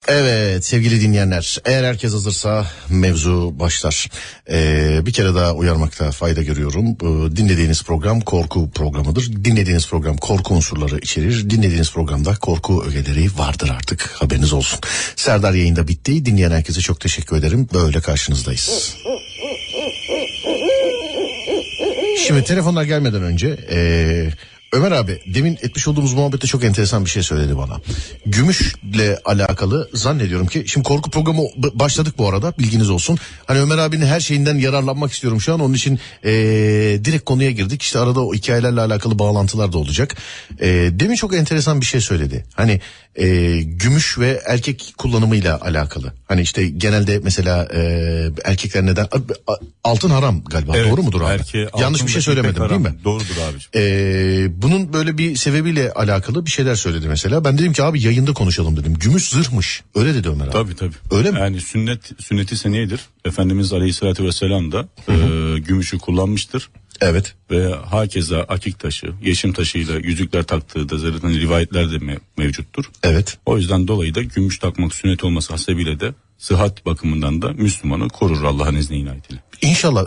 Evet sevgili dinleyenler, eğer herkes hazırsa mevzu başlar. Bir kere daha uyarmakta fayda görüyorum. Dinlediğiniz program korku programıdır. Dinlediğiniz program korku unsurları içerir. Dinlediğiniz programda korku ögeleri vardır artık, haberiniz olsun. Serdar yayında bitti. Dinleyen herkese çok teşekkür ederim. Böyle karşınızdayız. Şimdi telefonlar gelmeden önce Ömer abi demin etmiş olduğumuz muhabbette çok enteresan bir şey söyledi bana. Gümüşle alakalı zannediyorum ki şimdi korku programı başladık bu arada, bilginiz olsun. Hani Ömer abinin her şeyinden yararlanmak istiyorum şu an, onun için direkt konuya girdik. İşte arada o hikayelerle alakalı bağlantılar da olacak. Demin çok enteresan bir şey söyledi. Hani gümüş ve erkek kullanımıyla alakalı. Hani işte genelde mesela erkekler neden altın haram galiba, evet, doğru mudur abi? Yanlış bir şey söylemedim değil mi? Doğrudur abiciğim. Bunun böyle bir sebebiyle alakalı bir şeyler söyledi mesela. Ben dedim ki abi yayında konuşalım dedim. Gümüş zırhmış. Öyle dedi Ömer abi. Tabii. Öyle mi? Yani sünneti seniyedir. Efendimiz Aleyhisselatü Vesselam da gümüşü kullanmıştır. Evet. Ve hakeza akik taşı, yeşim taşıyla yüzükler taktığı da zaten rivayetler de mevcuttur. Evet. O yüzden dolayı da gümüş takmak sünnet olması hasebiyle de sıhhat bakımından da Müslümanı korur Allah'ın izni inayetiyle. İnşallah.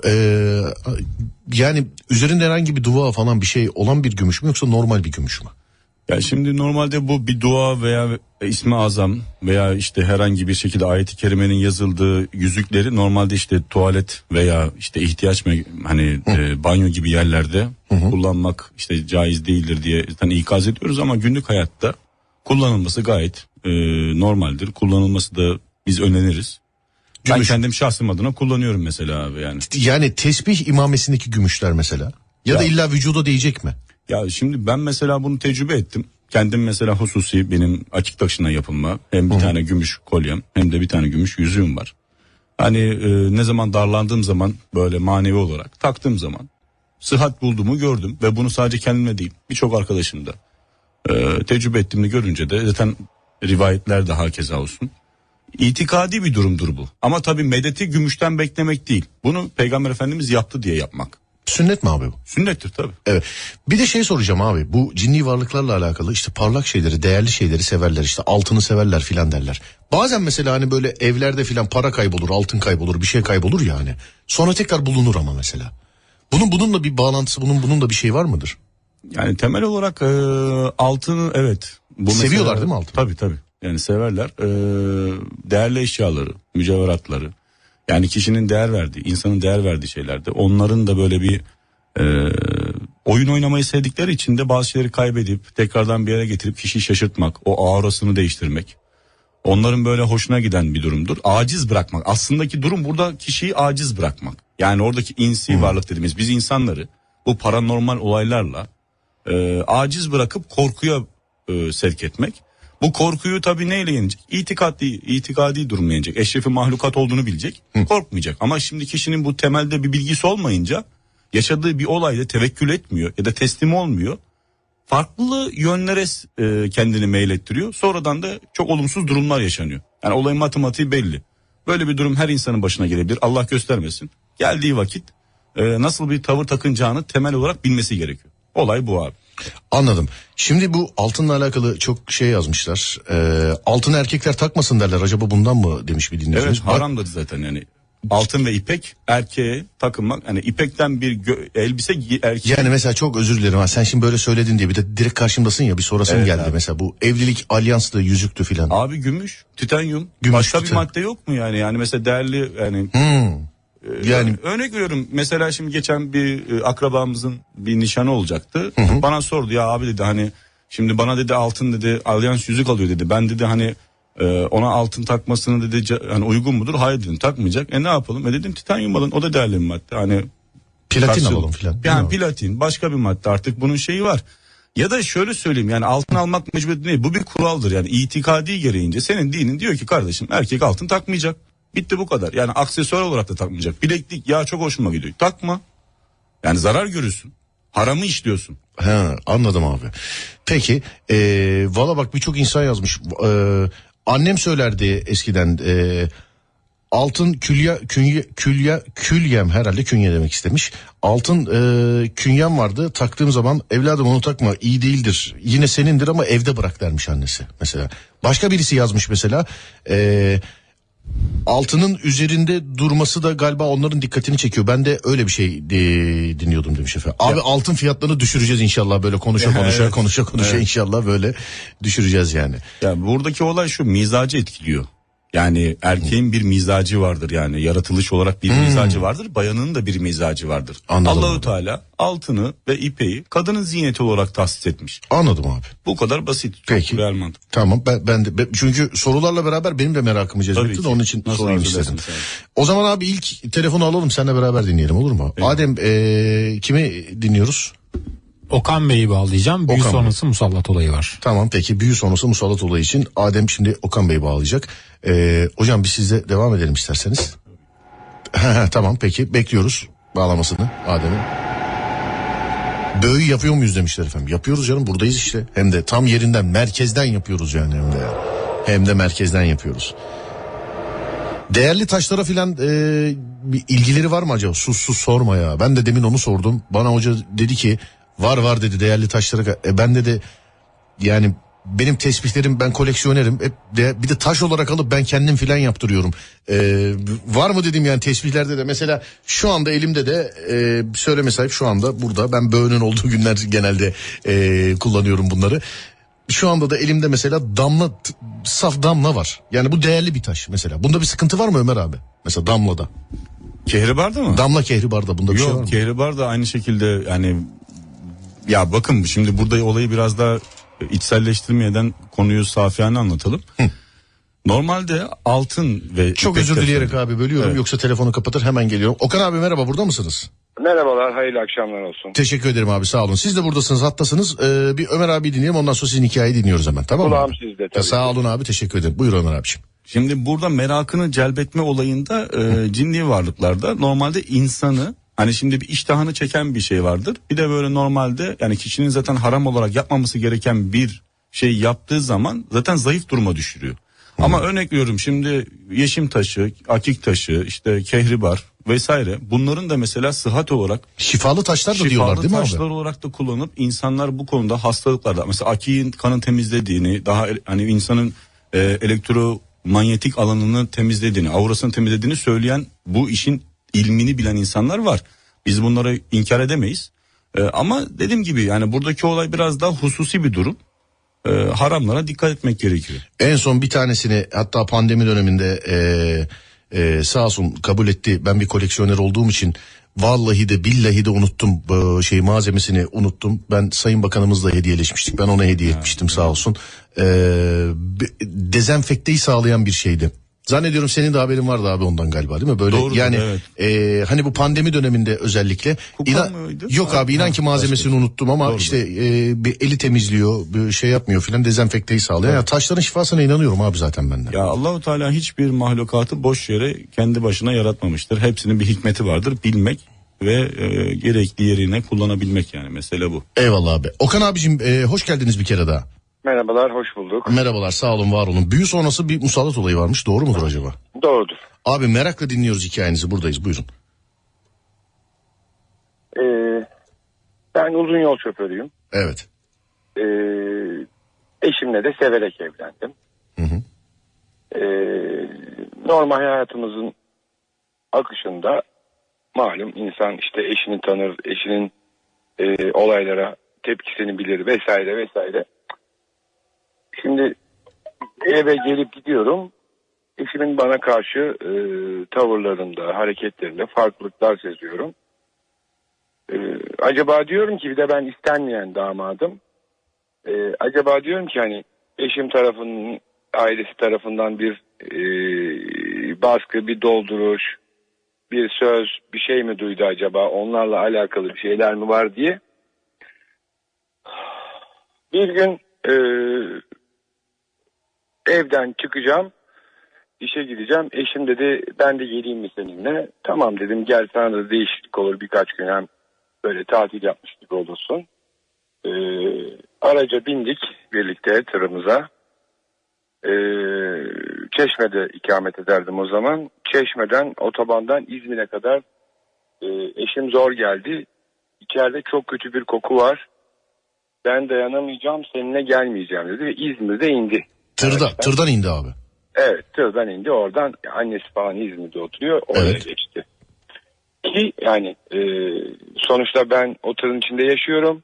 Yani üzerinde herhangi bir dua falan bir şey olan bir gümüş mü, yoksa normal bir gümüş mü? Ya şimdi normalde bu bir dua veya ismi azam veya işte herhangi bir şekilde ayet-i kerimenin yazıldığı yüzükleri normalde işte tuvalet veya işte ihtiyaç banyo gibi yerlerde kullanmak işte caiz değildir diye ikaz ediyoruz, ama günlük hayatta kullanılması gayet normaldir. Kullanılması da biz öneririz. Ben kendim şahsım adına kullanıyorum mesela abi yani. Yani tesbih imamesindeki gümüşler mesela. Ya da illa vücuda değecek mi? Ya şimdi ben mesela bunu tecrübe ettim. Kendim mesela hususi benim akik taşına yapılma hem bir tane gümüş kolyem hem de bir tane gümüş yüzüğüm var. Hani ne zaman darlandığım zaman böyle manevi olarak taktığım zaman sıhhat bulduğumu gördüm ve bunu sadece kendime değil birçok arkadaşım da tecrübe ettiğimini görünce de zaten rivayetler de hakeza olsun. İtikadi bir durumdur bu. Ama tabii medeti gümüşten beklemek değil. Bunu Peygamber Efendimiz yaptı diye yapmak. Sünnet mi abi bu? Sünnettir tabii. Evet. Bir de şey soracağım abi. Bu cinni varlıklarla alakalı işte parlak şeyleri, değerli şeyleri severler. İşte altını severler filan derler. Bazen mesela hani böyle evlerde filan para kaybolur, altın kaybolur, bir şey kaybolur yani. Sonra tekrar bulunur ama mesela. Bununla bir bağlantısı, bununla bir şey var mıdır? Yani temel olarak altını evet. Seviyorlar mesela, değil mi altını? Tabii. Yani severler. Değerli eşyaları, mücevheratları. Yani kişinin değer verdiği, insanın değer verdiği şeylerde onların da böyle bir oyun oynamayı sevdikleri için de bazı şeyleri kaybedip tekrardan bir yere getirip kişiyi şaşırtmak, o aurasını değiştirmek. Onların böyle hoşuna giden bir durumdur. Aciz bırakmak. Aslındaki durum burada kişiyi aciz bırakmak. Yani oradaki insi varlık dediğimiz biz insanları bu paranormal olaylarla aciz bırakıp korkuya sevk etmek. Bu korkuyu tabii neyle yenecek? İtikadi durumla yenecek. Eşrefi mahlukat olduğunu bilecek. Korkmayacak. Ama şimdi kişinin bu temelde bir bilgisi olmayınca yaşadığı bir olayda tevekkül etmiyor ya da teslim olmuyor. Farklı yönlere kendini meylettiriyor. Sonradan da çok olumsuz durumlar yaşanıyor. Yani olayın matematiği belli. Böyle bir durum her insanın başına gelebilir. Allah göstermesin. Geldiği vakit nasıl bir tavır takınacağını temel olarak bilmesi gerekiyor. Olay bu abi. Anladım. Şimdi bu altınla alakalı çok şey yazmışlar. Altın erkekler takmasın derler. Acaba bundan mı demiş bir dinleyicimiz? Evet, haramdır zaten yani. Altın ve ipek erkeğe takınmak, hani ipekten bir elbise erkeğe. Yani mesela çok özür dilerim ha, sen şimdi böyle söyledin diye bir de direkt karşımdasın ya, bir sorasım geldi abi. Mesela bu evlilik alyanstı, yüzüktü filan. Abi gümüş, titanyum, başka bir madde yok mu yani? Yani mesela değerli yani. Yani örnek veriyorum, mesela şimdi geçen bir akrabamızın bir nişanı olacaktı. Bana sordu, ya abi dedi hani şimdi bana dedi altın dedi alyans yüzük alıyor dedi. Ben dedi hani ona altın takmasını dedi hani uygun mudur? Hayır dedim, takmayacak. Ne yapalım? Dedim titanyum alın, o da değerli bir madde. Hani platin alalım filan. Yani platin başka bir madde, artık bunun şeyi var. Ya da şöyle söyleyeyim, yani altın almak mecburiyeti değil. Bu bir kuraldır yani, itikadi gereğince senin dinin diyor ki kardeşim erkek altın takmayacak. Bitti, bu kadar. Yani aksesuar olarak da takmayacak. Bileklik ya çok hoşuma gidiyor. Takma. Yani zarar görürsün. Haramı işliyorsun. Anladım abi. Peki valla bak birçok insan yazmış. Annem söylerdi eskiden Altın külyem herhalde künye demek istemiş. Altın künyem vardı, taktığım zaman evladım onu takma, iyi değildir, yine senindir ama evde bırak dermiş annesi mesela. Başka birisi yazmış mesela, altının üzerinde durması da galiba onların dikkatini çekiyor. Ben de öyle bir şey dinliyordum demiş efendim. Abi altın fiyatlarını düşüreceğiz inşallah, böyle konuşa inşallah böyle düşüreceğiz yani. Ya buradaki olay şu, mizacı etkiliyor. Yani erkeğin bir mizacı vardır, yani yaratılış olarak bir mizacı vardır, bayanın da bir mizacı vardır. Anladım Allahu abi. Teala altını ve ipeği kadının ziyneti olarak tahsis etmiş. Anladım abi. Bu kadar basit. Çok Peki. real mantık. Tamam, ben de çünkü sorularla beraber benim de merakımı cezbetti de onun için Nasıl sorayım arzu istedim. edersin sen? O zaman abi ilk telefonu alalım, seninle beraber dinleyelim, olur mu? Evet. Adem, kimi dinliyoruz? Okan Bey'i bağlayacağım. Büyü Okan Bey. sonrası musallat olayı var. Tamam, peki büyü sonrası musallat olayı için Adem şimdi Okan Bey'i bağlayacak. Hocam biz sizle devam edelim isterseniz. Tamam, peki bekliyoruz bağlamasını Adem'in. Böğü yapıyor muyuz demişler efendim. Yapıyoruz canım, buradayız işte. Hem de tam yerinden, merkezden yapıyoruz yani hem de. Hem de merkezden yapıyoruz. Değerli taşlara filan bir ilgileri var mı acaba? Sus sorma ya. Ben de demin onu sordum. Bana hoca dedi ki var dedi değerli taşlara. Ben de yani benim tespihlerim, ben koleksiyonerim. Bir de taş olarak alıp ben kendim filan yaptırıyorum. Var mı dedim yani tesbihlerde de. Mesela şu anda elimde de söyleme sahip şu anda burada. Ben böğünün olduğu günler genelde kullanıyorum bunları. Şu anda da elimde mesela saf damla var. Yani bu değerli bir taş mesela. Bunda bir sıkıntı var mı Ömer abi? Mesela damlada. Kehribar'da mı? Damla kehribarda bunda bir şey var mı? Yok, Kehribar da aynı şekilde yani, ya bakın şimdi burada olayı biraz daha içselleştirmeden konuyu safiyane anlatalım. Normalde altın ve Çok ipek özür dileyerek taşı- abi bölüyorum, Evet. yoksa telefonu kapatır, hemen geliyorum. Okan abi merhaba, burada mısınız? Merhabalar, hayırlı akşamlar olsun. Teşekkür ederim abi, sağ olun. Siz de buradasınız, hattasınız. Bir Ömer abi dinleyelim, ondan sonra sizin hikayeyi dinliyoruz hemen, tamam mı? Kulağım abi? sizde tabii. Sağ olun abi, teşekkür ederim. Buyur Ömer abiciğim. Şimdi burada merakını celbetme olayında cinli varlıklarda normalde insanı, hani şimdi bir iştahını çeken bir şey vardır. Bir de böyle normalde yani kişinin zaten haram olarak yapmaması gereken bir şey yaptığı zaman zaten zayıf duruma düşürüyor. Ama örnek veriyorum, şimdi yeşim taşı, akik taşı, işte kehribar vesaire, bunların da mesela sıhhat olarak Şifalı taşlar da diyorlar şifalı değil mi taşlar abi? olarak da kullanıp insanlar bu konuda hastalıklarda, mesela akiğin kanı temizlediğini, daha hani insanın elektromanyetik alanını temizlediğini, aurasını temizlediğini söyleyen, bu işin ilmini bilen insanlar var. Biz bunları inkar edemeyiz. Ama dediğim gibi yani buradaki olay biraz daha hususi bir durum. Haramlara dikkat etmek gerekiyor. En son bir tanesini hatta pandemi döneminde sağ olsun kabul etti. Ben bir koleksiyoner olduğum için vallahi de billahi de unuttum, malzemesini unuttum. Ben Sayın Bakanımızla hediyeleşmiştik. Ben ona hediye etmiştim sağ olsun. Dezenfekteyi sağlayan bir şeydi. Zannediyorum senin de haberin vardı abi ondan galiba, değil mi? Böyle Doğrudur, yani evet. hani bu pandemi döneminde özellikle Kupa mıydı? yok abi, inan ki malzemesini unuttum ama Doğrudur. işte bir eli temizliyor, bir şey yapmıyor filan, dezenfekteyi sağlıyor. Yani taşların şifasına inanıyorum abi zaten ben de. Ya Allahu Teala hiçbir mahlukatı boş yere kendi başına yaratmamıştır. Hepsinin bir hikmeti vardır. Bilmek ve gerekli yerine kullanabilmek, yani mesele bu. Eyvallah abi. Okan abicim hoş geldiniz bir kere daha. Merhabalar, hoş bulduk. Merhabalar, sağ olun, var olun. Büyü sonrası bir musallat olayı varmış, doğru mudur acaba? Doğrudur. Abi merakla dinliyoruz hikayenizi, buradayız, buyurun. Ben uzun yol şoförüyüm. Evet. Eşimle de severek evlendim. Hı hı. Normal hayatımızın akışında malum insan işte eşini tanır, eşinin olaylara tepkisini bilir vesaire vesaire. Şimdi eve gelip gidiyorum. Eşimin bana karşı tavırlarında, hareketlerinde farklılıklar seziyorum. Acaba diyorum ki, bir de ben istenmeyen damadım. Acaba diyorum ki hani eşim tarafının, ailesi tarafından bir baskı, bir dolduruş, bir söz, bir şey mi duydu acaba? Onlarla alakalı bir şeyler mi var diye. Bir gün evden çıkacağım, işe gideceğim. Eşim dedi ben de geleyim mi seninle? Tamam dedim, gel, sana da değişiklik olur, birkaç gün hem böyle tatil yapmış gibi olursun. Araca bindik birlikte, tırımıza. Çeşme'de ikamet ederdim o zaman. Çeşme'den otobandan İzmir'e kadar eşim zor geldi. İçeride çok kötü bir koku var. Ben dayanamayacağım, seninle gelmeyeceğim dedi ve İzmir'de indi. Tırdan indi abi. Evet, tırdan indi, oradan annesi falan İzmir'de oturuyor, oraya geçti. Ki yani sonuçta ben o tırın içinde yaşıyorum.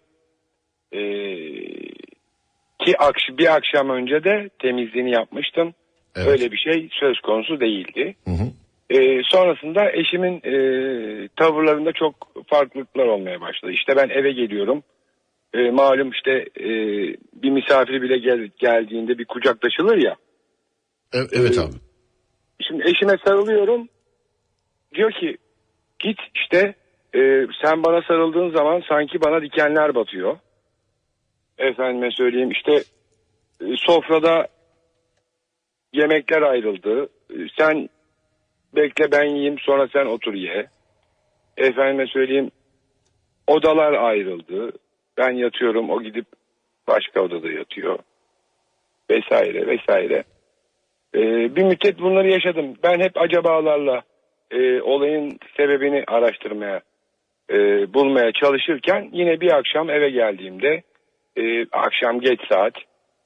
Ki bir akşam önce de temizliğini yapmıştım. Evet. Öyle bir şey söz konusu değildi. Hı hı. Sonrasında eşimin tavırlarında çok farklılıklar olmaya başladı. İşte ben eve geliyorum. Malum işte bir misafiri bile geldiğinde bir kucaklaşılır ya. Evet abi. Şimdi eşime sarılıyorum. Diyor ki git işte sen bana sarıldığın zaman sanki bana dikenler batıyor. Efendime söyleyeyim işte sofrada yemekler ayrıldı. Sen bekle ben yiyeyim, sonra sen otur ye. Efendime söyleyeyim odalar ayrıldı. Ben yatıyorum, o gidip başka odada yatıyor. Vesaire vesaire. Bir müddet bunları yaşadım. Ben hep acabalarla olayın sebebini araştırmaya, bulmaya çalışırken yine bir akşam eve geldiğimde akşam geç saat,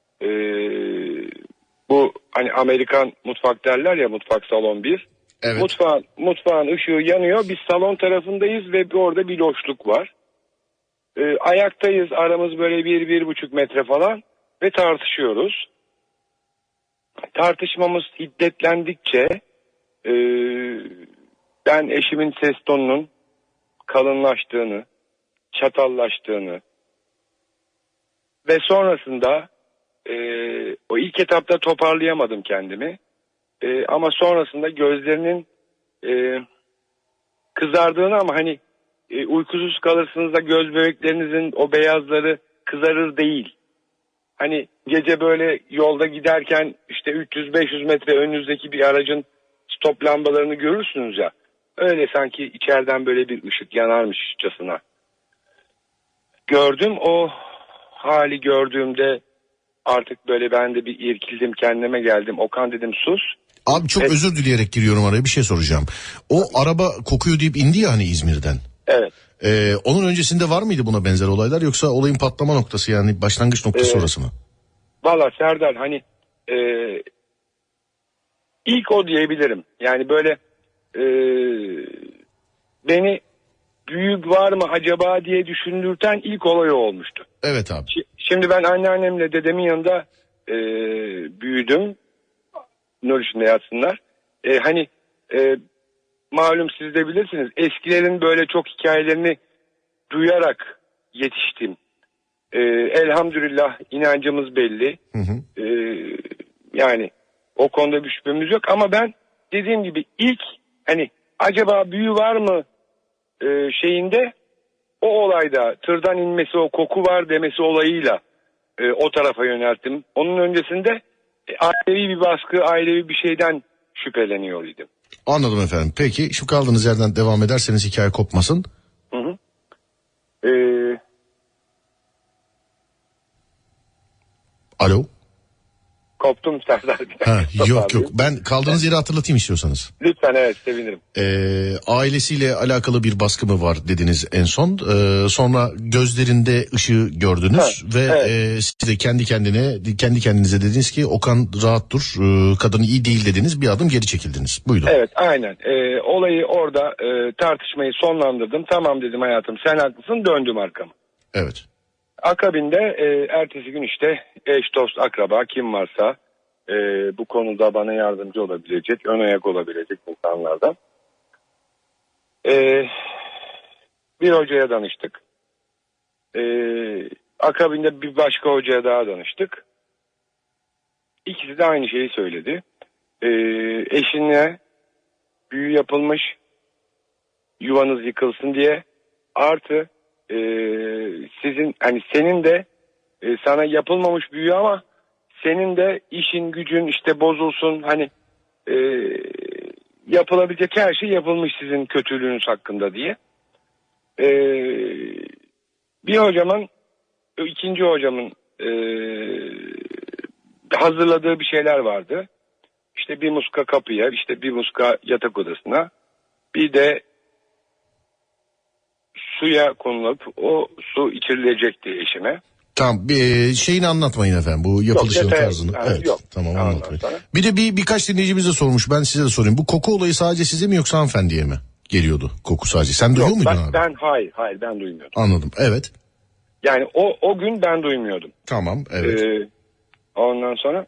bu hani Amerikan mutfak derler ya, mutfak salon 1. Evet. Mutfağın ışığı yanıyor. Biz salon tarafındayız ve orada bir loşluk var. Ayaktayız, aramız böyle 1-1,5 metre falan ve tartışıyoruz. Tartışmamız şiddetlendikçe ben eşimin ses tonunun kalınlaştığını, çatallaştığını ve sonrasında o ilk etapta toparlayamadım kendimi. Ama sonrasında gözlerinin kızardığını, ama hani uykusuz kalırsınız da göz bebeklerinizin o beyazları kızarır değil. Hani gece böyle yolda giderken işte 300-500 metre önünüzdeki bir aracın stop lambalarını görürsünüz ya. Öyle sanki içeriden böyle bir ışık yanarmışçasına. Gördüm, o hali gördüğümde artık böyle ben de bir irkildim, kendime geldim. Okan dedim sus. Abi çok özür dileyerek giriyorum araya, bir şey soracağım. O araba kokuyor deyip indi ya hani İzmir'den. Evet. Onun öncesinde var mıydı buna benzer olaylar, yoksa olayın patlama noktası, yani başlangıç noktası orası mı? Valla Serdar, hani ilk o diyebilirim. Yani böyle beni büyük var mı acaba diye düşündürten ilk olay o olmuştu. Evet abi. Şimdi ben anneannemle dedemin yanında büyüdüm. Nur içinde yatsınlar. Hani malum siz de bilirsiniz, eskilerin böyle çok hikayelerini duyarak yetiştim. Elhamdülillah inancımız belli. Hı hı. Yani o konuda bir şüphemiz yok, ama ben dediğim gibi ilk hani acaba büyü var mı şeyinde, o olayda tırdan inmesi, o koku var demesi olayıyla o tarafa yönelttim. Onun öncesinde ailevi bir baskı, ailevi bir şeyden şüpheleniyor idim. Anladım efendim. Peki şu kaldığınız yerden devam ederseniz hikaye kopmasın. Hı hı. Alo. Koptum Serdar. Yok ben kaldığınız yeri hatırlatayım istiyorsanız. Lütfen, evet, sevinirim. Ailesiyle alakalı bir baskı mı var dediniz en son. Sonra gözlerinde ışığı gördünüz ve evet. siz de kendi kendinize dediniz ki Okan rahat dur, kadın iyi değil dediniz, bir adım geri çekildiniz. Buyurun. Evet, aynen. Olayı orada tartışmayı sonlandırdım. Tamam dedim hayatım, sen haklısın, döndüm arkamı. Evet. Akabinde ertesi gün işte eş, dost, akraba kim varsa bu konuda bana yardımcı olabilecek, ön ayak olabilecek insanlardan bir hocaya danıştık. Akabinde bir başka hocaya daha danıştık. İkisi de aynı şeyi söyledi. Eşine büyü yapılmış, yuvanız yıkılsın diye, artı sizin hani senin de sana yapılmamış büyü ama senin de işin gücün işte bozulsun, hani yapılabilecek her şey yapılmış sizin kötülüğünüz hakkında diye. Bir hocamın, ikinci hocamın hazırladığı bir şeyler vardı. İşte bir muska kapıya, işte bir muska yatak odasına, bir de suya konulup o su içirilecekti eşime. Tamam, şeyini anlatmayın efendim, bu yapılış Yok, detay- tarzını. ha, Evet, yok. tamam, Ondan anlatmayın. sonra- Bir de birkaç dinleyicimiz de sormuş, ben size de sorayım. Bu koku olayı sadece size mi yoksa hanımefendiye mi geliyordu koku sadece? Sen duyuyor muydun abi? Hayır ben duymuyordum. Anladım, evet. Yani o gün ben duymuyordum. Tamam, evet. Ondan sonra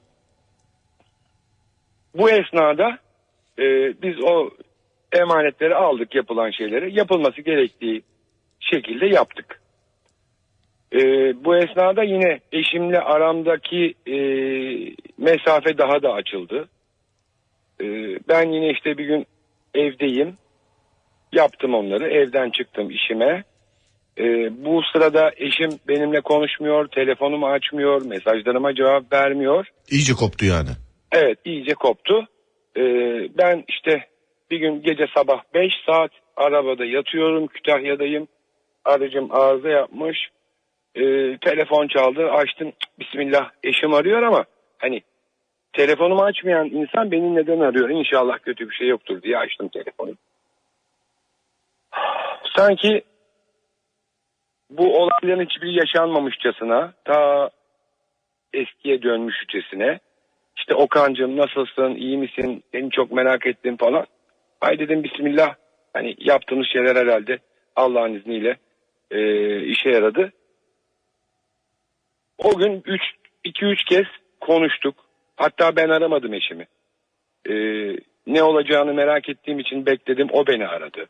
bu esnada biz o emanetleri aldık, yapılan şeyleri yapılması gerektiği şekilde yaptık. Bu esnada yine eşimle aramdaki mesafe daha da açıldı. Ben yine işte bir gün evdeyim, yaptım onları, evden çıktım işime. Bu sırada eşim benimle konuşmuyor, telefonumu açmıyor, mesajlarıma cevap vermiyor. İyice koptu yani. Evet, iyice koptu. Ben işte bir gün gece sabah 5 saat arabada yatıyorum, Kütahya'dayım. Aracım arıza yapmış. Telefon çaldı, açtım. Bismillah, eşim arıyor ama hani telefonumu açmayan insan beni neden arıyor? İnşallah kötü bir şey yoktur diye açtım telefonu. Sanki bu olayların hiçbiri yaşanmamışçasına, ta eskiye dönmüşçesine, işte Okan'cığım nasılsın, iyi misin, seni çok merak ettim falan. Ay dedim, bismillah, hani yaptığımız şeyler herhalde Allah'ın izniyle işe yaradı. O gün 2-3 kez konuştuk. Hatta ben aramadım eşimi. Ne olacağını merak ettiğim için bekledim, o beni aradı.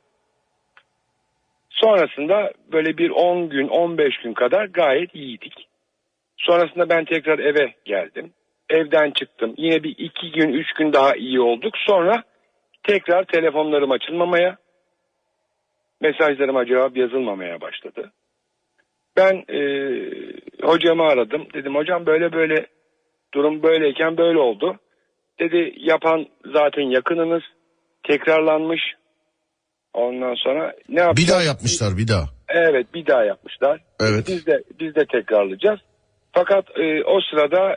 Sonrasında böyle bir 10 gün 15 gün kadar gayet iyiydik. Sonrasında ben tekrar eve geldim. Evden çıktım. Yine bir 2 gün 3 gün daha iyi olduk. Sonra tekrar telefonlarım açılmamaya, mesajlarıma cevap yazılmamaya başladı. Ben hocamı aradım. Dedim hocam böyle böyle durum böyleyken böyle oldu. Dedi yapan zaten yakınınız, tekrarlanmış. Ondan sonra ne yapacağız? Bir daha yapmışlar, bir daha. Evet, bir daha yapmışlar. Evet. Biz de tekrarlayacağız. Fakat o sırada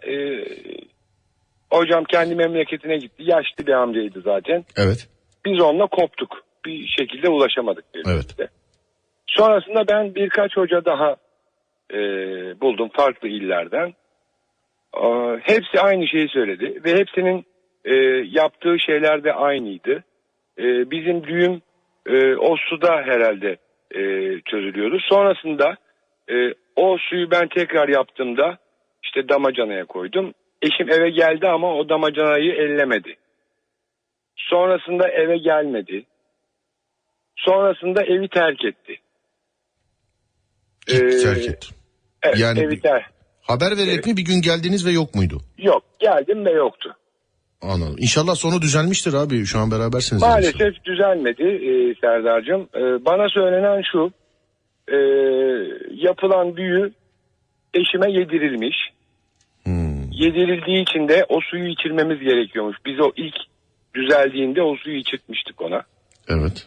hocam kendi memleketine gitti. Yaşlı bir amcaydı zaten. Evet. Biz onunla koptuk. Bir şekilde ulaşamadık birbirimize. Evet. Sonrasında ben birkaç hoca daha buldum farklı illerden. Hepsi aynı şeyi söyledi ve hepsinin yaptığı şeyler de aynıydı. Bizim düğüm o suda herhalde çözülüyordu. Sonrasında o suyu ben tekrar yaptığımda işte damacanaya koydum. Eşim eve geldi ama o damacanayı ellemedi. Sonrasında eve gelmedi. Sonrasında evi terk etti. Terk etti. Evet, Yani evi terk. haber vererek mi bir gün geldiniz ve yok muydu? Yok, geldim ve yoktu. Anladım. İnşallah sonu düzelmiştir abi. Şu an berabersiniz. Maalesef düzelmedi Serdar'cığım. Bana söylenen şu. Yapılan büyü eşime yedirilmiş. Yedirildiği için de o suyu içirmemiz gerekiyormuş. Biz o ilk düzeldiğinde o suyu içirtmiştik ona. Evet.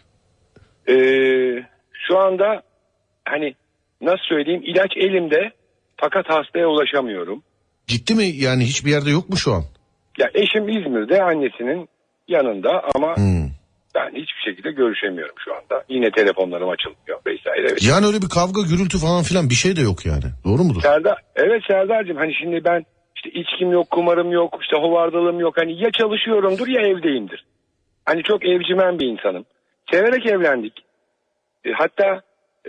Şu anda hani nasıl söyleyeyim, ilaç elimde fakat hastaya ulaşamıyorum. Ciddi mi? Yani hiçbir yerde yok mu şu an? Ya eşim İzmir'de annesinin yanında ama ben hiçbir şekilde görüşemiyorum şu anda. Yine telefonlarım açılmıyor vesaire. Yani öyle bir kavga, gürültü falan filan bir şey de yok yani. Doğru mudur? Evet Serdar'cığım, hani şimdi ben işte içkim yok, kumarım yok, işte hovardalığım yok. Hani ya çalışıyorumdur ya evdeyimdir. Hani çok evcimen bir insanım. Severek evlendik. Hatta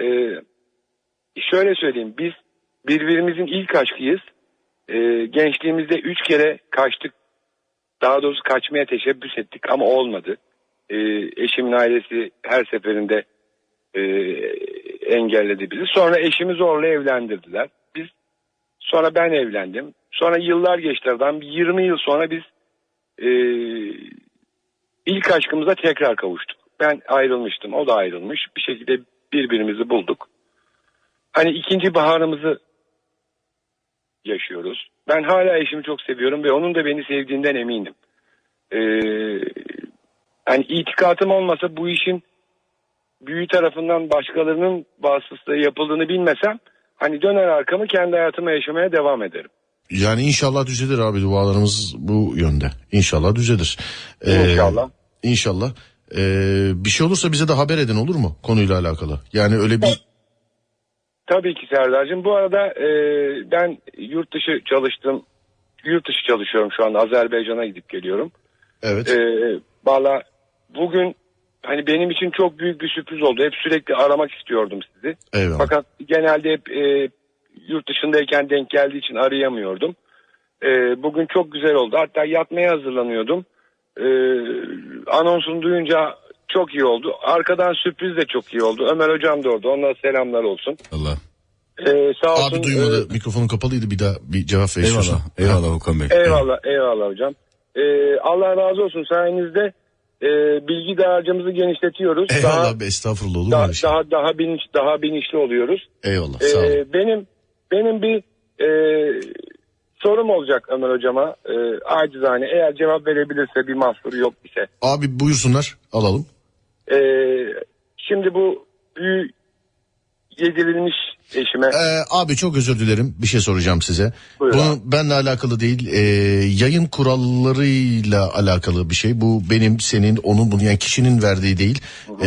şöyle söyleyeyim, biz birbirimizin ilk aşkıyız. Gençliğimizde 3 kere kaçtık. Daha doğrusu kaçmaya teşebbüs ettik ama olmadı. Eşimin ailesi her seferinde engelledi bizi. Sonra eşimi zorla evlendirdiler. Sonra ben evlendim. Sonra yıllar geçti aradan. 20 yıl sonra biz ilk aşkımıza tekrar kavuştuk. Ben ayrılmıştım, o da ayrılmış. Bir şekilde birbirimizi bulduk. Hani ikinci baharımızı yaşıyoruz. Ben hala eşimi çok seviyorum ve onun da beni sevdiğinden eminim. Hani itikatım olmasa bu işin büyü tarafından başkalarının vasıtasıyla yapıldığını bilmesem hani döner arkamı kendi hayatıma yaşamaya devam ederim. Yani inşallah düzelir abi, dualarımız bu yönde. İnşallah düzelir. İnşallah. İnşallah. Bir şey olursa bize de haber edin, olur mu konuyla alakalı? Yani öyle bir... Tabii ki Serdar'cığım. Bu arada ben yurt dışı çalışıyorum şu anda. Azerbaycan'a gidip geliyorum. Evet. Valla bugün hani benim için çok büyük bir sürpriz oldu. Hep sürekli aramak istiyordum sizi. Eyvallah. Fakat genelde hep yurt dışındayken denk geldiği için arayamıyordum. Bugün çok güzel oldu. Hatta yatmaya hazırlanıyordum. Anonsunu duyunca çok iyi oldu. Arkadan sürpriz de çok iyi oldu. Ömer hocam da orada. Onlara selamlar olsun. Allah. Sağ olsun. Abi duymadı. Mikrofonun kapalıydı, bir daha bir cevap ver. Eyvallah. Eyvallah Okan Bey. Eyvallah hocam. Allah razı olsun. Sayenizde bilgi dağarcığımızı genişletiyoruz. Eyvallah abi, estağfurullah, olur mu öyle şey? Daha bilinçli oluyoruz. Eyvallah, sağ olun. Benim bir sorum olacak Ömer hocama. Acizane, eğer cevap verebilirse, bir mahsuru yok ise. Abi buyursunlar, alalım. Şimdi bu büyü yedirilmiş eşime. Abi çok özür dilerim, bir şey soracağım size. Buyurun. Bu benimle alakalı değil, yayın kurallarıyla alakalı bir şey. Bu benim, senin, onun, bunu, yani kişinin verdiği değil.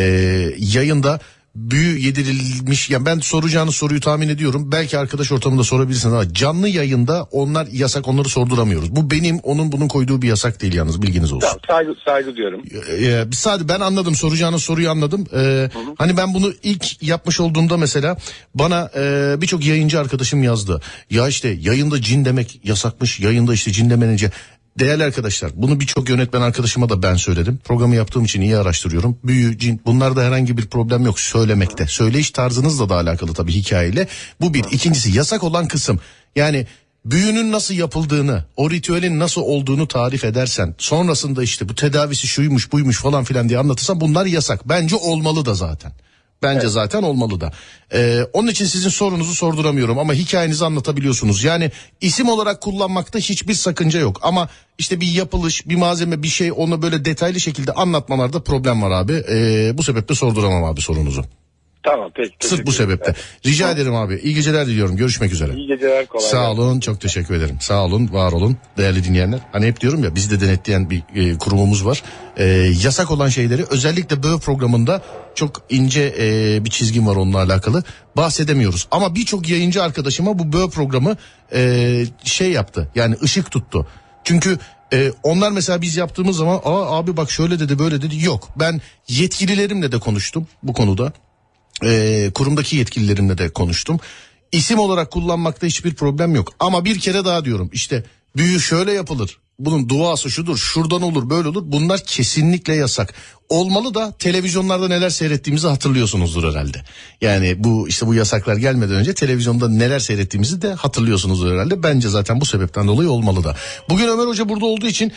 Yayında büyü yedirilmiş, yani ben soracağınız soruyu tahmin ediyorum. Belki arkadaş ortamında sorabilirsiniz ama canlı yayında onlar yasak, onları sorduramıyoruz. Bu benim, onun, bunun koyduğu bir yasak değil yalnız, bilginiz olsun. Tamam, saygı diyorum. Sadece ben anladım, soracağınız soruyu anladım. Hani ben bunu ilk yapmış olduğumda mesela bana birçok yayıncı arkadaşım yazdı. Ya işte yayında cin demek yasakmış, yayında işte cin demenince. Değerli arkadaşlar, bunu birçok yönetmen arkadaşıma da ben söyledim. Programı yaptığım için iyi araştırıyorum. Büyü, cin, bunlarda herhangi bir problem yok söylemekte. Söyleyiş tarzınızla da alakalı tabii, hikayeyle. Bu bir. İkincisi, yasak olan kısım. Yani büyünün nasıl yapıldığını, o ritüelin nasıl olduğunu tarif edersen, sonrasında işte bu tedavisi şuymuş buymuş falan filan diye anlatırsan, bunlar yasak. Bence olmalı da zaten. Bence zaten olmalı da. Onun için sizin sorunuzu sorduramıyorum ama hikayenizi anlatabiliyorsunuz. Yani isim olarak kullanmakta hiçbir sakınca yok. Ama işte bir yapılış, bir malzeme, bir şey, onu böyle detaylı şekilde anlatmalarda problem var abi. Bu sebeple sorduramam abi sorunuzu. Tamam, peki. Sırf bu sebeple. Rica ederim abi. İyi geceler diliyorum. Görüşmek üzere. İyi geceler, kolay gelsin. Sağ olun, çok teşekkür ederim. Sağ olun, var olun değerli dinleyenler. Hani hep diyorum ya, bizi de denetleyen bir kurumumuz var. Yasak olan şeyleri özellikle böyle programında çok ince bir çizgim var onunla alakalı. Bahsedemiyoruz. Ama birçok yayıncı arkadaşıma bu böyle programı şey yaptı. Yani ışık tuttu. Çünkü onlar mesela biz yaptığımız zaman abi bak şöyle dedi böyle dedi. Yok, ben yetkililerimle de konuştum bu konuda. Kurumdaki yetkililerimle de konuştum. İsim olarak kullanmakta hiçbir problem yok. Ama bir kere daha diyorum, işte büyü şöyle yapılır, bunun duası şudur, şuradan olur, böyle olur. Bunlar kesinlikle yasak. Olmalı da televizyonlarda neler seyrettiğimizi hatırlıyorsunuzdur herhalde. Yani bu işte bu yasaklar gelmeden önce televizyonda neler seyrettiğimizi de hatırlıyorsunuzdur herhalde. Bence zaten bu sebepten dolayı olmalı da. Bugün Ömer Hoca burada olduğu için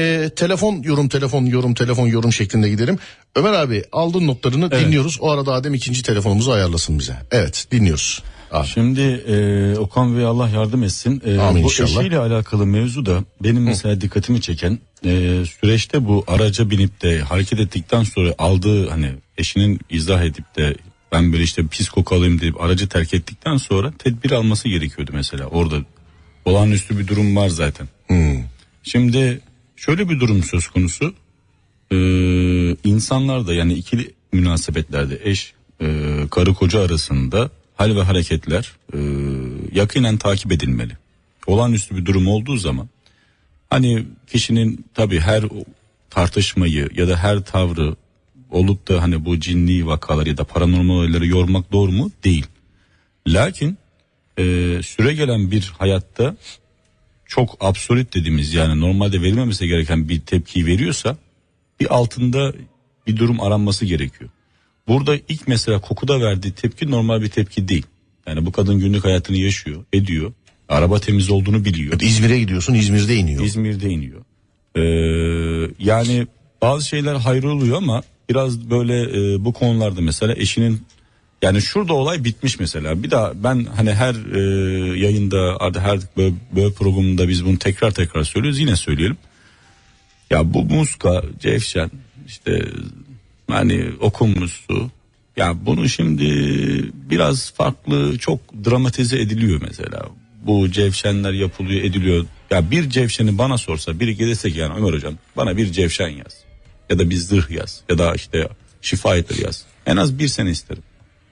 telefon şeklinde gidelim. Ömer abi, aldın notlarını, evet. Dinliyoruz. O arada Adem ikinci telefonumuzu ayarlasın bize. Evet, dinliyoruz. Abi. Şimdi Okan Bey Allah yardım etsin. Amin bu inşallah. eşiyle alakalı mevzu da benim mesela dikkatimi çeken süreçte bu araca binip de hareket ettikten sonra aldığı, hani eşinin izah edip de ben böyle işte pis koku alayım deyip aracı terk ettikten sonra tedbir alması gerekiyordu mesela. Orada olağanüstü bir durum var zaten. Şimdi şöyle bir durum söz konusu. İnsanlar da, yani ikili münasebetlerde eş karı koca arasında hal ve hareketler yakinen takip edilmeli. Olağanüstü bir durum olduğu zaman hani kişinin tabii her tartışmayı ya da her tavrı olup da hani bu cinni vakalar ya da paranormal olayları yormak doğru mu? Değil. Lakin süre gelen bir hayatta çok absürt dediğimiz, yani normalde verilmemesi gereken bir tepkiyi veriyorsa bir altında bir durum aranması gerekiyor. Burada ilk mesela kokuda verdiği tepki normal bir tepki değil. Yani bu kadın günlük hayatını yaşıyor, ediyor. Araba temiz olduğunu biliyor. İzmir'e gidiyorsun, İzmir'de iniyor. İzmir'de iniyor. Yani bazı şeyler hayırlı oluyor ama biraz böyle bu konularda mesela eşinin, yani şurada olay bitmiş mesela. Bir daha ben hani her yayında, her böyle programında biz bunu tekrar söylüyoruz, yine söyleyelim. Ya bu muska, cevşen, işte hani okunmuş su. Ya bunu şimdi biraz farklı, çok dramatize ediliyor mesela. bu cevşenler yapılıyor ediliyor. Ya bir cevşeni bana sorsa biri gelirse ki yani Ömer hocam bana bir cevşen yaz. Ya da bir zırh yaz. Ya da işte şifa ettir yaz. En az 1 sene isterim.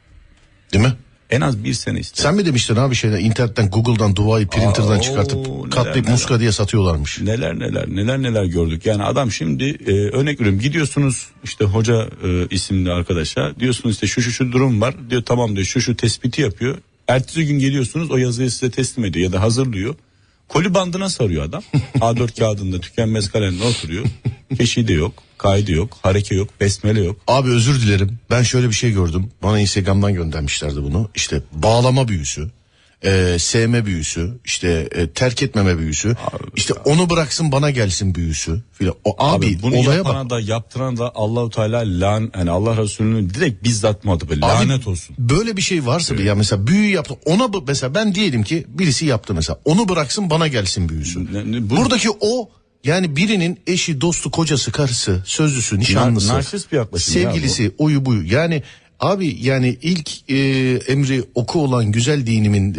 Değil mi? En az 1 sene isterim. Sen mi demiştin abi şeyden internetten Google'dan duayı printer'dan çıkartıp neler, katlayıp neler. muska diye satıyorlarmış. Neler gördük. Yani adam şimdi örnek veriyorum gidiyorsunuz işte hoca isimli arkadaşa diyorsunuz işte şu durum var diyor tamam diyor şu tespiti yapıyor. Ertesi gün geliyorsunuz o yazıyı size teslim ediyor ya da hazırlıyor. Koli bandına sarıyor adam. A4 kağıdında tükenmez kalemle oturuyor. Keşi de yok, kaydı yok, hareke yok, besmele yok. Abi özür dilerim. Ben şöyle bir şey gördüm. Bana Instagram'dan göndermişlerdi bunu. İşte bağlama büyüsü, sevme büyüsü, işte terk etmeme büyüsü. İşte onu bıraksın bana gelsin büyüsü filan. Abi bunu olaya yapana bak. da yaptırana da Allahu Teala yani Allah Resulü'nün direkt bizzat muhatabı lanet olsun. Böyle bir şey varsa ya mesela büyü yaptı. Ona mesela ben diyelim ki birisi yaptı mesela. Onu bıraksın bana gelsin büyüsü. Buradaki o yani birinin eşi, dostu, kocası, karısı, sözlüsü, nişanlısı, narsist bir yaklaşım sevgilisi, oyu buyu. Yani abi yani ilk emri oku olan güzel dinimin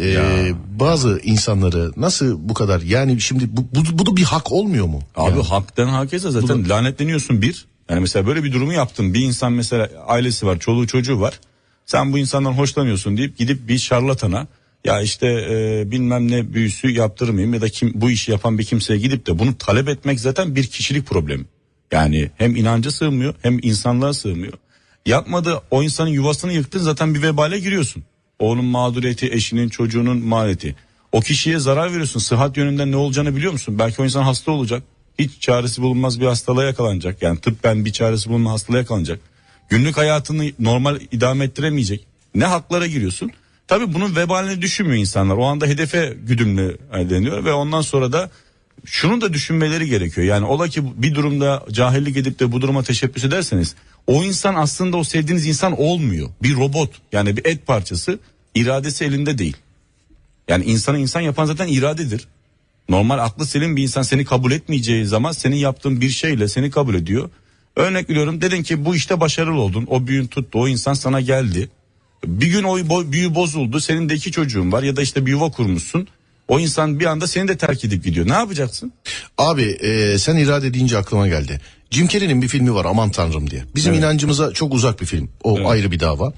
bazı insanları nasıl bu kadar yani şimdi bu da bir hak olmuyor mu? Abi yani? haktan hakeza zaten lanetleniyorsun bir. Yani mesela böyle bir durumu yaptın. Bir insan mesela ailesi var, çoluğu çocuğu var. Sen bu insandan hoşlanıyorsun deyip gidip bir şarlatana ya işte bilmem ne büyüsü yaptırmayayım ya da bu işi yapan bir kimseye gidip de bunu talep etmek zaten bir kişilik problemi. Yani hem inanca sığmıyor hem insanlığa sığmıyor. Yapmadı o insanın yuvasını yıktın zaten bir vebale giriyorsun. Onun mağduriyeti, eşinin, çocuğunun maliyeti. O kişiye zarar veriyorsun. Sıhhat yönünden ne olacağını biliyor musun? Belki o insan hasta olacak. Hiç çaresi bulunmaz bir hastalığa yakalanacak. Yani tıbben bir çaresi bulunmaz hastalığa yakalanacak. Günlük hayatını normal idame ettiremeyecek. Ne haklara giriyorsun? Tabii bunun vebalini düşünmüyor insanlar. O anda hedefe güdümlü deniyor ve ondan sonra da şunu da düşünmeleri gerekiyor. Yani ola ki bir durumda cahillik edip de bu duruma teşebbüs ederseniz o insan aslında o sevdiğiniz insan olmuyor. Bir robot yani bir et parçası iradesi elinde değil. Yani insanı insan yapan zaten iradedir. Normal aklı selim bir insan seni kabul etmeyeceği zaman senin yaptığın bir şeyle seni kabul ediyor. Örnek veriyorum dedin ki bu işte başarılı oldun o büyün tuttu o insan sana geldi. Bir gün o büyü bozuldu senin de 2 çocuğun var ya da işte bir yuva kurmuşsun. O insan bir anda seni de terk edip gidiyor. Ne yapacaksın? Abi sen irade deyince aklıma geldi. Jim Carrey'nin bir filmi var Aman Tanrım diye. Bizim inancımıza çok uzak bir film. O ayrı bir dava.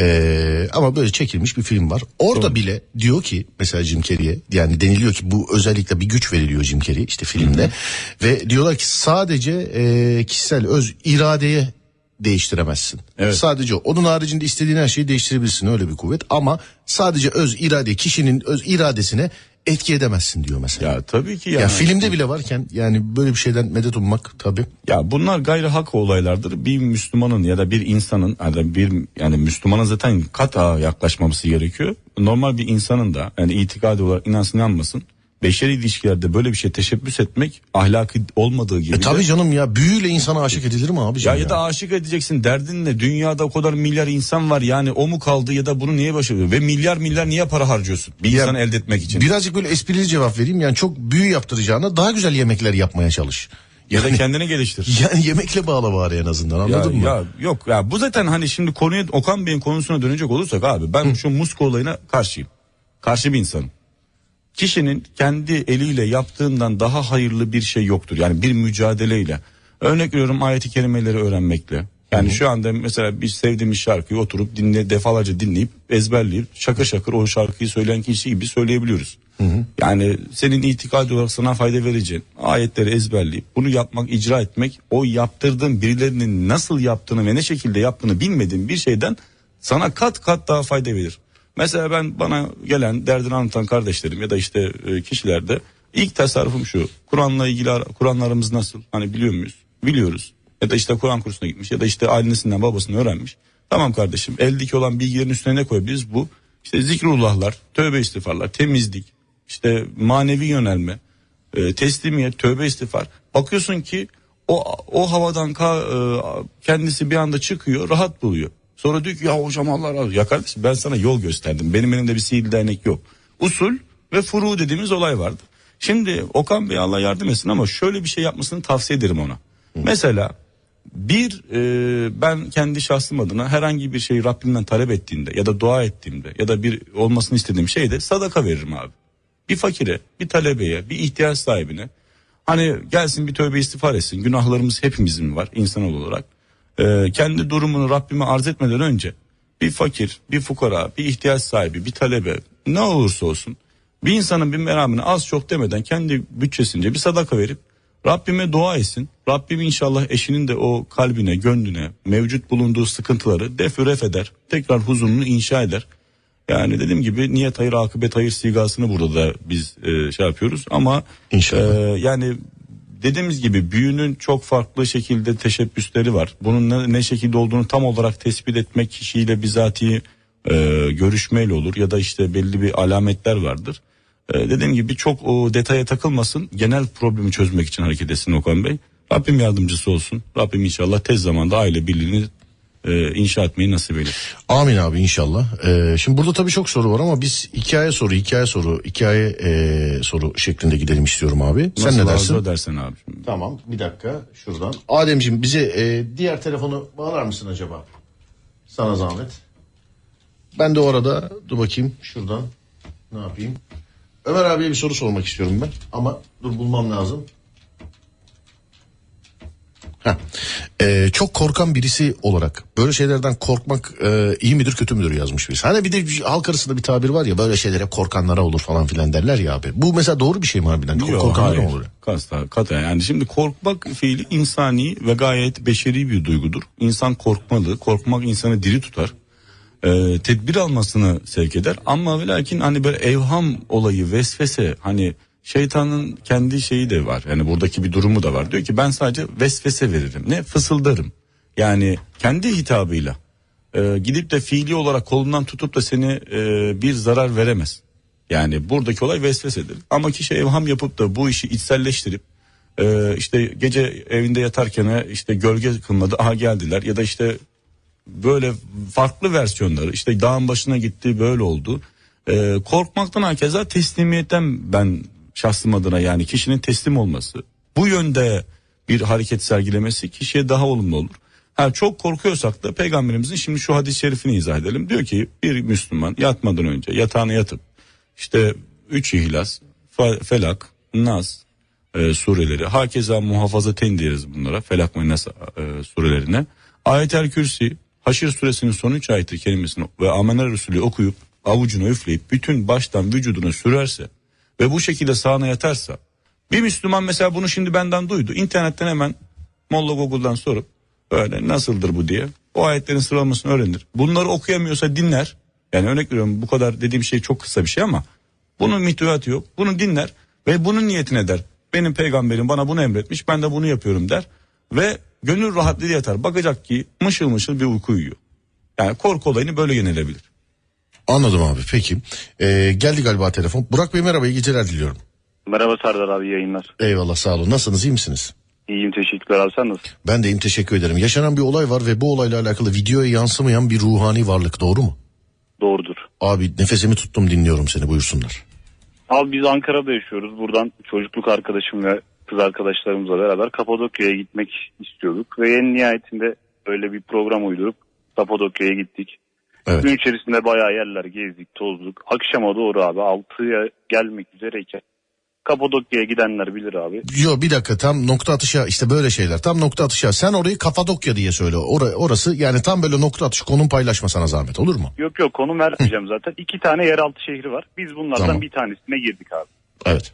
Ama böyle çekilmiş bir film var. Orada bile diyor ki mesela Jim Carrey'e yani deniliyor ki bu özellikle bir güç veriliyor Jim Carrey'e işte filmde. Ve diyorlar ki sadece kişisel öz iradeye değiştiremezsin. Evet. Sadece onun haricinde istediğin her şeyi değiştirebilirsin öyle bir kuvvet ama sadece öz irade kişinin öz iradesine etki edemezsin diyor mesela. Ya tabii ki yani. Ya filmde bile varken yani böyle bir şeyden medet ummak tabii. Ya bunlar gayri hak olaylardır. Bir Müslümanın ya da bir insanın yani Müslümanın zaten kata yaklaşmaması gerekiyor. Normal bir insanın da yani itikadi olarak inansın inanmasın. Beşeri ilişkilerde böyle bir şey teşebbüs etmek ahlaki olmadığı gibi. Tabii canım ya büyüyle insana aşık edilir mi abicim ya da aşık edeceksin derdin ne? Dünyada o kadar milyar insan var yani o mu kaldı ya da bunu niye başarıyor? Ve milyar niye para harcıyorsun bir insanı elde etmek için? Birazcık böyle esprili cevap vereyim yani çok büyü yaptıracağına daha güzel yemekler yapmaya çalış. Ya da kendini geliştir. Yani yemekle bağla bari en azından anladın mı? Ya yok ya bu zaten hani şimdi konuya Okan Bey'in konusuna dönecek olursak abi ben şu muska olayına karşıyım. Karşı bir insanım. Kişinin kendi eliyle yaptığından daha hayırlı bir şey yoktur. Yani bir mücadeleyle. Örnek veriyorum ayet-i kerimeleri öğrenmekle. Yani şu anda mesela bir sevdiğimiz şarkıyı oturup defalarca dinleyip ezberleyip şakır şakır o şarkıyı söyleyen kişi gibi söyleyebiliyoruz. Yani senin itikadi olarak sana fayda vereceğin ayetleri ezberleyip bunu yapmak, icra etmek o yaptırdığın birilerinin nasıl yaptığını ve ne şekilde yaptığını bilmediğin bir şeyden sana kat kat daha fayda verir. Mesela bana gelen derdini anlatan kardeşlerim ya da işte kişilerde ilk tasarrufum şu. Kur'an'la ilgili Kur'anlarımız nasıl? Hani biliyor muyuz? Biliyoruz. Ya da işte Kur'an kursuna gitmiş ya da işte annesinden babasından öğrenmiş. Tamam kardeşim eldeki olan bilgilerin üstüne ne koyabiliriz? Bu işte zikrullahlar, tövbe istiğfarlar, temizlik, işte manevi yönelme, teslimiyet, tövbe istiğfar. Bakıyorsun ki o havadan kendisi bir anda çıkıyor, rahat buluyor. Sonra diyor ki ya hocam Allah razı olsun. Ya kardeşim ben sana yol gösterdim. Benim elimde bir sihirli değnek yok. Usul ve furu dediğimiz olay vardı. Şimdi Okan Bey Allah yardım etsin ama şöyle bir şey yapmasını tavsiye ederim ona. Mesela ben kendi şahsım adına herhangi bir şeyi Rabbimden talep ettiğimde ya da dua ettiğimde ya da bir olmasını istediğim şeyde sadaka veririm abi. Bir fakire, bir talebeye, bir ihtiyaç sahibine hani gelsin bir tövbe istiğfar etsin. Günahlarımız hepimizin var insanoğlu olarak. Kendi durumunu Rabbime arz etmeden önce bir fakir, bir fukara, bir ihtiyaç sahibi, bir talebe ne olursa olsun bir insanın bir meramını az çok demeden kendi bütçesince bir sadaka verip Rabbime dua etsin. Rabbim inşallah eşinin de o kalbine, gönlüne mevcut bulunduğu sıkıntıları def eder. Tekrar huzurunu inşa eder. Yani dediğim gibi niyet hayır, akıbet hayır sigasını burada da biz şey yapıyoruz. Ama yani dediğimiz gibi büyünün çok farklı şekilde teşebbüsleri var. Bunun ne şekilde olduğunu tam olarak tespit etmek kişiyle bizatihi görüşmeyle olur. Ya da işte belli bir alametler vardır. Dediğim gibi çok o detaya takılmasın. Genel problemi çözmek için hareket etsin Okan Bey. Rabbim yardımcısı olsun. Rabbim inşallah tez zamanda aile birliğini inşa etmeyi nasip eylesin. Amin abi inşallah. Şimdi burada tabii çok soru var ama biz hikaye soru şeklinde gidelim istiyorum abi. Nasıl sen ne dersin? arzu edersen abi. Tamam bir dakika şuradan. Ademciğim bize diğer telefonu bağlar mısın acaba? Sana zahmet. Ben de o arada dur bakayım şuradan ne yapayım. Ömer abiye bir soru sormak istiyorum ben ama dur bulmam lazım. Çok korkan birisi olarak böyle şeylerden korkmak iyi midir kötü müdür yazmış birisi. Hani bir de halk arasında bir tabir var ya böyle şeylere korkanlara olur falan filan derler ya abi. Bu mesela doğru bir şey mi harbiden? Korkanlara olur. Kata yani şimdi korkmak fiili insani ve gayet beşeri bir duygudur. İnsan korkmalı. Korkmak insanı diri tutar. Tedbir almasını sevk eder. Ama ve lakin hani böyle evham olayı, vesvese, hani şeytanın kendi şeyi de var. Yani buradaki bir durumu da var. Diyor ki ben sadece vesvese veririm. Ne? Fısıldarım. Yani kendi hitabıyla gidip de fiili olarak kolundan tutup da seni bir zarar veremez. Yani buradaki olay vesvesedir. Ama kişi evham yapıp da bu işi içselleştirip işte gece evinde yatarken işte gölge kılmadı. Aha geldiler ya da işte böyle farklı versiyonları işte dağın başına gitti böyle oldu. Korkmaktan hakeza teslimiyetten ben şahsım adına yani kişinin teslim olması bu yönde bir hareket sergilemesi kişiye daha olumlu olur. Çok korkuyorsak da peygamberimizin şimdi şu hadis-i şerifini izah edelim. Diyor ki bir Müslüman yatmadan önce yatağına yatıp işte 3 İhlas, Felak, Nas sureleri hakeza muhafazaten deriz bunlara Felak ve Nas surelerine. Ayet-el Kürsi, Haşr suresinin son 3 ayeti kelimesini ve Amener Resulü okuyup avucuna üfleyip bütün baştan vücuduna sürerse ve bu şekilde sağına yatarsa bir Müslüman mesela bunu şimdi benden duydu. İnternetten hemen Molla Google'dan sorup öyle nasıldır bu diye o ayetlerin sıralamasını öğrenir. Bunları okuyamıyorsa dinler. Yani örnek veriyorum bu kadar dediğim şey çok kısa bir şey ama bunun mütüvatı yok. Bunu dinler ve bunun niyetine der. Benim peygamberim bana bunu emretmiş ben de bunu yapıyorum der. Ve gönül rahatlığıyla yatar. Bakacak ki mışıl mışıl bir uyku uyuyor. Yani korku olayını böyle yenilebilir. Anladım abi peki. Geldi galiba telefon. Burak Bey merhaba iyi geceler diliyorum. Merhaba Serdar abi yayınlar. Eyvallah sağ olun. Nasılsınız iyi misiniz? İyiyim teşekkürler abi sen nasılsın? Ben de iyiyim teşekkür ederim. Yaşanan bir olay var ve bu olayla alakalı videoya yansımayan bir ruhani varlık doğru mu? Doğrudur. Abi nefesimi tuttum dinliyorum seni buyursunlar. Abi biz Ankara'da yaşıyoruz. Buradan çocukluk arkadaşım ve kız arkadaşlarımızla beraber Kapadokya'ya gitmek istiyorduk. Ve en nihayetinde öyle bir program uydurup Kapadokya'ya gittik. Evet. Gün içerisinde bayağı yerler gezdik, tozduk. Akşama doğru abi 6'ya gelmek üzereyken Kapadokya'ya gidenler bilir abi. Yo bir dakika tam nokta atışa işte böyle şeyler tam nokta atışa sen orayı Kapadokya diye söyle orası yani tam böyle nokta atışı konum paylaşma sana zahmet olur mu? Yok konum vermeyeceğim zaten. 2 tane yeraltı şehri var. Biz bunlardan Tamam. bir tanesine girdik abi. Evet.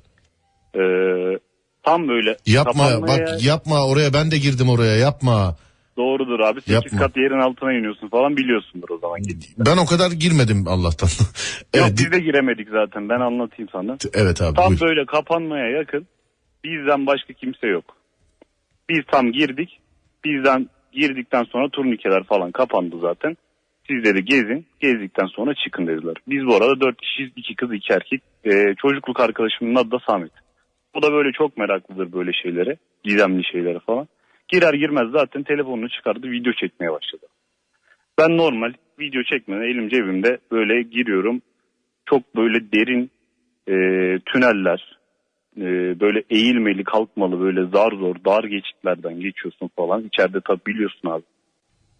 Tam böyle Yapma bak yapma oraya ben de girdim oraya yapma. Doğrudur abi 8 Yapma. kat yerin altına iniyorsun falan biliyorsundur o zaman. Ben o kadar girmedim Allah'tan. Yok Evet, biz de giremedik zaten ben anlatayım sana. evet abi Tam buyur. böyle kapanmaya yakın bizden başka kimse yok. Biz tam girdik. Bizden girdikten sonra turnikeler falan kapandı zaten. Siz dedi gezin. Gezdikten sonra çıkın dediler. Biz bu arada 4 kişiyiz. 2 kız 2 erkek. Çocukluk arkadaşımın adı da Samet. O da böyle çok meraklıdır böyle şeylere. Gizemli şeylere falan. Girer girmez zaten telefonunu çıkardı video çekmeye başladı. Ben normal video çekmeden elim cebimde böyle giriyorum. Çok böyle derin tüneller, böyle eğilmeli kalkmalı böyle zar zor dar geçitlerden geçiyorsun falan. İçeride tabi biliyorsun abi.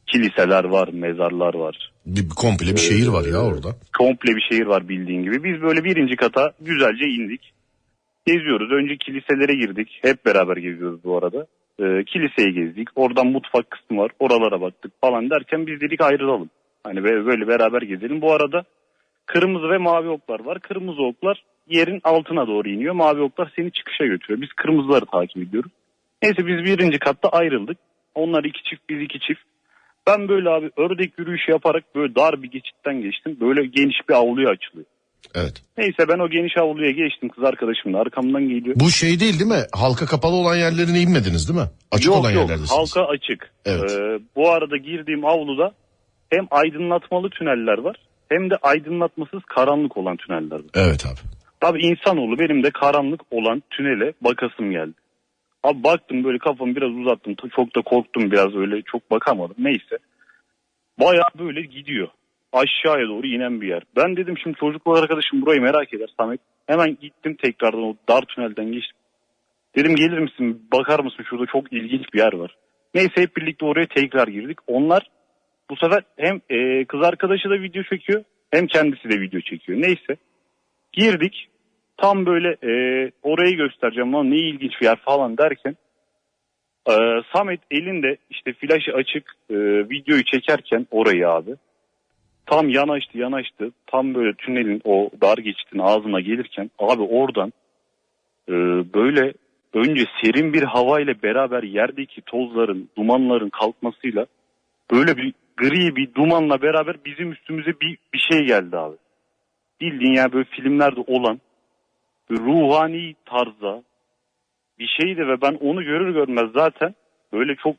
Kiliseler var, mezarlar var. Komple bir şehir var ya orada. Komple bir şehir var bildiğin gibi. Biz böyle birinci kata güzelce indik. Geziyoruz. Önce kiliselere girdik. Hep beraber geziyoruz bu arada. Kiliseyi gezdik. Oradan mutfak kısmı var. Oralara baktık falan derken biz dedik ayrılalım. Hani böyle beraber gezelim. Bu arada kırmızı ve mavi oklar var. Kırmızı oklar yerin altına doğru iniyor. Mavi oklar seni çıkışa götürüyor. Biz kırmızıları takip ediyoruz. Neyse biz birinci katta ayrıldık. Onlar 2 çift, biz 2 çift. Ben böyle abi ördek yürüyüşü yaparak böyle dar bir geçitten geçtim. Böyle geniş bir avluya açılıyor. Evet. Neyse ben o geniş avluya geçtim. Kız arkadaşım da arkamdan geliyor. Bu şey değil mi? Halka kapalı olan yerlerine inmediniz değil mi? Açık olan yerlerdesiniz. Halka açık. Evet. Bu arada girdiğim avluda hem aydınlatmalı tüneller var hem de aydınlatmasız karanlık olan tüneller var. Evet abi. Abi insanoğlu benim de karanlık olan tünele bakasım geldi. Abi baktım böyle kafamı biraz uzattım. Çok da korktum biraz öyle çok bakamadım. Neyse. Bayağı böyle gidiyor. Aşağıya doğru inen bir yer. Ben dedim şimdi çocuklu arkadaşım burayı merak eder Samet. Hemen gittim tekrardan o dar tünelden geçtim. Dedim gelir misin bakar mısın şurada çok ilginç bir yer var. Neyse hep birlikte oraya tekrar girdik. Onlar bu sefer hem kız arkadaşı da video çekiyor hem kendisi de video çekiyor. Neyse girdik. Tam böyle orayı göstereceğim lan ne ilginç bir yer falan derken Samet elinde işte flaşı açık videoyu çekerken orayı abi tam yanaştı tam böyle tünelin o dar geçitin ağzına gelirken abi oradan böyle önce serin bir havayla beraber yerdeki tozların dumanların kalkmasıyla böyle bir gri bir dumanla beraber bizim üstümüze bir şey geldi abi. Bildiğin yani böyle filmlerde olan ruhani tarzda bir şeydi ve ben onu görür görmez zaten böyle çok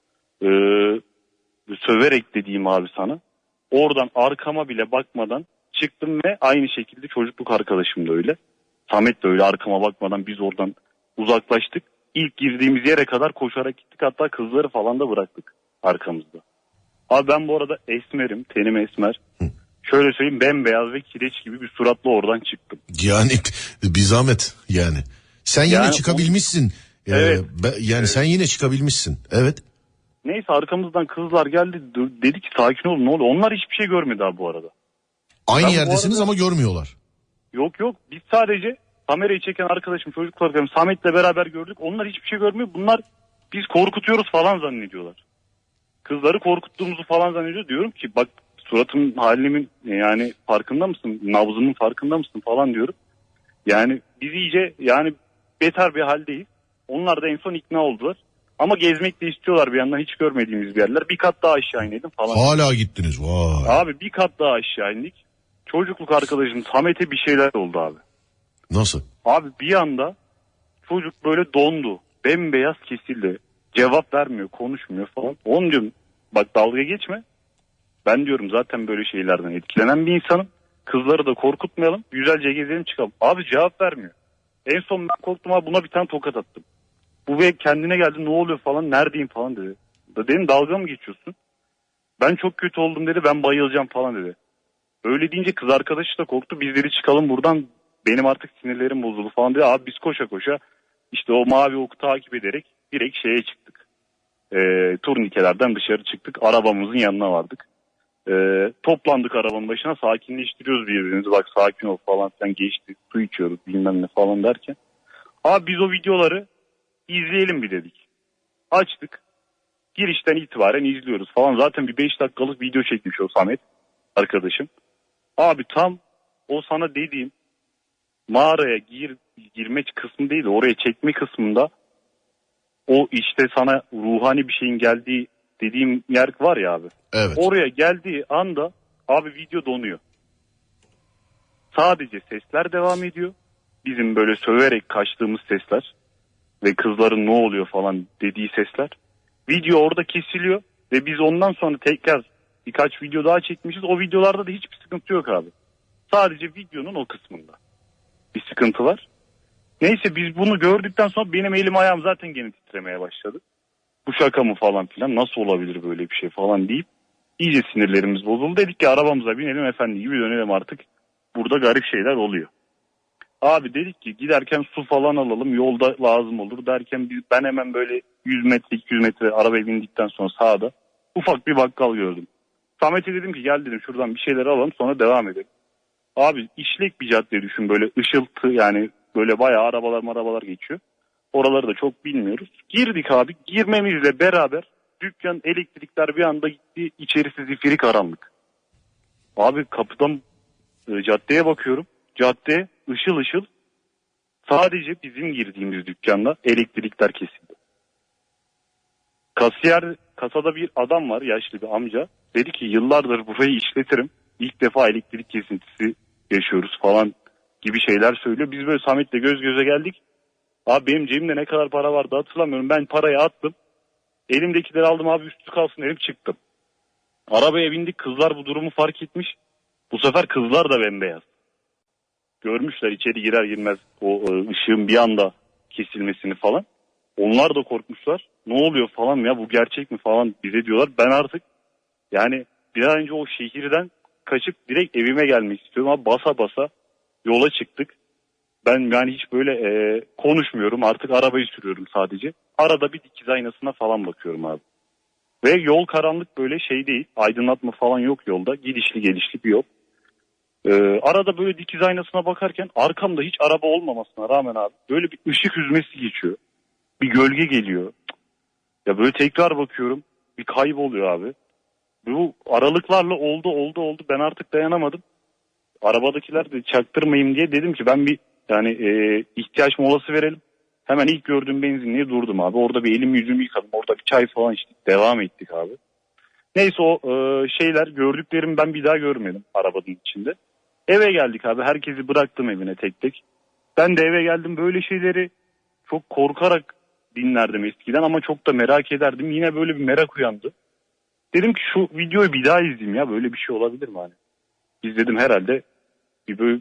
söverek dediğim abi sana oradan arkama bile bakmadan çıktım ve aynı şekilde çocukluk arkadaşım da öyle. Samet de öyle arkama bakmadan biz oradan uzaklaştık. İlk girdiğimiz yere kadar koşarak gittik hatta kızları falan da bıraktık arkamızda. Abi ben bu arada esmerim, tenim esmer. Şöyle söyleyeyim bembeyaz ve kireç gibi bir suratla oradan çıktım. Yani bir zahmet yani. Sen yine Yani çıkabilmişsin. Evet. Yani sen yine çıkabilmişsin. Evet. Neyse arkamızdan kızlar geldi dedi ki sakin olun ne oluyor. Onlar hiçbir şey görmedi abi bu arada. Aynı Ben bu yerdesiniz arada- ama görmüyorlar. Yok biz sadece kamerayı çeken arkadaşım çocuklar arkadaşım Samet'le beraber gördük. Onlar hiçbir şey görmüyor. Bunlar biz korkutuyoruz falan zannediyorlar. Kızları korkuttuğumuzu falan zannediyor. Diyorum ki bak suratımın halimin yani farkında mısın? Nabzımın farkında mısın falan diyorum. Yani biz iyice yani beter bir haldeyiz. Onlar da en son ikna oldular. Ama gezmek de istiyorlar bir yandan hiç görmediğimiz bir yerler. Bir kat daha aşağı inelim falan. Hala gittiniz. Vay. Abi bir kat daha aşağı indik. Çocukluk arkadaşım Samet'e bir şeyler oldu abi. Nasıl? Abi bir anda çocuk böyle dondu. Bembeyaz kesildi. Cevap vermiyor, konuşmuyor falan. Onu diyorum bak dalga geçme. Ben diyorum zaten böyle şeylerden etkilenen bir insanım. Kızları da korkutmayalım. Güzelce gezelim çıkalım. Abi cevap vermiyor. En son ben korktum abi buna bir tane tokat attım. Bu ve kendine geldi ne oluyor falan neredeyim falan dedi. Dedim dalga mı geçiyorsun? Ben çok kötü oldum dedi ben bayılacağım falan dedi. Öyle deyince kız arkadaşı da korktu. Biz dedi çıkalım buradan benim artık sinirlerim bozuldu falan dedi. Abi biz koşa koşa işte o mavi oku takip ederek direkt şeye çıktık. Turnikelerden dışarı çıktık. Arabamızın yanına vardık. Toplandık arabanın başına sakinleştiriyoruz birbirimizi. Bak sakin ol falan sen geçti su içiyoruz bilmem ne falan derken. Abi biz o videoları izleyelim bir dedik. Açtık. Girişten itibaren izliyoruz falan. Zaten bir 5 dakikalık video çekmiş o Samet arkadaşım. Abi tam o sana dediğim mağaraya girme kısmı değil de oraya çekme kısmında o işte sana ruhani bir şeyin geldiği dediğim yer var ya abi. Evet. Oraya geldiği anda abi video donuyor. Sadece sesler devam ediyor. Bizim böyle söverek kaçtığımız sesler ve kızların ne oluyor falan dediği sesler. Video orada kesiliyor ve biz ondan sonra tekrar birkaç video daha çekmişiz. O videolarda da hiçbir sıkıntı yok abi. Sadece videonun o kısmında bir sıkıntı var. Neyse biz bunu gördükten sonra benim elim ayağım zaten gene titremeye başladı. Bu şaka mı falan filan nasıl olabilir böyle bir şey falan deyip iyice sinirlerimiz bozuldu. Dedik ki arabamıza binelim efendi gibi dönelim artık. Burada garip şeyler oluyor. Abi dedik ki giderken su falan alalım yolda lazım olur derken ben hemen böyle 100 metre 200 metre arabaya bindikten sonra sağda Ufak bir bakkal gördüm. Samet'e dedim ki gel dedim şuradan bir şeyler alalım sonra devam edelim. Abi işlek bir cadde düşün, böyle ışıltı, yani böyle bayağı arabalar geçiyor. Oraları da çok bilmiyoruz. Girdik abi, girmemizle beraber dükkan, elektrikler bir anda gitti, içerisi zifiri karanlık. Abi kapıdan caddeye bakıyorum, cadde ışıl ışıl, sadece bizim girdiğimiz dükkanda elektrikler kesildi. Kasada bir adam var, yaşlı bir amca, dedi ki yıllardır burayı işletirim, İlk defa elektrik kesintisi yaşıyoruz falan gibi şeyler söylüyor. Biz böyle Samet'le göz göze geldik. Abi benim cebimde ne kadar para vardı hatırlamıyorum. Ben parayı attım. Elimdekileri aldım abi, üstü kalsın dedim, çıktım. Arabaya bindik, kızlar bu durumu fark etmiş. Bu sefer kızlar da bembeyaz. Görmüşler içeri girer girmez o ışığın bir anda kesilmesini falan. Onlar da korkmuşlar. Ne oluyor falan ya, bu gerçek mi falan bize diyorlar. Ben artık yani bir an önce o şehirden kaçıp direkt evime gelmek istiyorum ama basa basa yola çıktık. Ben yani hiç böyle konuşmuyorum, artık arabayı sürüyorum sadece. Arada bir dikiz aynasına falan bakıyorum abi. Ve yol karanlık, böyle şey değil, aydınlatma falan yok yolda, gidişli gelişli bir yol. Arada böyle dikiz aynasına bakarken arkamda hiç araba olmamasına rağmen abi böyle bir ışık hüzmesi geçiyor. Bir gölge geliyor. Ya böyle tekrar bakıyorum, bir kayboluyor abi. Bu aralıklarla oldu. Ben artık dayanamadım. Arabadakiler de çaktırmayayım diye dedim ki ben bir yani ihtiyaç molası verelim. Hemen ilk gördüğüm benzinliğe durdum abi. Orada bir elimi yüzümü yıkadım. Orada bir çay falan içtik. Devam ettik abi. Neyse o şeyler, gördüklerimi ben bir daha görmedim arabanın içinde. Eve geldik abi. Herkesi bıraktım evine tek tek. Ben de eve geldim, böyle şeyleri çok korkarak dinlerdim eskiden ama çok da merak ederdim. Yine böyle bir merak uyandı. Dedim ki şu videoyu bir daha izleyeyim ya, böyle bir şey olabilir mi hani? Biz dedim herhalde bir böyle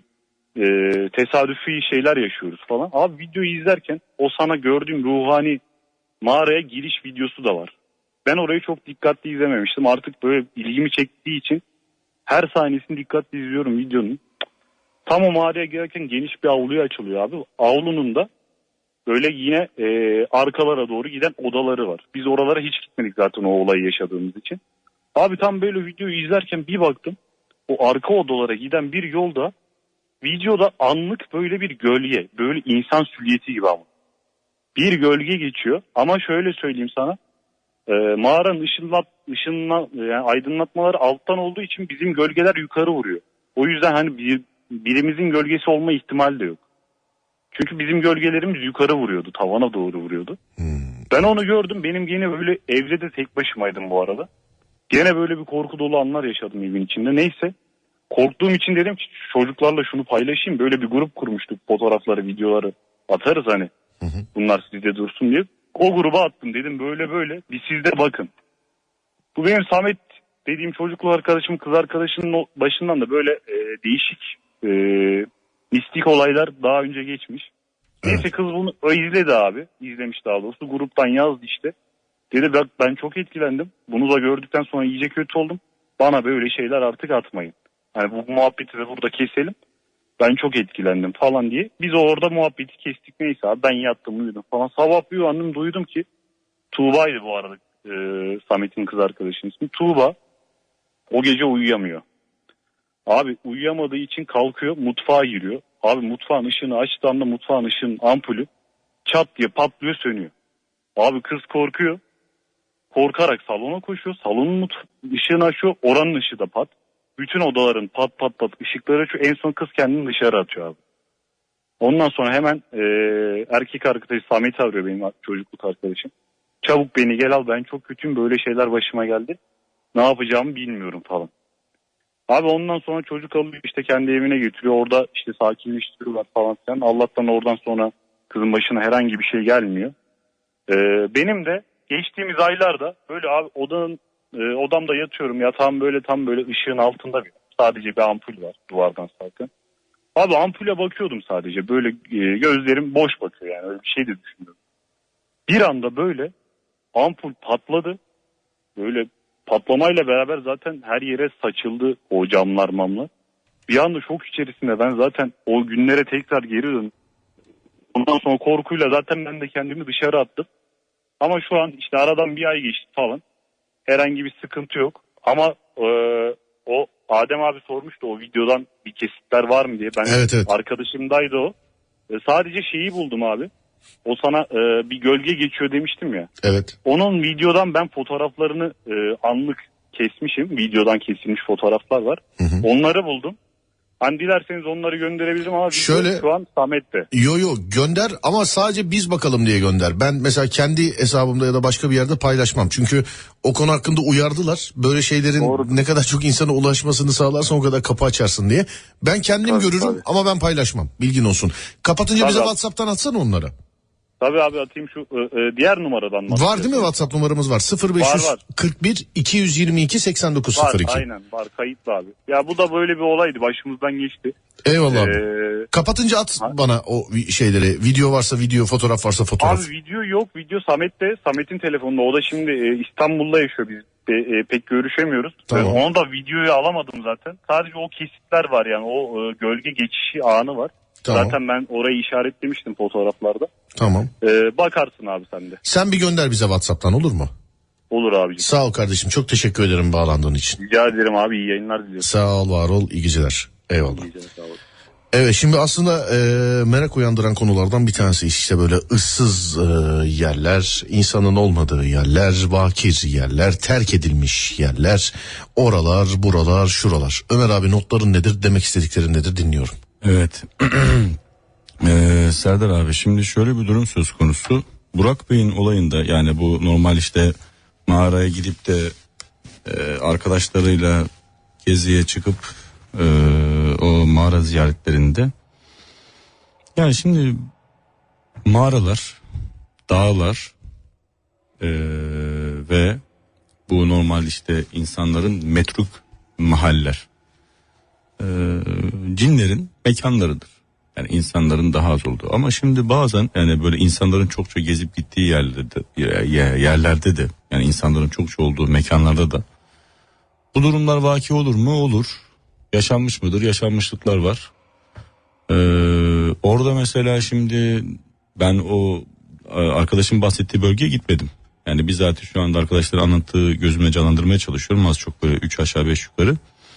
tesadüfi şeyler yaşıyoruz falan. Abi videoyu izlerken o sana gördüğüm ruhani mağaraya giriş videosu da var. Ben orayı çok dikkatli izlememiştim. Artık böyle ilgimi çektiği için her sahnesini dikkatli izliyorum videonun. Tam o mağaraya girerken geniş bir avluya açılıyor abi. Avlunun da böyle yine arkalara doğru giden odaları var. Biz oralara hiç gitmedik zaten o olayı yaşadığımız için. Abi tam böyle videoyu izlerken bir baktım. O arka odalara giden bir yolda videoda anlık böyle bir gölge. Böyle insan silüeti gibi ama. Bir gölge geçiyor ama şöyle söyleyeyim sana. Mağaranın yani aydınlatmaları alttan olduğu için bizim gölgeler yukarı vuruyor. O yüzden hani birimizin gölgesi olma ihtimali de yok. Çünkü bizim gölgelerimiz yukarı vuruyordu. Tavana doğru vuruyordu. Ben onu gördüm. Benim gene böyle evde de tek başımaydım bu arada. Gene böyle bir korku dolu anlar yaşadım evin içinde. Neyse. Korktuğum için dedim ki çocuklarla şunu paylaşayım. Böyle bir grup kurmuştuk. Fotoğrafları, videoları atarız hani. Bunlar sizde dursun diye. O gruba attım, dedim böyle bir siz de bakın. Bu benim Samet dediğim çocuklu arkadaşım, kız arkadaşının başından da böyle değişik mistik olaylar daha önce geçmiş. Neyse kız bunu izledi abi. İzlemiş daha doğrusu. Gruptan yazdı işte. Dedi bak ben çok etkilendim. Bunu da gördükten sonra iyice kötü oldum. Bana böyle şeyler artık atmayın. Hani bu muhabbeti de burada keselim. Ben çok etkilendim falan diye. Biz orada muhabbeti kestik, neyse abi ben yattım uyudum falan. Sabah bir uyandım, duydum ki Tuğba'ydı bu arada Samet'in kız arkadaşının ismi. Tuğba o gece uyuyamıyor. Abi uyuyamadığı için kalkıyor, mutfağa giriyor. Abi mutfağın ışığını açtığı anda mutfağın ışığının ampulü çat diye patlıyor, sönüyor. Abi kız korkuyor. Korkarak salona koşuyor. Salonun ışığını açıyor. Oranın ışığı da pat. Bütün odaların pat ışıkları açıyor. En son kız kendini dışarı atıyor abi. Ondan sonra hemen erkek arkadaşı Samet'i arıyor, benim çocukluk arkadaşım. Çabuk beni gel al, ben çok kötüyüm, böyle şeyler başıma geldi. Ne yapacağımı bilmiyorum falan. Abi ondan sonra çocuk alıyor işte, kendi evine götürüyor. Orada işte sakinleştiriyorlar falan filan. Allah'tan oradan sonra kızın başına herhangi bir şey gelmiyor. Benim de geçtiğimiz aylarda böyle abi odamda yatıyorum. Yatağım böyle tam böyle ışığın altında sadece bir ampul var duvardan zaten. Abi ampule bakıyordum sadece, böyle gözlerim boş bakıyor, yani öyle bir şey de düşünüyorum. Bir anda böyle ampul patladı. Böyle patlamayla beraber zaten her yere saçıldı o camlar mamlar. Bir anda şok içerisinde ben zaten o günlere tekrar geri döndüm. Ondan sonra korkuyla zaten ben de kendimi dışarı attım. Ama şu an işte aradan bir ay geçti falan. Herhangi bir sıkıntı yok. Ama o Adem abi sormuştu o videodan bir kesitler var mı diye. Ben Evet. arkadaşımdaydı o. Sadece şeyi buldum abi. O sana bir gölge geçiyor demiştim ya. Evet. Onun videodan ben fotoğraflarını anlık kesmişim. Videodan kesilmiş fotoğraflar var. Onları buldum. Hani dilerseniz onları gönderebilirim ama Şöyle, şu an Samet'te. Yo gönder ama sadece biz bakalım diye gönder. Ben mesela kendi hesabımda ya da başka bir yerde paylaşmam. Çünkü o konu hakkında uyardılar. Böyle şeylerin Doğru. ne kadar çok insana ulaşmasını sağlarsan o kadar kapı açarsın diye. Ben kendim görürüm ama ben paylaşmam. Bilgin olsun. Kapatınca bize Tabii. WhatsApp'tan atsana onları. Tabii abi atayım şu diğer numaradan mı? Var değil mi WhatsApp numaramız var. 0541 Var. 222 8902. Var aynen var kayıtlı abi. Ya bu da böyle bir olaydı başımızdan geçti. Eyvallah abi. Kapatınca at bana o şeyleri. Video varsa video, fotoğraf varsa fotoğraf. Abi video yok. Video Samet'te. Samet'in telefonunda. O da şimdi İstanbul'da yaşıyor. Biz pek görüşemiyoruz. Tamam. Onu da videoyu alamadım zaten. Sadece o kesitler var yani. O gölge geçişi anı var. Tamam. Zaten ben orayı işaretlemiştim fotoğraflarda. Tamam. Bakarsın abi sen de. Sen bir gönder bize WhatsApp'tan, olur mu? Olur abiciğim. Sağ ol kardeşim. Çok teşekkür ederim bağlandığın için. Rica ederim abi. İyi yayınlar diliyorum. Sağ ol, var ol. İyi geceler. Eyvallah. İyi geceler, sağ olun. Evet, şimdi aslında merak uyandıran konulardan bir tanesi işte böyle ıssız yerler, insanın olmadığı yerler, bakir yerler, terk edilmiş yerler, oralar, buralar, şuralar. Ömer abi, notların nedir, demek istediklerin nedir, dinliyorum. Evet. Serdar abi, şimdi şöyle bir durum söz konusu. Burak Bey'in olayında, yani bu normal işte mağaraya gidip de arkadaşlarıyla geziye çıkıp o mağara ziyaretlerinde, yani şimdi mağaralar, dağlar ve bu normal işte insanların metruk mahaller, cinlerin mekanlarıdır. Yani insanların daha az olduğu. Ama şimdi bazen yani böyle insanların çokça gezip gittiği yerlerde de, yani insanların çokça olduğu mekanlarda da bu durumlar vaki olur mu? Olur. Yaşanmış mıdır? Yaşanmışlıklar var. Orada mesela şimdi ben o arkadaşın bahsettiği bölgeye gitmedim. Yani bizzat şu anda arkadaşların anlattığı gözümle canlandırmaya çalışıyorum. Az çok böyle 3 aşağı 5 yukarı.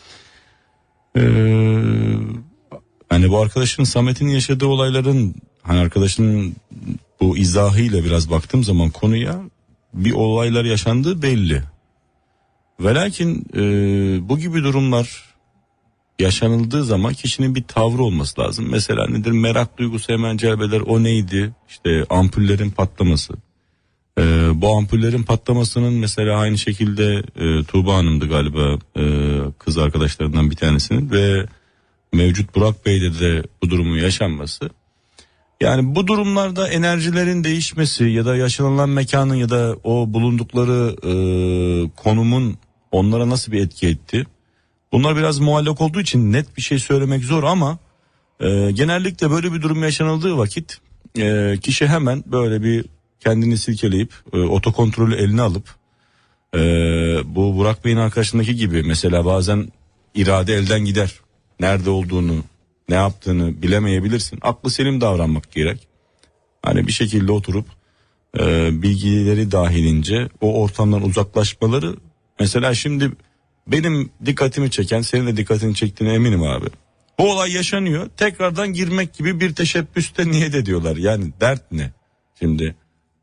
Hani bu arkadaşın, Samet'in yaşadığı olayların, hani arkadaşının bu izahıyla biraz baktığım zaman konuya, bir olaylar yaşandığı belli. Ve lakin bu gibi durumlar yaşanıldığı zaman kişinin bir tavrı olması lazım. Mesela nedir? Merak duygusu hemen celbeder. O neydi? İşte ampullerin patlaması. Bu ampullerin patlamasının mesela aynı şekilde Tuğba Hanım'dı galiba, kız arkadaşlarından bir tanesinin ve mevcut Burak Bey'de de bu durumun yaşanması. Yani bu durumlarda enerjilerin değişmesi ya da yaşanılan mekanın ya da o bulundukları konumun onlara nasıl bir etki etti? Bunlar biraz muallak olduğu için net bir şey söylemek zor ama genellikle böyle bir durum yaşanıldığı vakit kişi hemen böyle bir kendini silkeleyip otokontrolü eline alıp bu Burak Bey'in arkadaşındaki gibi mesela bazen irade elden gider. Nerede olduğunu, ne yaptığını bilemeyebilirsin. Aklı selim davranmak gerek. Hani bir şekilde oturup bilgileri dahilince o ortamdan uzaklaşmaları. Mesela şimdi benim dikkatimi çeken, senin de dikkatini çektiğine eminim abi. Bu olay yaşanıyor. Tekrardan girmek gibi bir teşebbüste niyet ediyorlar. Yani dert ne? Şimdi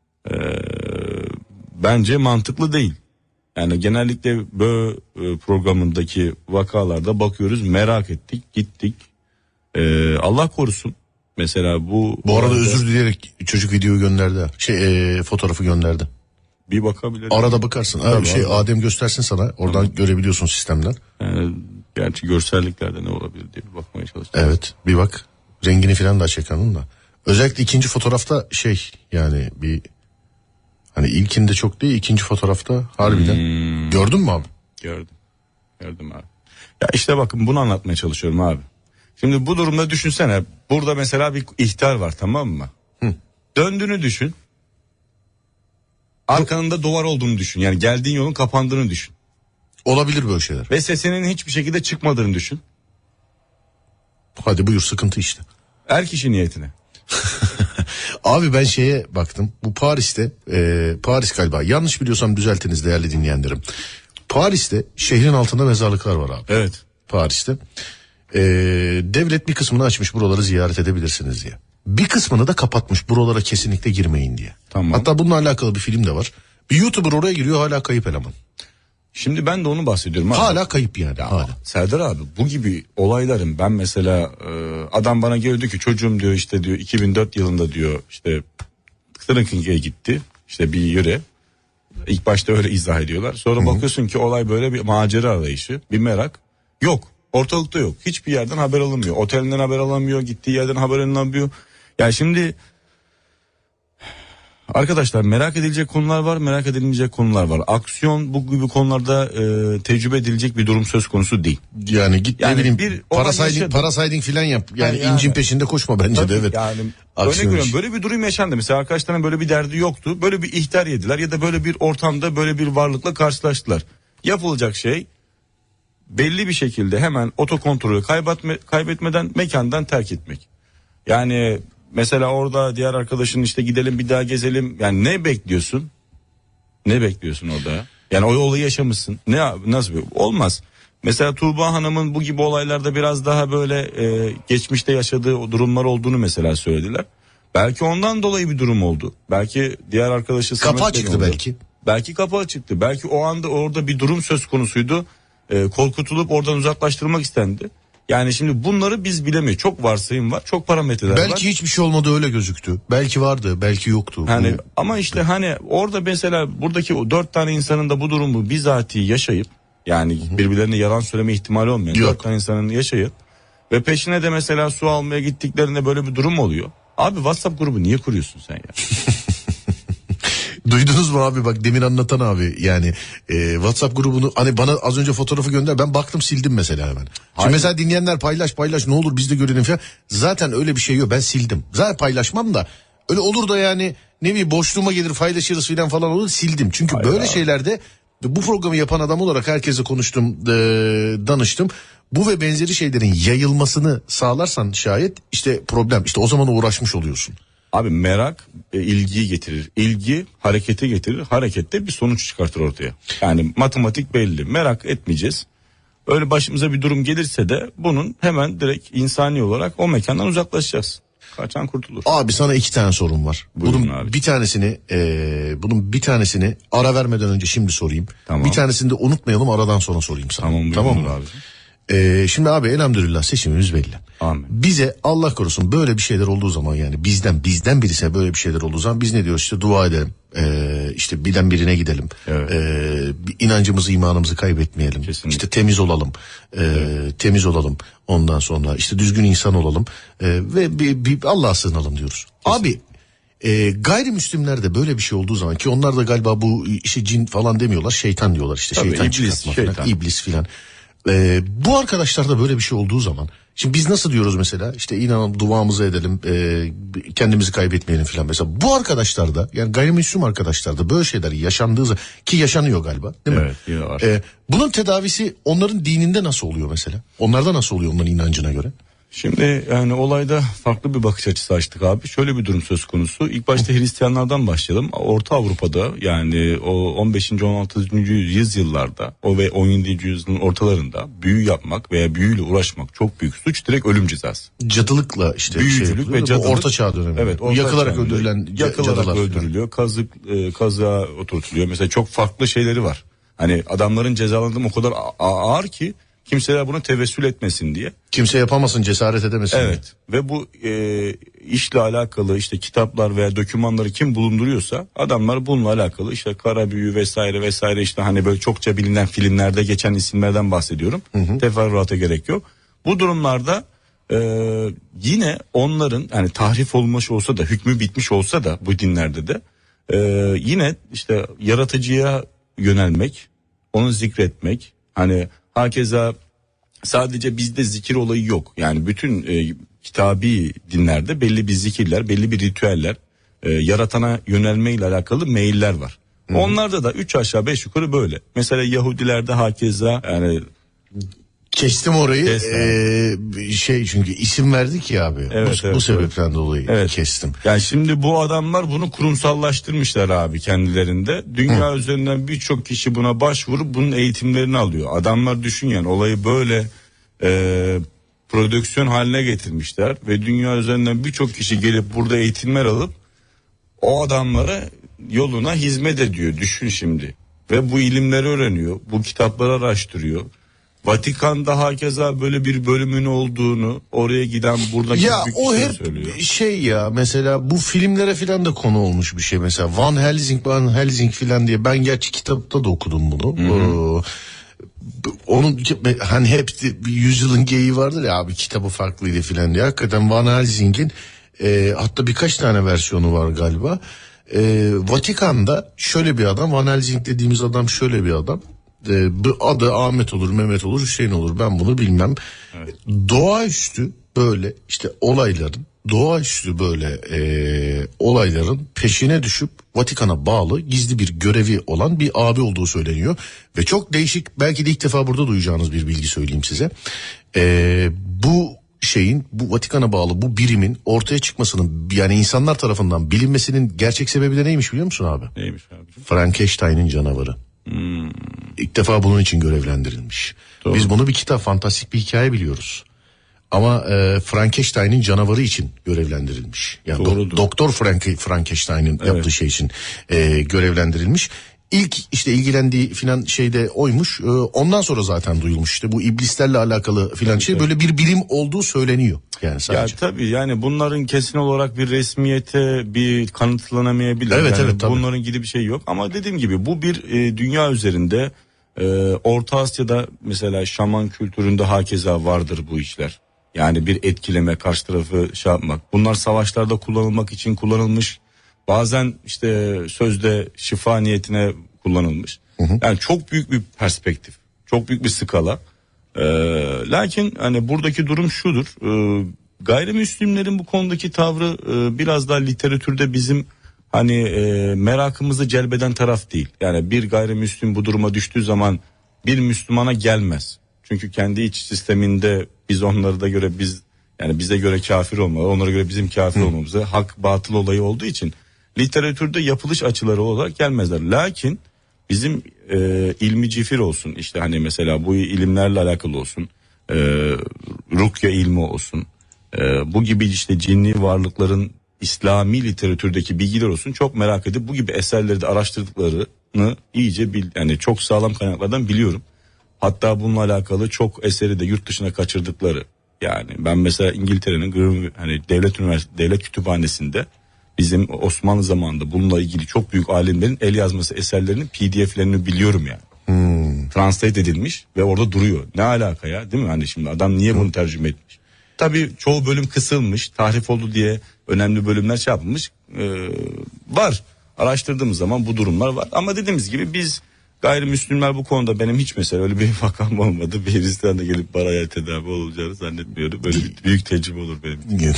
bence mantıklı değil. Yani genellikle böyle programındaki vakalarda bakıyoruz, merak ettik, gittik. Allah korusun. Mesela bu arada özür dileyerek çocuk videoyu gönderdi. Fotoğrafı gönderdi. Bir bakabilirim. Arada bakarsın. Tabii, Adem göstersin sana. Oradan görebiliyorsun sistemden. Gerçi görselliklerde ne olabilir diye bir bakmaya çalıştım. Evet, bir bak. Rengini falan da çek onun da. Özellikle ikinci fotoğrafta yani bir, hani ilkinde çok değil, ikinci fotoğrafta harbiden. Gördün mü abi? Gördüm abi. Ya işte bakın, bunu anlatmaya çalışıyorum abi. Şimdi bu durumda düşünsene, burada mesela bir ihtar var, tamam mı? Döndüğünü düşün. Arkanında duvar olduğunu düşün. Yani geldiğin yolun kapandığını düşün. Olabilir böyle şeyler. Ve sesinin hiçbir şekilde çıkmadığını düşün. Hadi buyur, sıkıntı işte. Er kişi niyetine. Abi ben şeye baktım. Bu Paris'te, Paris galiba. Yanlış biliyorsam düzeltiniz değerli dinleyenlerim. Paris'te şehrin altında mezarlıklar var abi. Evet. Paris'te. Devlet bir kısmını açmış, buraları ziyaret edebilirsiniz diye. Bir kısmını da kapatmış, buralara kesinlikle girmeyin diye. Tamam. Hatta bununla alakalı bir film de var. Bir YouTuber oraya giriyor, hala kayıp eleman. Şimdi ben de onu bahsediyorum abi. Hala kayıp yani. Hala. Serdar abi, bu gibi olayların ben mesela adam bana geldi ki çocuğum diyor işte diyor 2004 yılında diyor işte Tırnakınka'ya gitti. İşte bir yere. İlk başta öyle izah ediyorlar. Sonra bakıyorsun ki olay böyle bir macera arayışı, bir merak. Yok. Ortalıkta yok. Hiçbir yerden haber alınmıyor. Otelinden haber alamıyor. Gittiği yerden haber alınamıyor. Yani şimdi arkadaşlar, merak edilecek konular var, merak edilmeyecek konular var. Aksiyon bu gibi konularda tecrübe edilecek bir durum söz konusu değil. Yani git Yani ne bileyim bir olay parasayding filan yap. Yani, Yani. incin peşinde koşma bence Tabii, de, evet. yani Aksiyon örnek veriyorum, iş. böyle bir durum yaşandı. Mesela arkadaşlarına böyle bir derdi yoktu. Böyle bir ihtar yediler ya da böyle bir ortamda böyle bir varlıkla karşılaştılar. Yapılacak şey belli bir şekilde hemen otokontrolü kaybetmeden mekandan terk etmek. Yani mesela orada diğer arkadaşın işte gidelim bir daha gezelim. Yani ne bekliyorsun? Ne bekliyorsun orada? Yani o olayı yaşamışsın. Nasıl bir olmaz. Mesela Tuğba Hanım'ın bu gibi olaylarda biraz daha böyle geçmişte yaşadığı o durumlar olduğunu mesela söylediler. Belki ondan dolayı bir durum oldu. Belki diğer arkadaşı Kapağı Samet Bey çıktı oldu. belki. Belki kapağı çıktı. Belki o anda orada bir durum söz konusuydu. Korkutulup oradan uzaklaştırmak istendi. Yani şimdi bunları biz bilemiyoruz. Çok varsayım var, çok parametreler var. Belki hiçbir şey olmadı, öyle gözüktü. Belki vardı, belki yoktu. Hani ama işte hani orada mesela buradaki o 4 tane insanın da bu durumu bizatihi yaşayıp, yani birbirlerine yalan söyleme ihtimali olmayan Yok. 4 tane insanın yaşayıp ve peşine de mesela su almaya gittiklerinde böyle bir durum oluyor. Abi WhatsApp grubu niye kuruyorsun sen ya? Duydunuz mu abi, bak demin anlatan abi yani WhatsApp grubunu, hani bana az önce fotoğrafı gönder, ben baktım sildim mesela hemen. Şimdi mesela dinleyenler paylaş ne olur biz de görelim falan. Zaten öyle bir şey yok, ben sildim. Zaten paylaşmam da öyle olur da yani ne bileyim boşluğuma gelir paylaşırız falan olur, sildim. Çünkü Hayda. böyle şeylerde bu programı yapan adam olarak herkese konuştum, danıştım. Bu ve benzeri şeylerin yayılmasını sağlarsan şayet işte problem, işte o zaman uğraşmış oluyorsun. Abi merak ilgiyi getirir. İlgi harekete getirir. Harekette bir sonuç çıkartır ortaya. Yani matematik belli. Merak etmeyeceğiz. Öyle başımıza bir durum gelirse de bunun hemen direkt insani olarak o mekandan uzaklaşacağız. Kaçan kurtulur. Abi sana 2 tane sorum var. Buyurun Bunun abi. bir tanesini ara vermeden önce şimdi sorayım. Tamam. Bir tanesini de unutmayalım, aradan sonra sorayım sana. Tamam mı? abi. Şimdi abi elhamdülillah seçimimiz belli. Amin. Bize Allah korusun böyle bir şeyler olduğu zaman, yani bizden birisine böyle bir şeyler olduğu zaman biz ne diyoruz? İşte dua edelim. İşte bilen birine gidelim. Evet. İnancımızı, imanımızı kaybetmeyelim. Kesinlikle. İşte temiz olalım. Temiz olalım. Ondan sonra işte düzgün insan olalım. Ve bir Allah'a sığınalım diyoruz. Abi gayrimüslimler de böyle bir şey olduğu zaman, ki onlar da galiba bu işi cin falan demiyorlar, şeytan diyorlar işte. Tabii, Şeytan iblis, çıkartma falan, şeytan. iblis filan. Bu arkadaşlarda böyle bir şey olduğu zaman, şimdi biz nasıl diyoruz mesela, işte inanalım, duamızı edelim, kendimizi kaybetmeyelim filan. Mesela bu arkadaşlarda, yani gayrimüslim arkadaşlarda böyle şeyler yaşandığı zaman, ki yaşanıyor galiba değil mi? Evet, yine var. Bunun tedavisi onların dininde nasıl oluyor mesela? Onlarda nasıl oluyor, onların inancına göre? Şimdi yani olayda farklı bir bakış açısı açtık abi. Şöyle bir durum söz konusu. İlk başta Hristiyanlardan başlayalım. Orta Avrupa'da, yani o 15. 16. yüzyıllarda, o ve 17. yüzyılın ortalarında büyü yapmak veya büyüyle uğraşmak çok büyük suç. Direkt ölüm cezası. Cadılıkla işte Büyücülük yapılıyor ve da, cadılık. bu Orta Çağ dönemi. Evet, Bu Orta yakılarak Çağ'da öldürülen yakılarak cadılar falan. öldürülüyor. Kazığa oturtuluyor. Mesela çok farklı şeyleri var. Hani adamların cezalandırma o kadar ağır ki kimseler buna tevessül etmesin diye. Kimse yapamasın, cesaret edemesin. Evet, ve bu işle alakalı işte kitaplar veya dokümanları kim bulunduruyorsa adamlar bununla alakalı işte kara büyü vesaire işte hani böyle çokça bilinen filmlerde geçen isimlerden bahsediyorum. Teferruata gerek yok. Bu durumlarda yine onların, yani tahrif olmuş olsa da, hükmü bitmiş olsa da bu dinlerde de yine işte yaratıcıya yönelmek, onu zikretmek, hani hakeza sadece bizde zikir olayı yok. Yani bütün kitabi dinlerde belli bir zikirler, belli bir ritüeller, yaratana yönelme ile alakalı meyiller var. Onlarda da 3 aşağı 5 yukarı böyle. Mesela Yahudilerde hakeza, yani Kestim orayı. Kes Çünkü isim verdik ya abi. Bu sebepten dolayı kestim. Yani şimdi bu adamlar bunu kurumsallaştırmışlar abi kendilerinde. Dünya üzerinden birçok kişi buna başvurup bunun eğitimlerini alıyor. Adamlar düşün yani olayı böyle prodüksiyon haline getirmişler ve dünya üzerinden birçok kişi gelip burada eğitimler alıp o adamlara yoluna hizmet ediyor. Düşün şimdi. Ve bu ilimleri öğreniyor. Bu kitapları araştırıyor. Vatikan'da hakeza böyle bir bölümün olduğunu, oraya giden buradaki ya büyük o hep söylüyor. Mesela bu filmlere filan da konu olmuş bir şey mesela. Van Helsing filan diye, ben gerçi kitapta da okudum bunu. Onun hani hep bir yüzyılın geyiği vardır ya abi, kitabı farklıydı filan diye. Hakikaten Van Helsing'in hatta birkaç tane versiyonu var galiba. Vatikan'da şöyle bir adam, Van Helsing dediğimiz adam şöyle bir adam. Adı Ahmet olur, Mehmet olur, Hüseyin olur, ben bunu bilmem. Evet. Doğaüstü böyle işte olayların peşine düşüp Vatikan'a bağlı gizli bir görevi olan bir abi olduğu söyleniyor. Ve çok değişik, belki de ilk defa burada duyacağınız bir bilgi söyleyeyim size. Bu Vatikan'a bağlı bu birimin ortaya çıkmasının, yani insanlar tarafından bilinmesinin gerçek sebebi de neymiş biliyor musun abi? Neymiş abi? Frankenstein'in canavarı. İlk defa bunun için görevlendirilmiş. Doğru. Biz bunu bir kitap, fantastik bir hikaye biliyoruz. Ama Frankenstein'in canavarı için görevlendirilmiş. Yani Doktor Frankenstein'in yaptığı şey için görevlendirilmiş. İlk işte ilgilendiği filan şeyde oymuş. Ondan sonra zaten duyulmuş. İşte bu iblislerle alakalı filan şey, böyle bir bilim olduğu söyleniyor. Yani sadece. Ya tabii yani bunların kesin olarak bir resmiyete bir kanıtlanamayabilir. Evet, yani evet, tabii. Bunların gibi bir şey yok. Ama dediğim gibi bu bir dünya üzerinde Orta Asya'da mesela şaman kültüründe hakeza vardır bu işler. Yani bir etkileme, karşı tarafı şey yapmak. Bunlar savaşlarda kullanılmak için kullanılmış. Bazen işte sözde şifa niyetine kullanılmış. Yani çok büyük bir perspektif. Çok büyük bir skala. Lakin hani buradaki durum şudur. Gayrimüslimlerin bu konudaki tavrı biraz daha literatürde bizim hani merakımızı celbeden taraf değil. Yani bir gayrimüslim bu duruma düştüğü zaman bir Müslümana gelmez. Çünkü kendi iç sisteminde biz onlara da göre bize göre kafir olmalı, onlara göre bizim kafir olmamızı, hak batıl olayı olduğu için literatürde yapılış açıları olarak gelmezler. Lakin bizim ilmi cifir olsun, işte hani mesela bu ilimlerle alakalı olsun, rukya ilmi olsun, bu gibi işte cinli varlıkların İslami literatürdeki bilgiler olsun, çok merak edip bu gibi eserleri de araştırdıklarını iyice yani çok sağlam kaynaklardan biliyorum. Hatta bununla alakalı çok eseri de yurt dışına kaçırdıkları. Yani ben mesela İngiltere'nin hani devlet kütüphanesinde bizim Osmanlı zamanında bununla ilgili çok büyük alimlerin el yazması eserlerinin PDF'lerini biliyorum yani. Translate edilmiş ve orada duruyor. Ne alaka ya, değil mi? Hani şimdi adam niye bunu tercüme etmiş? Tabii çoğu bölüm kısılmış, tahrif oldu diye önemli bölümler şey yapılmış. Var. Araştırdığımız zaman bu durumlar var. Ama dediğimiz gibi biz gayrimüslimler bu konuda, benim hiç mesela öyle bir vakam olmadı. Bir Hristiyan'da gelip paraya tedavi olacağını zannetmiyorum. Böyle bir büyük tecrübe olur benim için.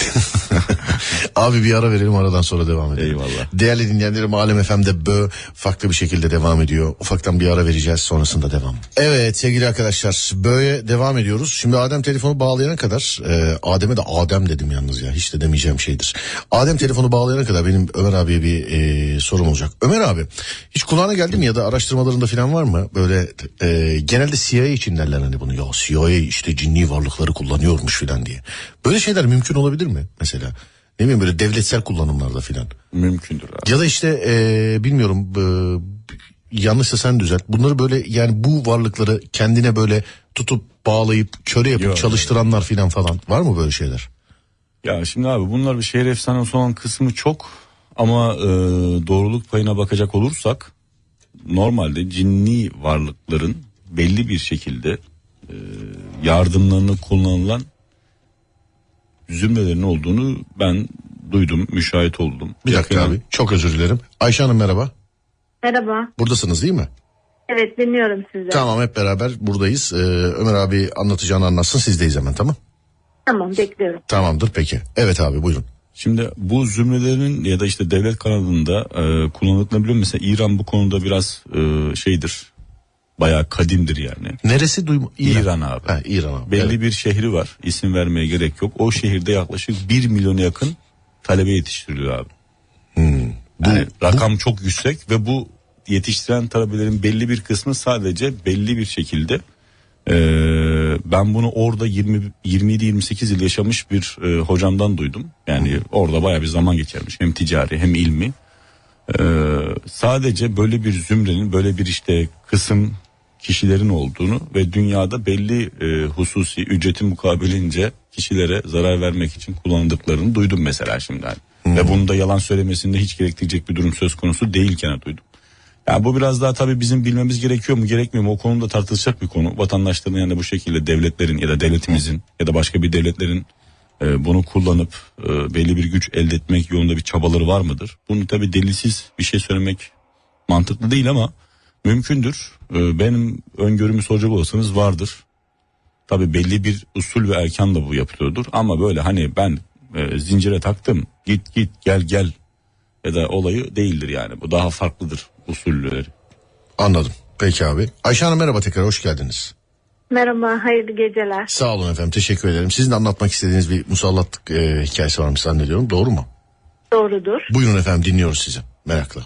Abi bir ara verelim, aradan sonra devam edelim. Eyvallah. Değerli dinleyenlerim, Alem FM'de farklı bir şekilde devam ediyor. Ufaktan bir ara vereceğiz, sonrasında devam. Evet sevgili arkadaşlar, Bö'ye devam ediyoruz. Şimdi Adem telefonu bağlayana kadar, Adem'e de Adem dedim yalnız ya, hiç de demeyeceğim şeydir. Adem telefonu bağlayana kadar benim Ömer abiye bir sorum olacak. Ömer abi, hiç kulağına geldi mi ya da araştırmalarında falan var mı? Böyle genelde CIA için derler hani bunu, ya CIA işte cinli varlıkları kullanıyormuş falan diye. Böyle şeyler mümkün olabilir mi mesela? Ne bileyim, böyle devletsel kullanımlarda filan. Mümkündür abi. Ya da işte bilmiyorum, yanlışsa sen düzelt. Bunları böyle, yani bu varlıkları kendine böyle tutup bağlayıp köre yapıp çalıştıranlar filan falan var mı böyle şeyler? Ya şimdi abi bunlar bir şehir efsanesi olan kısmı çok, ama doğruluk payına bakacak olursak normalde cinli varlıkların belli bir şekilde yardımlarını kullanılan zümrelerin olduğunu ben duydum, müşahit oldum. Bir dakika abi, çok özür dilerim. Ayşe Hanım merhaba. Merhaba. Buradasınız değil mi? Evet, dinliyorum sizi. Tamam, hep beraber buradayız. Ömer abi anlatacağını anlatsın, sizdeyiz hemen, tamam? Tamam, bekliyorum. Tamamdır peki. Evet abi, buyurun. Şimdi bu zümrelerin ya da işte devlet kanadında kullanıldıklarını biliyorum. Mesela İran bu konuda biraz şeydir. Bayağı kadimdir yani. Neresi İran abi. Ha, İran abi. Belli Evet. bir şehri var. İsim vermeye gerek yok. O şehirde yaklaşık 1 milyona yakın talebe yetiştiriliyor abi. Yani rakam çok yüksek ve bu yetiştiren talebelerin belli bir kısmı sadece belli bir şekilde ben bunu orada 27-28 yıl yaşamış bir hocamdan duydum. Yani orada bayağı bir zaman geçirmiş, hem ticari hem ilmi. Sadece böyle bir zümrenin, böyle bir işte kısım kişilerin olduğunu ve dünyada belli hususi ücretin mukabilince kişilere zarar vermek için kullanıldıklarını duydum mesela şimdi. Ve bunu da yalan söylemesinde hiç gerektirecek bir durum söz konusu değilken duydum. Yani bu biraz daha tabii bizim bilmemiz gerekiyor mu gerekmiyor mu, o konuda tartışacak bir konu. Vatandaşların yani bu şekilde devletlerin ya da devletimizin ya da başka bir devletlerin bunu kullanıp belli bir güç elde etmek yolunda bir çabaları var mıdır? Bunu tabii delilsiz bir şey söylemek mantıklı değil ama mümkündür. Benim öngörümü soracak olursanız vardır. Tabii belli bir usul ve erkanla bu yapılıyordur ama böyle hani ben zincire taktım git gel ya da olayı değildir yani. Bu daha farklıdır usulleri. Anladım. Peki abi. Ayşe Hanım merhaba, tekrar hoş geldiniz. Merhaba, hayırlı geceler. Sağ olun efendim, teşekkür ederim. Sizin de anlatmak istediğiniz bir musallatlık hikayesi varmış zannediyorum, doğru mu? Doğrudur. Buyurun efendim, dinliyoruz sizi merakla.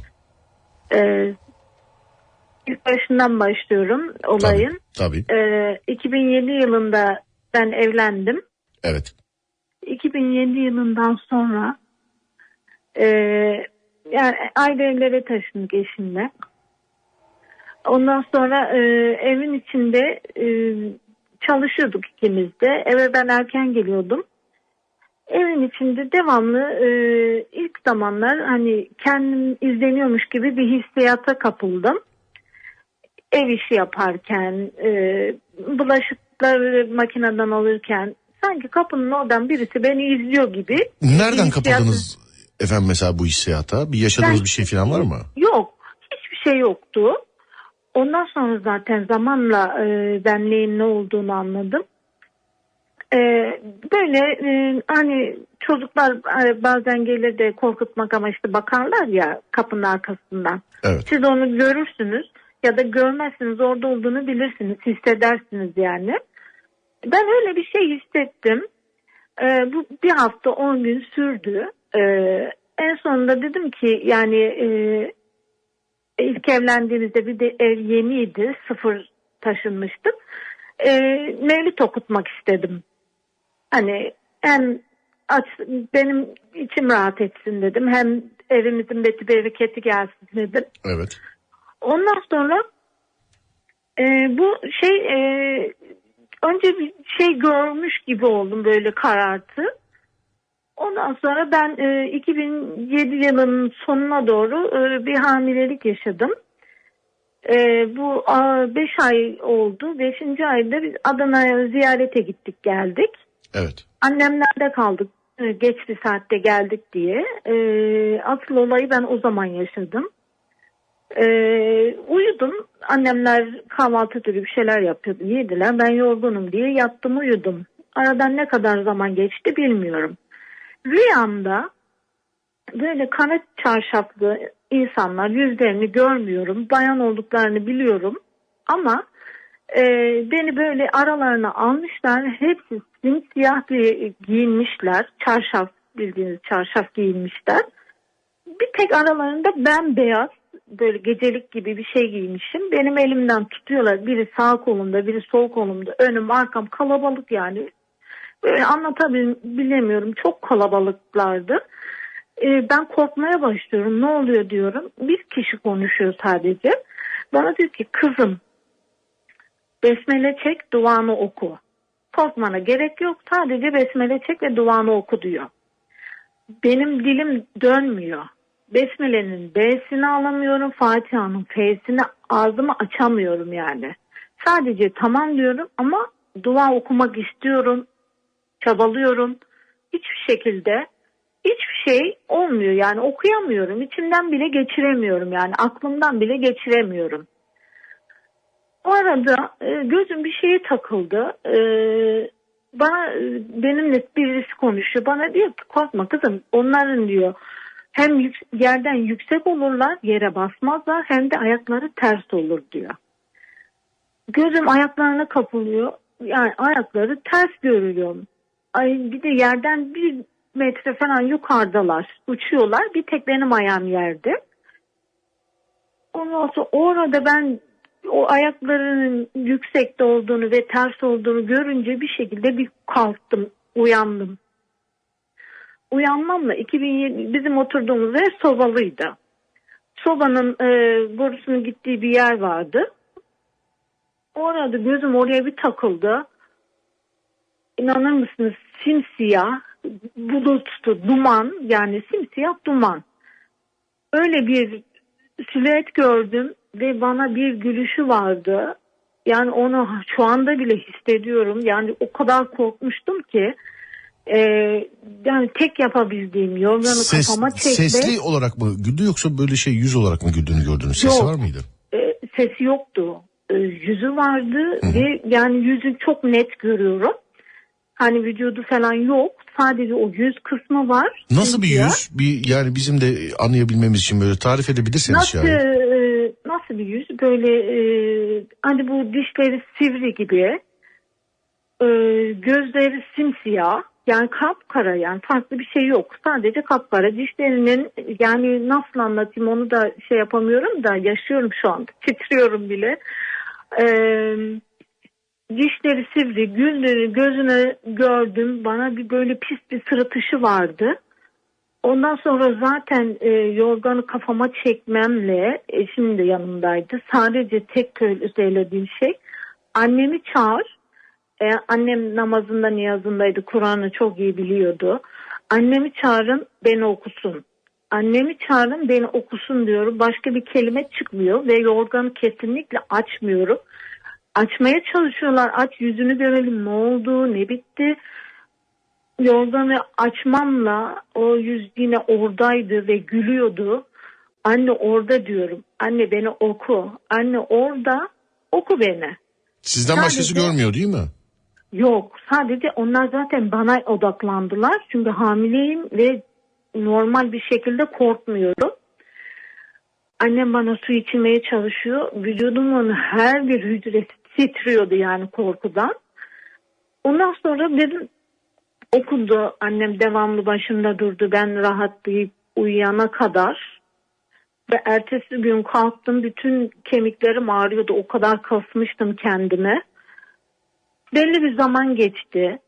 İlk başından başlıyorum olayın. Tabii. 2007 yılında ben evlendim. Evet. 2007 yılından sonra yani ayrı evlere taşındık eşimle. Ondan sonra evin içinde çalışıyorduk ikimiz de. Eve ben erken geliyordum. Evin içinde devamlı ilk zamanlar hani kendim izleniyormuş gibi bir hissiyata kapıldım. Ev işi yaparken, bulaşıkları makineden alırken sanki kapının oradan birisi beni izliyor gibi. Nereden kapıldınız efendim mesela bu hissiyata? Bir yaşadığınız bir şey falan var mı? Yok, hiçbir şey yoktu. Ondan sonra zaten zamanla ben neyin ne olduğunu anladım. Böyle hani çocuklar bazen gelir de korkutmak amaçlı bakarlar ya kapının arkasından. Evet. Siz onu görürsünüz ya da görmezsiniz, orada olduğunu bilirsiniz, hissedersiniz yani. Ben öyle bir şey hissettim. Bu bir hafta 10 gün sürdü. En sonunda dedim ki yani ilk evlendiğimizde bir de ev yeniydi, sıfır taşınmıştık. Mevlüt okutmak istedim. Hani hem benim içim rahat etsin dedim, hem evimizin bereketi gelsin dedim. Evet. Ondan sonra bu şey önce bir şey görmüş gibi oldum, böyle karartı. Ondan sonra ben 2007 yılının sonuna doğru bir hamilelik yaşadım. Bu 5 ay oldu. 5. ayda biz Adana'ya ziyarete gittik geldik. Evet. Annemlerde kaldık. Geç bir saatte geldik diye. Asıl olayı ben o zaman yaşadım. Uyudum. Annemler kahvaltı türü bir şeyler yapıyordu. Yediler. Ben yorgunum diye yattım, uyudum. Aradan ne kadar zaman geçti bilmiyorum. Rüyamda böyle kanat çarşaflı insanlar, yüzlerini görmüyorum. Bayan olduklarını biliyorum. Ama beni böyle aralarına almışlar. Hepsi simsiyah giyinmişler. Çarşaf, bildiğiniz çarşaf giyinmişler. Bir tek aralarında bembeyaz böyle gecelik gibi bir şey giymişim. Benim elimden tutuyorlar. Biri sağ kolumda, biri sol kolumda. Önüm arkam kalabalık yani. Böyle anlatabilemiyorum. Çok kalabalıklardı. Ben korkmaya başlıyorum. Ne oluyor diyorum. Bir kişi konuşuyor sadece. Bana diyor ki kızım besmele çek, duanı oku. Korkmana gerek yok. Sadece besmele çek ve duanı oku diyor. Benim dilim dönmüyor. Besmele'nin B'sini alamıyorum. Fatiha'nın F'sini ağzımı açamıyorum yani. Sadece tamam diyorum ama dua okumak istiyorum. Çabalıyorum. Hiçbir şekilde hiçbir şey olmuyor yani, okuyamıyorum. İçimden bile geçiremiyorum yani, aklımdan bile geçiremiyorum. O arada gözüm bir şeye takıldı. Bana benimle birisi konuşuyor. Bana diyor ki korkma kızım, onların diyor hem yerden yüksek olurlar, yere basmazlar, hem de ayakları ters olur diyor. gözüm ayaklarına kapılıyor. Yani ayakları ters görüyorum. Bir de yerden 1 metre falan yukarıdalar. Uçuyorlar. Bir tek benim ayağım yerde. Ondan sonra orada ben o ayaklarının yüksekte olduğunu ve ters olduğunu görünce bir şekilde bir kalktım. Uyandım. Uyanmamla 2007 bizim oturduğumuz ev sobalıydı. Sobanın borusunun gittiği bir yer vardı. Orada gözüm oraya bir takıldı. İnanır mısınız, simsiyah buluttu, duman, yani simsiyah duman. Öyle bir silüet gördüm ve bana bir gülüşü vardı. Yani onu şu anda bile hissediyorum. Yani o kadar korkmuştum ki yani tek yapabildiğim yorganı kafama çekmek. Sesli olarak mı güldü yoksa böyle yüz olarak mı güldüğünü gördünüz? Sesi var mıydı? Sesi yoktu. Yüzü vardı ve yani yüzü çok net görüyorum. Hani vücudu falan yok. Sadece o yüz kısmı var. Nasıl bir yüz? Yani bizim de anlayabilmemiz için böyle tarif edebilirseniz şayet. Nasıl bir yüz? Böyle hani bu dişleri sivri gibi. Gözleri simsiyah. Yani kapkara, yani farklı bir şey yok. Sadece kapkara. Dişlerinin, yani nasıl anlatayım onu da yapamıyorum da yaşıyorum şu anda. Titriyorum bile. Dişleri sivri, gözüne gördüm. Bana bir böyle pis bir sırıtışı vardı. Ondan sonra zaten yorganı kafama çekmemle eşim de yanımdaydı. Sadece tek söylediğim şey, annemi çağır. Annem namazında niyazındaydı. Kur'an'ı çok iyi biliyordu. Annemi çağırın, beni okusun. Annemi çağırın, beni okusun diyorum. Başka bir kelime çıkmıyor ve yorganı kesinlikle açmıyorum. Açmaya çalışıyorlar. Aç, yüzünü görelim, ne oldu, ne bitti. Yorganı açmamla o yüz yine oradaydı ve gülüyordu. Anne orada diyorum. Anne beni oku. Anne orada, oku beni. Sizden başkası görmüyor değil mi? Yok. Sadece onlar zaten bana odaklandılar. Çünkü hamileyim ve normal bir şekilde korkmuyorum. Annem bana su içirmeye çalışıyor. Vücudumun her bir hücresi titriyordu yani korkudan. Ondan sonra dedim, okudu. Annem devamlı başımda durdu. Ben rahatlayıp uyuyana kadar. Ve ertesi gün kalktım. Bütün kemiklerim ağrıyordu. O kadar kasmıştım kendime. Belli bir zaman geçti.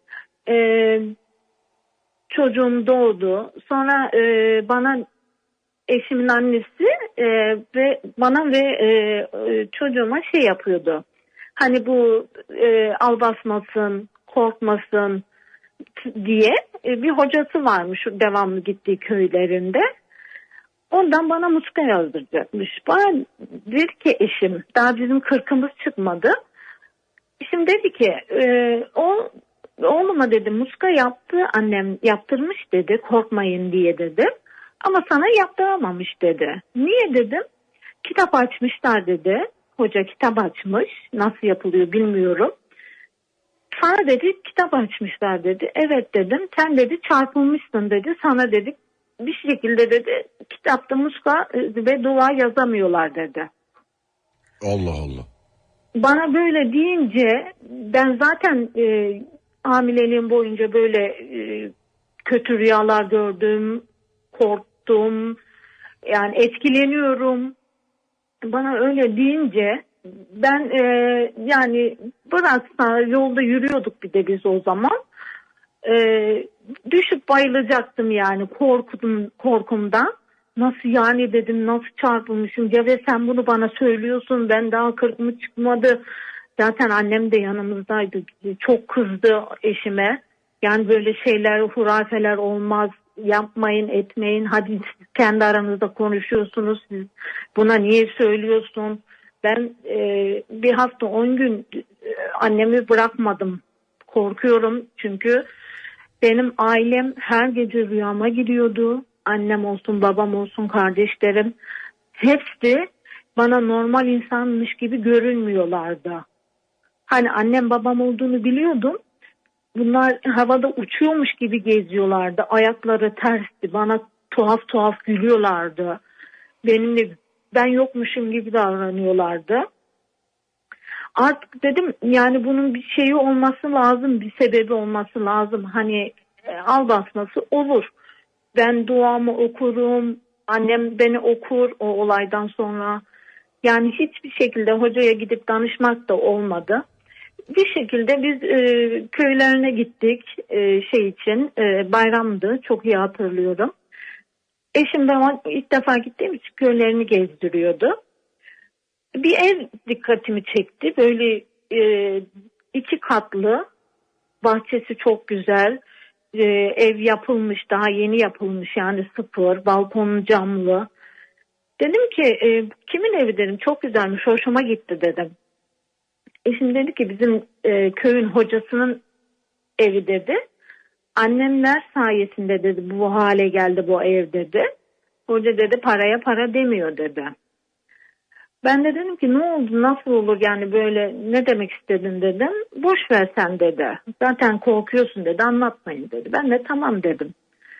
Çocuğum doğdu. Sonra bana eşimin annesi ve bana ve çocuğuma yapıyordu. Hani bu al basmasın, korkmasın diye bir hocası varmış devamlı gittiği köylerinde. Ondan bana muska yazdıracakmış. Bana dedi ki eşim, daha bizim 40'ımız çıkmadı. Eşim dedi ki oğluma dedi muska yaptı, annem yaptırmış dedi, korkmayın diye dedi. Ama sana yaptıramamış dedi. Niye dedim? Kitap açmışlar dedi. Hoca kitap açmış. Nasıl yapılıyor bilmiyorum. Sana dedi kitap açmışlar dedi. Evet dedim. Sen dedi çarpılmışsın dedi. Sana dedi bir şekilde dedi kitapta muska ve dua yazamıyorlar dedi. Allah Allah. Bana böyle deyince ben zaten hamileliğim boyunca böyle kötü rüyalar gördüm. Korktum. Yani etkileniyorum. Bana öyle deyince ben yani bıraksa yolda yürüyorduk bir de biz o zaman. Düşüp bayılacaktım yani korkumdan. Nasıl yani dedim, nasıl çarpılmışım ya ve sen bunu bana söylüyorsun, ben daha 40'ım çıkmadı. Zaten annem de yanımızdaydı. Çok kızdı eşime. Yani böyle şeyler, hurafeler olmaz. Yapmayın, etmeyin. Hadi siz kendi aranızda konuşuyorsunuz. Siz buna niye söylüyorsun? Ben bir hafta 10 gün annemi bırakmadım. Korkuyorum çünkü benim ailem her gece rüyama giriyordu. Annem olsun, babam olsun, kardeşlerim. Hepsi bana normal insanmış gibi görünmüyorlardı. Hani annem babam olduğunu biliyordum. Bunlar havada uçuyormuş gibi geziyorlardı. Ayakları tersti. Bana tuhaf tuhaf gülüyorlardı. Ben yokmuşum gibi davranıyorlardı. artık dedim yani bunun bir şeyi olması lazım, bir sebebi olması lazım. Hani al basması olur. Ben duamı okurum, annem beni okur o olaydan sonra. Yani hiçbir şekilde hocaya gidip danışmak da olmadı. Bir şekilde biz köylerine gittik şey için, bayramdı, çok iyi hatırlıyorum. Eşim ben ilk defa gittiğim için köylerini gezdiriyordu. Bir ev dikkatimi çekti. Böyle 2 katlı, bahçesi çok güzel. Ev yapılmış, daha yeni yapılmış, yani sıfır, balkonu camlı. Dedim ki kimin evi dedim, çok güzelmiş, hoşuma gitti dedim. Eşim dedi ki bizim köyün hocasının evi dedi. Annemler sayesinde dedi bu hale geldi bu ev dedi. Hoca dedi paraya para demiyor dedi. Ben de dedim ki ne oldu, nasıl olur yani, böyle ne demek istedin dedim. Boş ver sen dedi. Zaten korkuyorsun dedi, anlatmayın dedi. Ben de tamam dedim.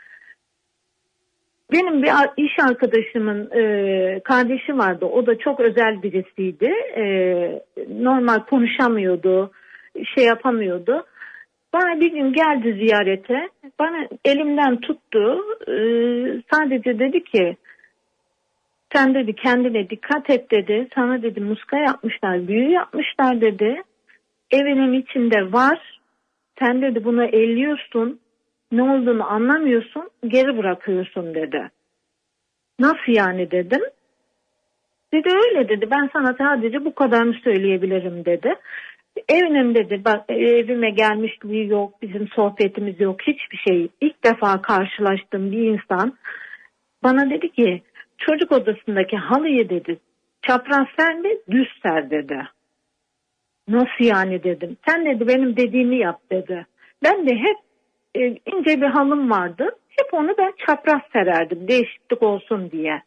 Benim bir iş arkadaşımın kardeşi vardı. O da çok özel birisiydi. Normal konuşamıyordu, şey yapamıyordu. Bana bir gün geldi ziyarete. Bana elimden tuttu. Sadece dedi ki sen dedi kendine dikkat et dedi. Sana dedi muska yapmışlar, büyü yapmışlar dedi. Evinin içinde var. Sen dedi bunu elliyorsun. Ne olduğunu anlamıyorsun. Geri bırakıyorsun dedi. Nasıl yani dedim. Dedi öyle dedi. Ben sana sadece bu kadarını söyleyebilirim dedi. Evinin dedi bak evime gelmişliği yok. Bizim sohbetimiz yok. Hiçbir şey. İlk defa karşılaştığım bir insan bana dedi ki çocuk odasındaki halıyı dedi çapraz serme düz ser dedi. Nasıl yani dedim. Sen dedi benim dediğimi yap dedi. Ben de hep ince bir halım vardı. Hep onu ben çapraz sererdim. Değişiklik olsun diye.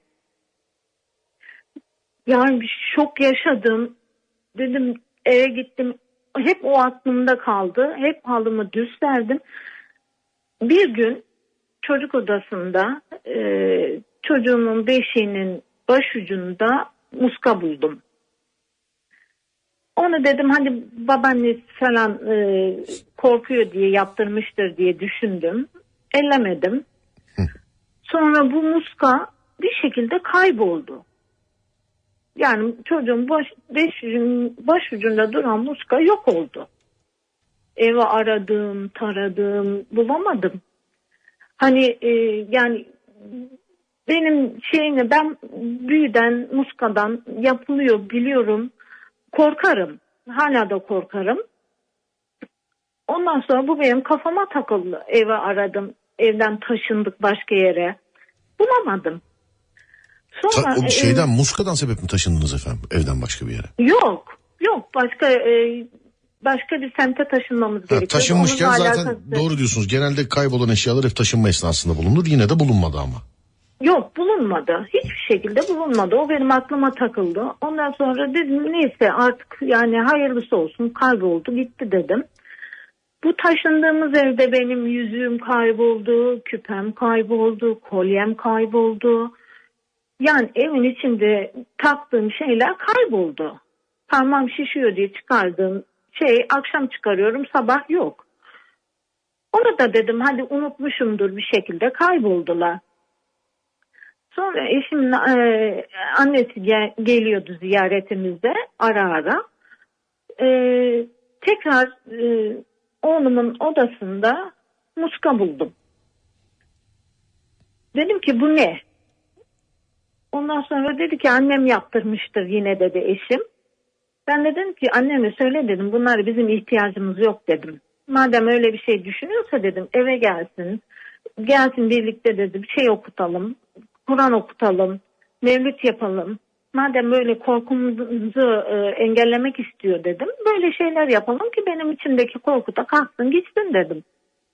Yani bir şok yaşadım. Dedim eve gittim. Hep o aklımda kaldı. Hep halımı düz serdim. Bir gün çocuk odasında çocuğumun beşiğinin başucunda muska buldum. Onu dedim hani babaannesi falan korkuyor diye yaptırmıştır diye düşündüm. Ellemedim. Sonra bu muska bir şekilde kayboldu. Yani çocuğun başucunda duran muska yok oldu. Evi aradım, taradım, bulamadım. Hani yani benim şeyini ben büyüden, muskadan yapılıyor biliyorum. Korkarım. Hala da korkarım. Ondan sonra bu benim kafama takıldı. Evi aradım. Evden taşındık başka yere. Bulamadım. Sonra Şeyden muskadan sebep mi taşındınız efendim evden başka bir yere? Yok. Başka bir semte taşınmamız gerekiyor. Taşınmışken zaten doğru diyorsunuz. Genelde kaybolan eşyalar hep taşınma esnasında bulunur. Yine de bulunmadı ama. Yok bulunmadı. Hiçbir şekilde bulunmadı. O benim aklıma takıldı. Ondan sonra dedim neyse artık yani hayırlısı olsun, kayboldu gitti dedim. Bu taşındığımız evde benim yüzüğüm kayboldu, küpem kayboldu, kolyem kayboldu. Yani evin içinde taktığım şeyler kayboldu. Parmağım şişiyor diye çıkardığım şey akşam çıkarıyorum, sabah yok. Onu da dedim hadi unutmuşumdur bir şekilde, kayboldular. Sonra eşimin annesi geliyordu ziyaretimizde ara ara. Tekrar oğlumun odasında muska buldum. Dedim ki bu ne? Ondan sonra dedi ki annem yaptırmıştır yine dedi eşim. Ben de dedim ki anneme söyle dedim, bunlar bizim ihtiyacımız yok dedim. Madem öyle bir şey düşünüyorsa dedim eve gelsin. Gelsin birlikte dedim şey okutalım. Kur'an okutalım. Mevlüt yapalım. Madem böyle korkumuzu engellemek istiyor dedim. Böyle şeyler yapalım ki benim içimdeki korku da kalksın gitsin dedim.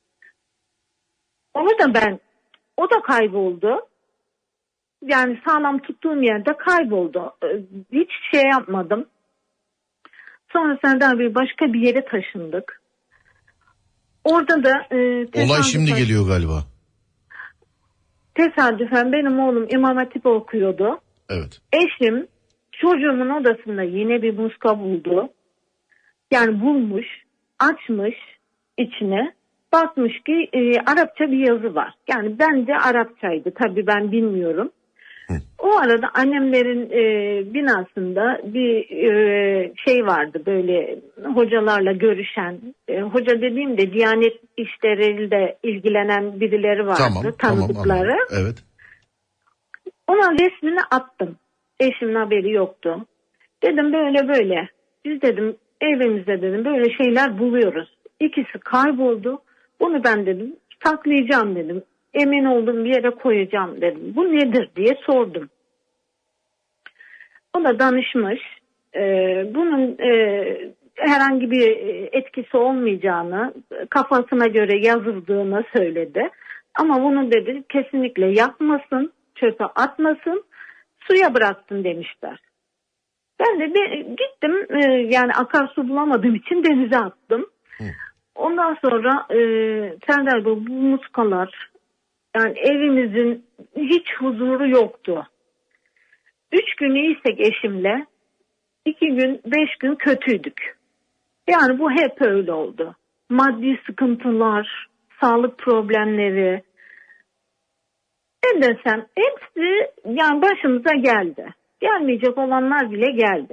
O da kayboldu. Yani sağlam tuttuğum yerde kayboldu. Hiç şey yapmadım. Sonra Serdar Bey başka bir yere taşındık. Orada da olay şimdi geliyor galiba. Tesadüfen benim oğlum İmam Hatip okuyordu. Evet. Eşim çocuğumun odasında yine bir muska buldu. Yani bulmuş, açmış içine, bakmış ki Arapça bir yazı var. Yani bence Arapçaydı, tabii ben bilmiyorum. O arada annemlerin binasında bir şey vardı, böyle hocalarla görüşen, hoca dediğimde Diyanet işleriyle ilgilenen birileri vardı, tanıdıkları. Tamam, evet. Ona resmini attım. Eşimin haberi yoktu. Dedim böyle. Biz dedim evimizde dedim böyle şeyler buluyoruz. İkisi kayboldu. Bunu ben dedim saklayacağım dedim. Emin olduğum bir yere koyacağım dedim. Bu nedir diye sordum. O da danışmış. Bunun herhangi bir etkisi olmayacağını, kafasına göre yazıldığını söyledi. Ama bunu dedi kesinlikle yapmasın, çöpe atmasın, suya bıraksın demişler. Ben de gittim, yani akarsu bulamadığım için denize attım. Ondan sonra Serdar Bey, bu muskalar, yani evimizin hiç huzuru yoktu. 3 gün iyiysek eşimle, 2 gün 5 gün kötüydük. Yani bu hep öyle oldu. Maddi sıkıntılar, sağlık problemleri, ne desem hepsi yani başımıza geldi. Gelmeyecek olanlar bile geldi.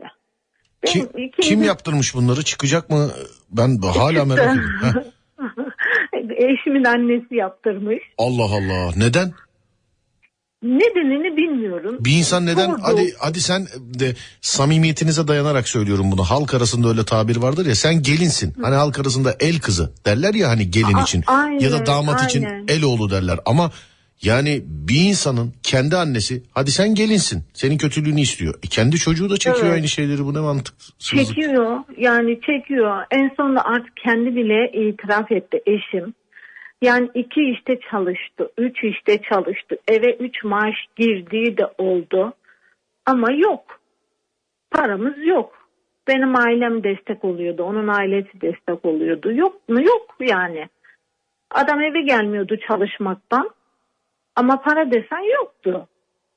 Kim yaptırmış bunları? Çıkacak mı? Ben hala merak ediyorum. Eşimin annesi yaptırmış. Allah Allah. Neden? Nedenini bilmiyorum. Bir insan neden? Hadi sen de samimiyetinize dayanarak söylüyorum bunu. Halk arasında öyle tabir vardır ya. Sen gelinsin. Hani halk arasında el kızı derler ya, hani gelin için. Aynen, ya da damat için el oğlu derler. Ama yani bir insanın kendi annesi, hadi sen gelinsin, senin kötülüğünü istiyor. Kendi çocuğu da çekiyor aynı şeyleri. Bu ne mantıksızlık? Çekiyor, yani çekiyor. En sonunda artık kendi bile itiraf etti eşim. Yani 2 işte çalıştı, 3 işte çalıştı. Eve 3 maaş girdiği de oldu. Ama yok. Paramız yok. Benim ailem destek oluyordu, onun ailesi destek oluyordu. Yok mu? Yok yani. Adam eve gelmiyordu çalışmaktan. Ama para desen yoktu.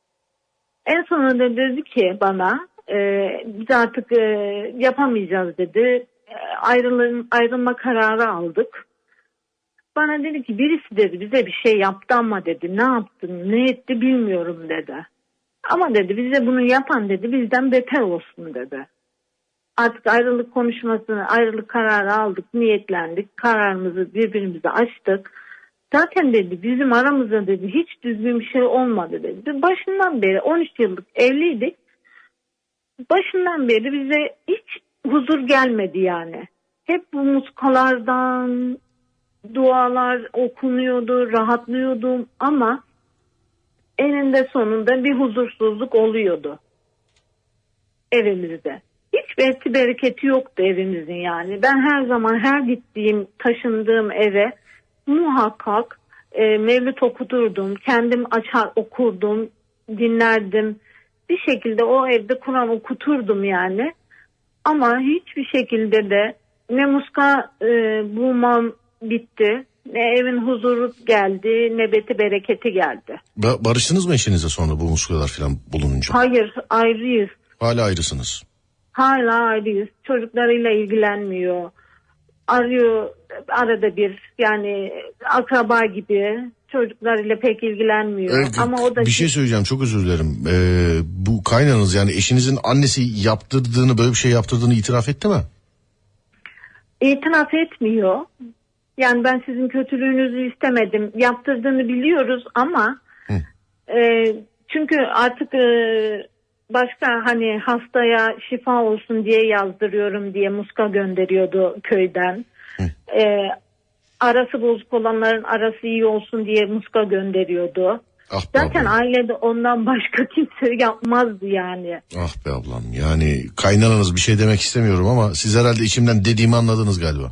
En sonunda dedi ki bana, biz artık yapamayacağız dedi. Ayrılma kararı aldık. Bana dedi ki birisi dedi bize bir şey yaptı ama dedi ne yaptın ne etti bilmiyorum dedi. Ama dedi bize bunu yapan dedi bizden beter olsun dedi. Artık ayrılık kararı aldık, niyetlendik, kararımızı birbirimize açtık. Zaten dedi bizim aramızda dedi hiç düzgün bir şey olmadı dedi. Başından beri 13 yıllık evliydik. Başından beri bize hiç huzur gelmedi yani. Hep bu muskalardan dualar okunuyordu, rahatlıyordum ama eninde sonunda bir huzursuzluk oluyordu evimizde. Hiç bereketi yoktu evimizin yani. Ben her zaman her gittiğim, taşındığım eve muhakkak mevlüt okuturdum. Kendim açar okurdum, dinlerdim. Bir şekilde o evde Kur'an okuturdum yani. Ama hiçbir şekilde de ne muska bulmam bitti, ne evin huzuru geldi, ne bereketi geldi. Barıştınız mı eşinize sonra bu muskalar falan bulununca? Hayır, ayrıyız. Hala ayrısınız. Hala ayrıyız. Çocuklarıyla ilgilenmiyor. Arıyor arada bir, yani akraba gibi, çocuklarıyla pek ilgilenmiyor. Ama o da bir şey söyleyeceğim, çok özür dilerim. Bu kaynanız yani eşinizin annesi yaptırdığını, böyle bir şey yaptırdığını itiraf etti mi? İtiraf etmiyor. Yani ben sizin kötülüğünüzü istemedim. Yaptırdığını biliyoruz ama çünkü artık başka hani hastaya şifa olsun diye yazdırıyorum diye muska gönderiyordu köyden. Arası bozuk olanların arası iyi olsun diye muska gönderiyordu. Ah Zaten ablam. ailede ondan başka kimse yapmazdı yani. Ah be ablam, yani kaynananız, bir şey demek istemiyorum ama siz herhalde içimden dediğimi anladınız galiba.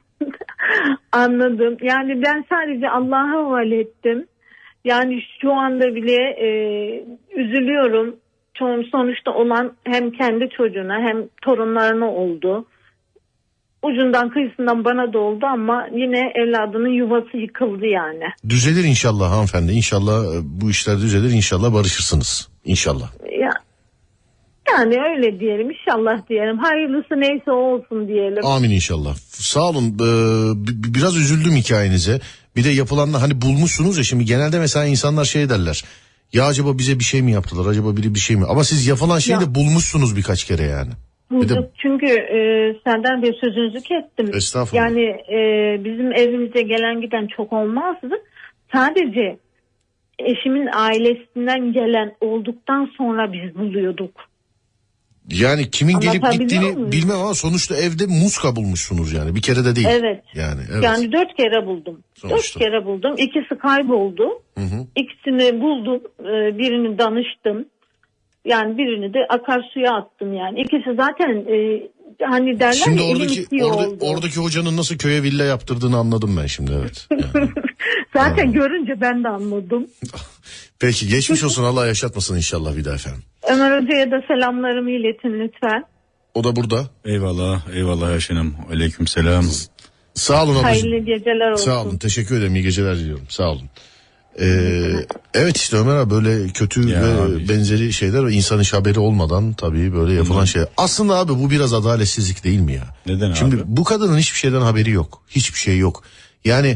Anladım. Yani ben sadece Allah'a havale ettim. Yani şu anda bile üzülüyorum. Sonuçta olan hem kendi çocuğuna hem torunlarına oldu. Ucundan kıyısından bana da oldu ama yine evladının yuvası yıkıldı yani. Düzelir inşallah hanımefendi. İnşallah bu işler düzelir. İnşallah barışırsınız. İnşallah. Yani öyle diyelim, inşallah diyelim. Hayırlısı neyse o olsun diyelim. Amin inşallah. Sağ olun. Biraz üzüldüm hikayenize. Bir de yapılanlar hani bulmuşsunuz ya, şimdi genelde mesela insanlar şey derler. Ya acaba bize bir şey mi yaptılar? Acaba biri bir şey mi? Ama siz yapılan şeyi de bulmuşsunuz birkaç kere yani. Bulduk çünkü senden bir sözünüzü kestim. Estağfurullah. Yani bizim evimize gelen giden çok olmazdı. Sadece eşimin ailesinden gelen olduktan sonra biz buluyorduk. Yani kimin gelip Anlatabiliyor gittiğini muyum? bilmem ama sonuçta evde muska bulmuşsunuz yani. Bir kere de değil. Evet. Evet. Yani 4 kere buldum. Sonuçta. 4 kere buldum. İkisi kayboldu. İkisini buldum. Birini danıştım. Yani birini de akarsuya attım yani. İkisi zaten hani derler Şimdi ya, oradaki hocanın nasıl köye villa yaptırdığını anladım ben şimdi, evet. Yani. Zaten görünce ben de anladım. Peki, geçmiş olsun, Allah yaşatmasın inşallah bir daha efendim. Ömer Hoca'ya da selamlarımı iletin lütfen. O da burada. Eyvallah Ayşe'nim. Aleykümselam. Sağ olun ablacığım. Hayırlı geceler olsun. Sağ olun, teşekkür ederim, iyi geceler diliyorum, sağ olun. Evet işte Ömer abi, böyle kötü Ya ve abi. benzeri şeyler insan hiç haberi olmadan tabii böyle yapılan şey. Aslında abi bu biraz adaletsizlik değil mi ya? Neden Şimdi abi? bu kadının hiçbir şeyden haberi yok. Hiçbir şey yok. Yani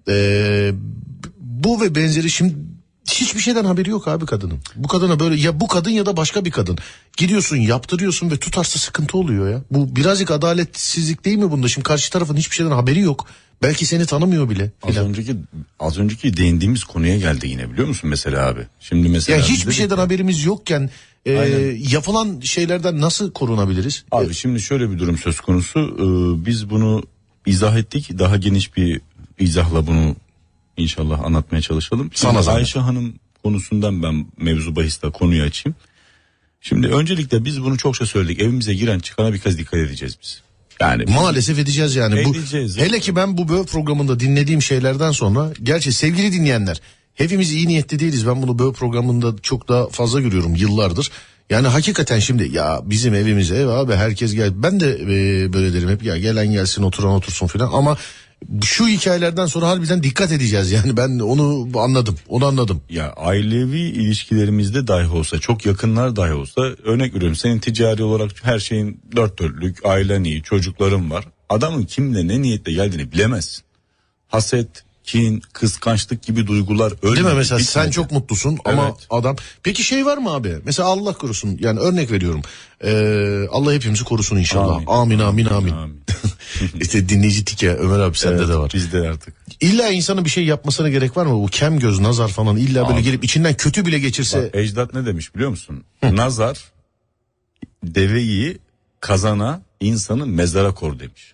bu ve benzeri, şimdi hiçbir şeyden haberi yok abi kadının. Bu kadına böyle, ya bu kadın ya da başka bir kadın. Gidiyorsun, yaptırıyorsun ve tutarsa sıkıntı oluyor ya. Bu birazcık adaletsizlik değil mi bunda? Şimdi karşı tarafın hiçbir şeyden haberi yok. Belki seni tanımıyor bile. Az önceki değindiğimiz konuya geldi yine, biliyor musun mesela abi? Şimdi mesela Ya hiçbir dedik şeyden ya, haberimiz yokken Aynen. yapılan şeylerden nasıl korunabiliriz? Abi şimdi şöyle bir durum söz konusu. Biz bunu izah ettik. Daha geniş bir izahla bunu inşallah anlatmaya çalışalım. Sana Şimdi zahmet. Ayşe Hanım konusundan ben mevzu bahiste konuyu açayım. Şimdi öncelikle biz bunu çokça söyledik. Evimize giren çıkana bir kez dikkat edeceğiz biz. Yani Maalesef edeceğiz yani. Edeceğiz. Hele ki ben bu böğ programında dinlediğim şeylerden sonra, gerçi sevgili dinleyenler, hepimiz iyi niyetli değiliz. Ben bunu böğ programında çok daha fazla görüyorum yıllardır. Yani hakikaten şimdi ya bizim evimize ev abi, herkes gel. Ben de böyle derim hep, ya gelen gelsin, oturan otursun filan, ama şu hikayelerden sonra harbiden dikkat edeceğiz yani. Ben onu anladım. Ya ailevi ilişkilerimizde dahi olsa, çok yakınlar dahi olsa, örnek veriyorum, senin ticari olarak her şeyin dört dörtlük, ailen iyi, çocukların var. Adamın kimle ne niyetle geldiğini bilemezsin. Haset, kin, kıskançlık gibi duygular ölmedi. Değil mi? Mesela sen bitmedi. çok mutlusun ama Evet. adam... Peki şey var mı abi? Mesela Allah korusun, yani örnek veriyorum. Allah hepimizi korusun inşallah. Amin. İşte dinleyici tike Ömer abi, sende Evet, de var. bizde artık. İlla insanın bir şey yapmasına gerek var mı? Bu kem göz, nazar falan illa böyle Abi. gelip içinden kötü bile geçirse... Bak, ecdat ne demiş biliyor musun? Nazar deveyi kazana, insanı mezara kor demiş.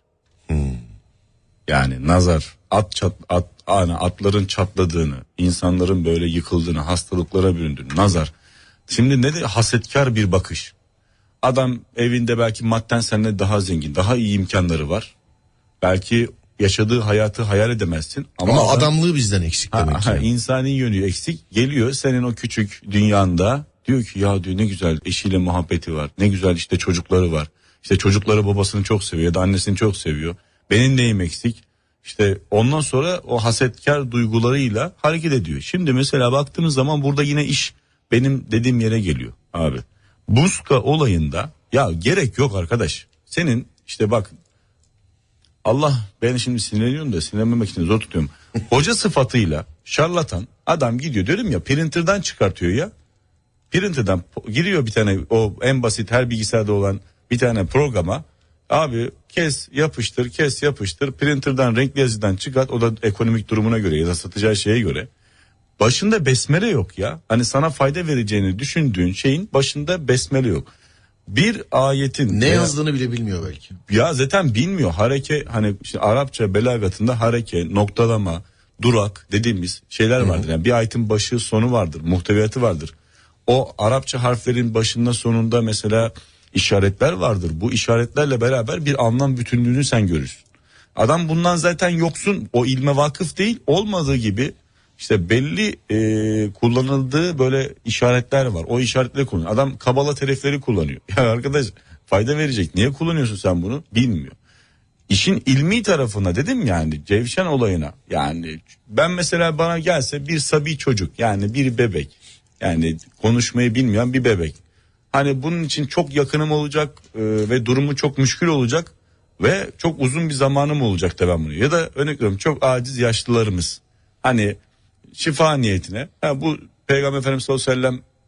Yani nazar atların çatladığını, insanların böyle yıkıldığını, hastalıklara büründüğünü, nazar. Şimdi ne de hasetkar bir bakış. Adam evinde belki madden seninle daha zengin, daha iyi imkanları var. Belki yaşadığı hayatı hayal edemezsin. Ama adamlığı bizden eksik demek ki. İnsani yönü eksik. Geliyor senin o küçük dünyanda, diyor ki ya diyor, ne güzel eşiyle muhabbeti var. Ne güzel işte çocukları var. İşte çocukları babasını çok seviyor ya da annesini çok seviyor. Benim neyim eksik? İşte ondan sonra o hasetkar duygularıyla hareket ediyor. Şimdi mesela baktığımız zaman burada yine iş benim dediğim yere geliyor abi. Muska olayında ya gerek yok arkadaş. Senin işte bak, Allah, ben şimdi sinirleniyorum da sinirlenmemek için zor tutuyorum. Hoca sıfatıyla şarlatan adam gidiyor, diyorum ya, printer'dan çıkartıyor ya. Printer'dan giriyor bir tane, o en basit her bilgisayarda olan bir tane programa. Abi kes yapıştır printer'dan renkli yazıdan çıkart, o da ekonomik durumuna göre ya da satacağı şeye göre. Başında besmele yok ya. Hani sana fayda vereceğini düşündüğün şeyin başında besmele yok. Bir ayetin Ne yazdığını bile bilmiyor belki. ya zaten bilmiyor. Hareke, hani işte Arapça belagatında hareke, noktalama, durak dediğimiz şeyler vardır. Yani bir ayetin başı sonu vardır, muhteviyatı vardır. O Arapça harflerin başında sonunda mesela işaretler vardır. Bu işaretlerle beraber bir anlam bütünlüğünü sen görürsün. Adam bundan zaten yoksun, o ilme vakıf değil, olmadığı gibi işte belli kullanıldığı böyle işaretler var. O işaretleri kullanıyor. Adam kabala terifleri kullanıyor. Ya arkadaş, fayda verecek, niye kullanıyorsun sen bunu? Bilmiyor. İşin ilmi tarafına dedim, yani Cevşen olayına, yani ben mesela bana gelse bir sabi çocuk, yani bir bebek, yani konuşmayı bilmeyen bir bebek, Hani bunun için çok yakınım olacak ve durumu çok müşkül olacak ve çok uzun bir zamanım olacak da ben bunu. Ya da örnek veriyorum çok aciz yaşlılarımız hani şifa niyetine bu Peygamber Efendimiz sallallahu aleyhi ve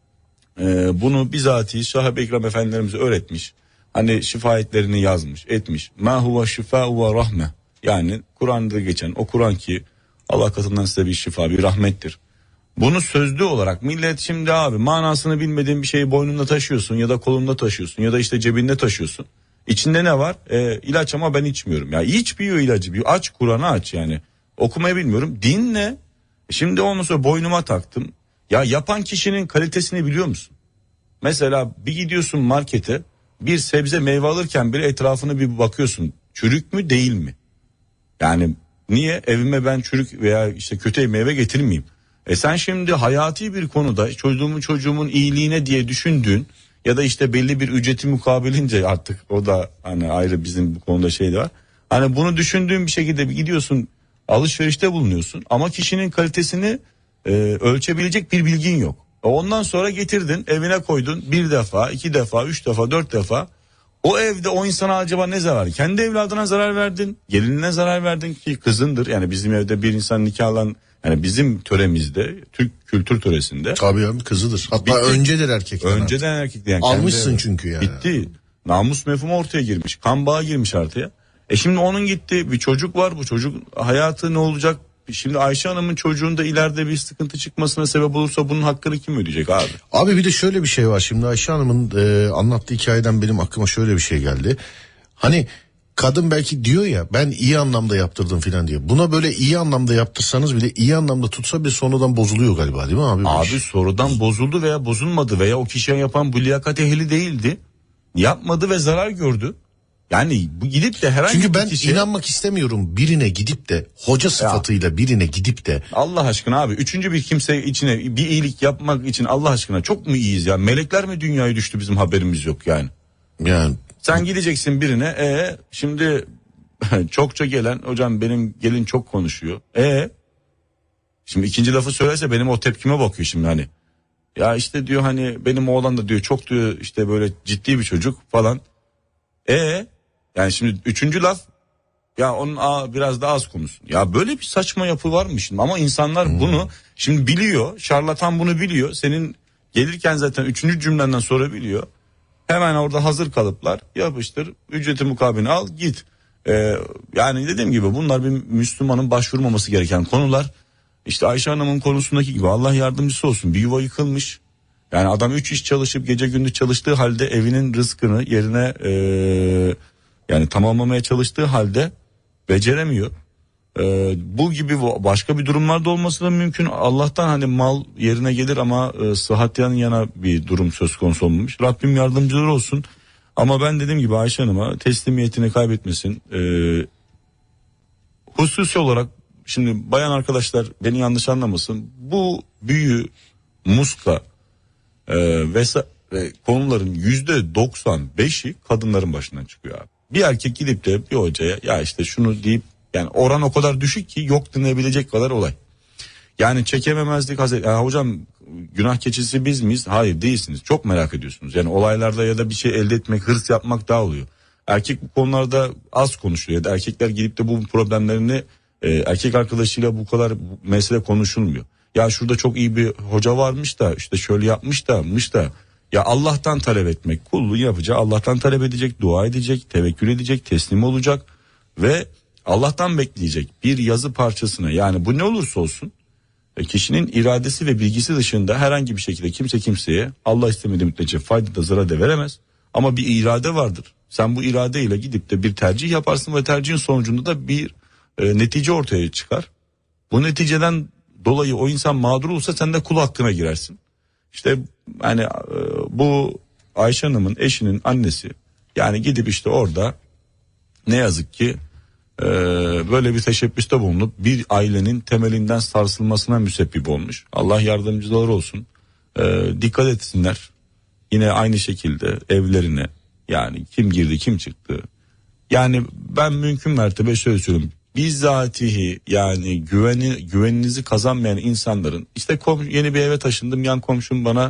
sellem bunu bizatihi sahabe-i ikram efendilerimize öğretmiş. Hani şifayetlerini yazmış etmiş. Ma huve şifâ'u ve rahme. Yani Kur'an'da geçen o Kur'an ki Allah katından size bir şifa bir rahmettir. Bunu sözlü olarak millet şimdi abi manasını bilmediğin bir şeyi boynunda taşıyorsun ya da kolunda taşıyorsun ya da işte cebinde taşıyorsun. İçinde ne var? İlaç ama ben içmiyorum. Ya iç bir ilacı bir aç Kur'an'ı aç yani. Okumayı bilmiyorum. Dinle. Şimdi ondan sonra boynuma taktım. Ya yapan kişinin kalitesini biliyor musun? Mesela bir gidiyorsun markete bir sebze meyve alırken bile etrafına bir bakıyorsun. Çürük mü değil mi? Yani niye evime ben çürük veya işte kötü meyve getirmeyeyim? Sen şimdi hayati bir konuda çocuğumun iyiliğine diye düşündüğün ya da işte belli bir ücreti mukabilince artık o da hani ayrı bizim bu konuda şey de var. Hani bunu düşündüğün bir şekilde gidiyorsun alışverişte bulunuyorsun ama kişinin kalitesini ölçebilecek bir bilgin yok. Ondan sonra getirdin evine koydun bir defa, iki defa, üç defa, dört defa. O evde o insana acaba ne zarar? Kendi evladına zarar verdin, gelinine zarar verdin ki kızındır. Yani bizim evde bir insan nikahlan yani bizim töremizde Türk kültür töresinde. Tabii ya kızıdır. Hatta bitti. Öncedir erkekler. Önceden erkekler. Yani almışsın çünkü yani. Bitti. Namus mefhumu ortaya girmiş. Kan bağı girmiş ortaya. Şimdi onun gitti bir çocuk var bu çocuk hayatı ne olacak? Şimdi Ayşe Hanım'ın çocuğunda ileride bir sıkıntı çıkmasına sebep olursa bunun hakkını kim ödeyecek abi? Abi bir de şöyle bir şey var. Şimdi Ayşe Hanım'ın anlattığı hikayeden benim aklıma şöyle bir şey geldi. Hani kadın belki diyor ya ben iyi anlamda yaptırdım filan diye. Buna böyle iyi anlamda yaptırsanız bile iyi anlamda tutsa bir sonradan bozuluyor galiba değil mi abi? Abi sonradan bozuldu veya bozulmadı veya o kişiye yapan bu liyakat ehli değildi. Yapmadı ve zarar gördü. Yani bu gidip de herhangi çünkü ben bir kişiye... inanmak istemiyorum birine gidip de hoca sıfatıyla birine gidip de. Allah aşkına abi üçüncü bir kimse içine bir iyilik yapmak için Allah aşkına çok mu iyiyiz ya? Melekler mi dünyaya düştü bizim haberimiz yok yani. Yani. Sen gideceksin birine şimdi çokça gelen hocam benim gelin çok konuşuyor. Şimdi ikinci lafı söylerse benim o tepkime bakıyor şimdi hani. Ya işte diyor hani benim oğlan da diyor çok diyor işte böyle ciddi bir çocuk falan. Yani şimdi üçüncü laf ya onun biraz daha az konuşsun. Ya böyle bir saçma yapı var mı şimdi? Ama insanlar bunu şimdi biliyor. Şarlatan bunu biliyor. Senin gelirken zaten üçüncü cümlenden sonra biliyor. Hemen orada hazır kalıplar yapıştır. Ücreti mukabiline al git. Yani dediğim gibi bunlar bir Müslümanın başvurmaması gereken konular. İşte Ayşe Hanım'ın konusundaki gibi Allah yardımcısı olsun. Bir yuva yıkılmış. Yani adam 3 iş çalışıp gece gündüz çalıştığı halde evinin rızkını yerine yani tamamlamaya çalıştığı halde beceremiyor. Bu gibi başka bir durumlarda olması da mümkün. Allah'tan hani mal yerine gelir ama sıhhatten yana bir durum söz konusu olmamış. Rabbim yardımcıları olsun. Ama ben dediğim gibi Ayşe Hanım'a teslimiyetini kaybetmesin. Hususi olarak şimdi bayan arkadaşlar beni yanlış anlamasın. Bu büyü, muska ve konuların %95'i kadınların başından çıkıyor abi. Bir erkek gidip de bir hocaya ya işte şunu deyip yani oran o kadar düşük ki yok dinleyebilecek kadar olay. Yani çekememezlik hocam günah keçisi biz miyiz? Hayır değilsiniz. Çok merak ediyorsunuz. Yani olaylarda ya da bir şey elde etmek, hırs yapmak daha oluyor. Erkek bu konularda az konuşuyor ya da erkekler gidip de bu problemlerini erkek arkadaşıyla bu kadar mesele konuşulmuyor. Ya şurada çok iyi bir hoca varmış da işte şöyle yapmış da ya Allah'tan talep etmek, kulluğu yapacağı Allah'tan talep edecek, dua edecek, tevekkül edecek, teslim olacak ve Allah'tan bekleyecek bir yazı parçasına yani bu ne olursa olsun kişinin iradesi ve bilgisi dışında herhangi bir şekilde kimse kimseye Allah istemediği müddetçe fayda da zarar da veremez. Ama bir irade vardır. Sen bu iradeyle gidip de bir tercih yaparsın ve tercihin sonucunda da bir netice ortaya çıkar. Bu neticeden dolayı o insan mağdur olursa sen de kul hakkına girersin. İşte yani bu Ayşe Hanım'ın eşinin annesi yani gidip işte orada ne yazık ki böyle bir teşebbüste bulunup bir ailenin temelinden sarsılmasına müsebbip olmuş. Allah yardımcıları olsun. Dikkat etsinler. Yine aynı şekilde evlerine yani kim girdi kim çıktı. Yani ben mümkün mertebe şöyle söyleyeyim. Bizzatihi yani güveninizi kazanmayan insanların işte yeni bir eve taşındım yan komşum bana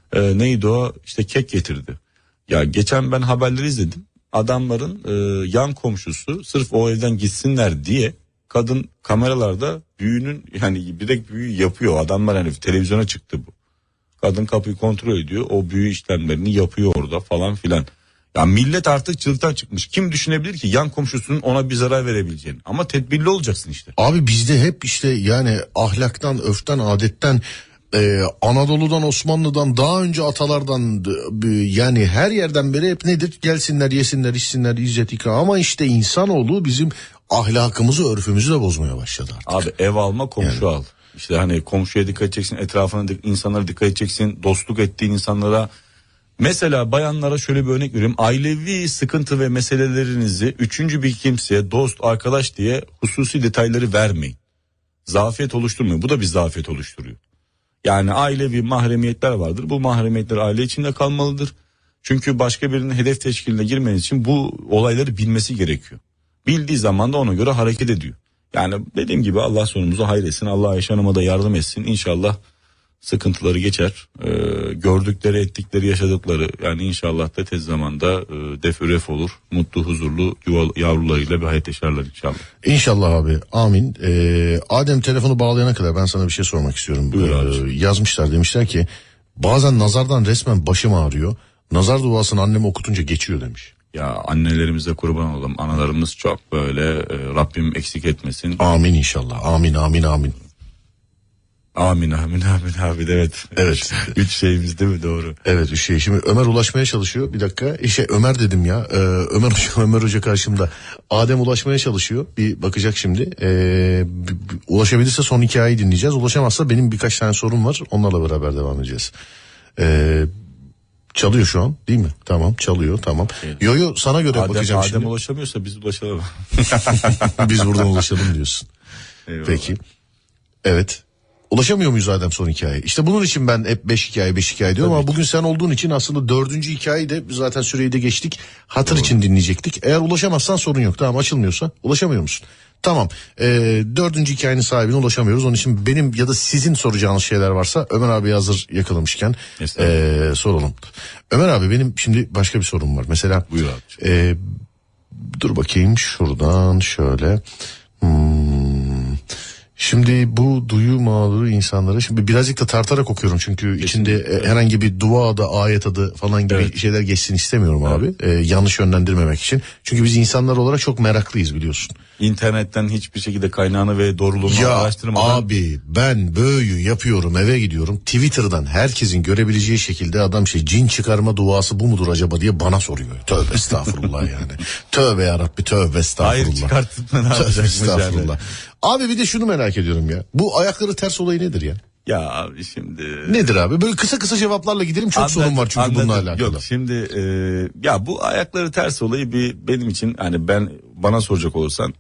neydi o, işte kek getirdi. Ya geçen ben haberleri izledim. Adamların yan komşusu sırf o evden gitsinler diye kadın kameralarda büyünün, yani direkt büyü yapıyor. Adamlar hani televizyona çıktı bu. Kadın kapıyı kontrol ediyor, o büyü işlemlerini yapıyor orada falan filan. Ya millet artık çığlıktan çıkmış. Kim düşünebilir ki yan komşusunun ona bir zarar verebileceğini? Ama tedbirli olacaksın işte. Abi bizde hep işte yani ahlaktan, örften, adetten, Anadolu'dan, Osmanlı'dan, daha önce atalardan, yani her yerden beri hep nedir? Gelsinler, yesinler, içsinler, izzet, ikram. Ama işte insanoğlu bizim ahlakımızı, örfümüzü de bozmaya başladı artık. Abi ev alma, komşu al. İşte hani komşuya dikkat edeceksin, etrafına insanlara dikkat edeceksin, dostluk ettiğin insanlara. Mesela bayanlara şöyle bir örnek vereyim. Ailevi sıkıntı ve meselelerinizi üçüncü bir kimseye, dost, arkadaş diye hususi detayları vermeyin. Zafiyet oluşturmuyor. Bu da bir zafiyet oluşturuyor. Yani ailevi mahremiyetler vardır. Bu mahremiyetler aile içinde kalmalıdır. Çünkü başka birinin hedef teşkiline girmeniz için bu olayları bilmesi gerekiyor. Bildiği zaman da ona göre hareket ediyor. Yani dediğim gibi Allah sonumuzu hayretsin. Allah Ayşe Hanım'a da yardım etsin. İnşallah sıkıntıları geçer. Gördükleri, ettikleri, yaşadıkları, yani inşallah da tez zamanda defüref olur. Mutlu, huzurlu yavrularıyla bir hayat yaşarlar inşallah. İnşallah abi, amin. Adem telefonu bağlayana kadar ben sana bir şey sormak istiyorum. Yazmışlar, demişler ki bazen nazardan resmen başım ağrıyor. Nazar duasını anneme okutunca geçiyor demiş. Ya annelerimize kurban olalım. Analarımız çok böyle, Rabbim eksik etmesin. Amin inşallah. Amin, amin, amin. Amin, amin, amin, amin. Evet. Evet. Üç şeyimiz değil mi? Doğru. Evet, üç şey. Şimdi Ömer ulaşmaya çalışıyor. Bir dakika. Ömer dedim ya. Ömer Hoca karşımda. Adem ulaşmaya çalışıyor. Bir bakacak şimdi. Ulaşabilirse son hikayeyi dinleyeceğiz. Ulaşamazsa benim birkaç tane sorum var. Onlarla beraber devam edeceğiz. Çalıyor şu an değil mi? Tamam, çalıyor, tamam. Evet. Yo sana göre bakacağım şimdi. Adem ulaşamıyorsa biz ulaşalım. Biz buradan ulaşalım diyorsun. Eyvallah. Peki. Evet. Ulaşamıyor muyuz Adem son hikaye? İşte bunun için ben hep 5 hikaye diyorum. Tabii ama bugün sen olduğun için aslında 4. hikayeyi de zaten süreyi de geçtik. Hatır için dinleyecektik. Eğer ulaşamazsan sorun yok. Tamam, açılmıyorsa ulaşamıyor musun? Tamam. 4. hikayenin sahibine ulaşamıyoruz. Onun için benim ya da sizin soracağınız şeyler varsa Ömer abi hazır yakalamışken soralım. Ömer abi, benim şimdi başka bir sorum var. Mesela buyur abi. Dur bakayım şuradan şöyle. Şimdi bu duyu mağduru insanlara şimdi birazcık da tartarak okuyorum çünkü içinde herhangi bir dua adı, ayet adı falan gibi şeyler geçsin istemiyorum abi. Yanlış yönlendirmemek için. Çünkü biz insanlar olarak çok meraklıyız, biliyorsun. İnternetten hiçbir şekilde kaynağını ve doğruluğunu araştırmadan. Abi ben büyü yapıyorum, eve gidiyorum. Twitter'dan herkesin görebileceği şekilde adam cin çıkarma duası bu mudur acaba diye bana soruyor. Tövbe estağfurullah yani. Tövbe yarabbi, tövbe estağfurullah. Hayır, çıkartma, ne yapacakmış estağfurullah. Yani. Abi bir de şunu merak ediyorum ya. Bu ayakları ters olayı nedir ya? Ya abi şimdi... Nedir abi? Böyle kısa cevaplarla gidelim. Çok sorun var çünkü bununla alakalı. Yok şimdi ya bu ayakları ters olayı benim için, hani bana soracak olursan,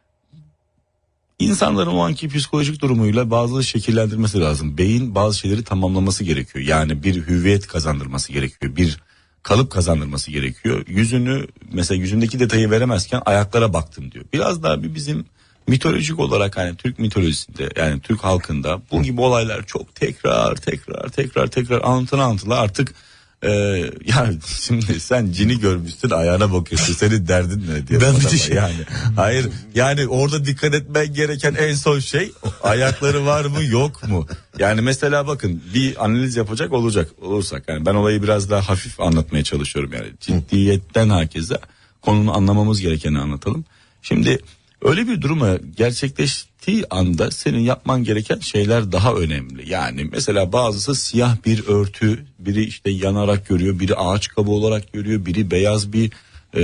İnsanların o anki psikolojik durumuyla bazı şekillendirmesi lazım. Beyin bazı şeyleri tamamlaması gerekiyor. Yani bir hüviyet kazandırması gerekiyor. Bir kalıp kazandırması gerekiyor. Mesela yüzündeki detayı veremezken ayaklara baktım diyor. Biraz daha bizim mitolojik olarak, hani Türk mitolojisinde, yani Türk halkında bu gibi olaylar çok tekrar anlatıla artık yani şimdi sen cini görmüşsün, ayağına bakıyorsun, senin derdin ne diye. Ben bir yani hayır, yani orada dikkat etmen gereken en son şey ayakları var mı yok mu? Yani mesela bakın, bir analiz yapacak olursak, yani ben olayı biraz daha hafif anlatmaya çalışıyorum, yani ciddiyetten herkese konunu anlamamız gerekeni anlatalım. Şimdi öyle bir duruma gerçekleştiği anda senin yapman gereken şeyler daha önemli. Yani mesela bazısı siyah bir örtü, biri işte yanarak görüyor, biri ağaç kabuğu olarak görüyor, biri beyaz bir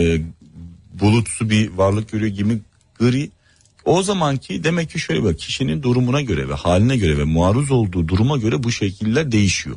bulutsu bir varlık görüyor gibi, gri. O zamanki demek ki şöyle bak, kişinin durumuna göre ve haline göre ve maruz olduğu duruma göre bu şekiller değişiyor.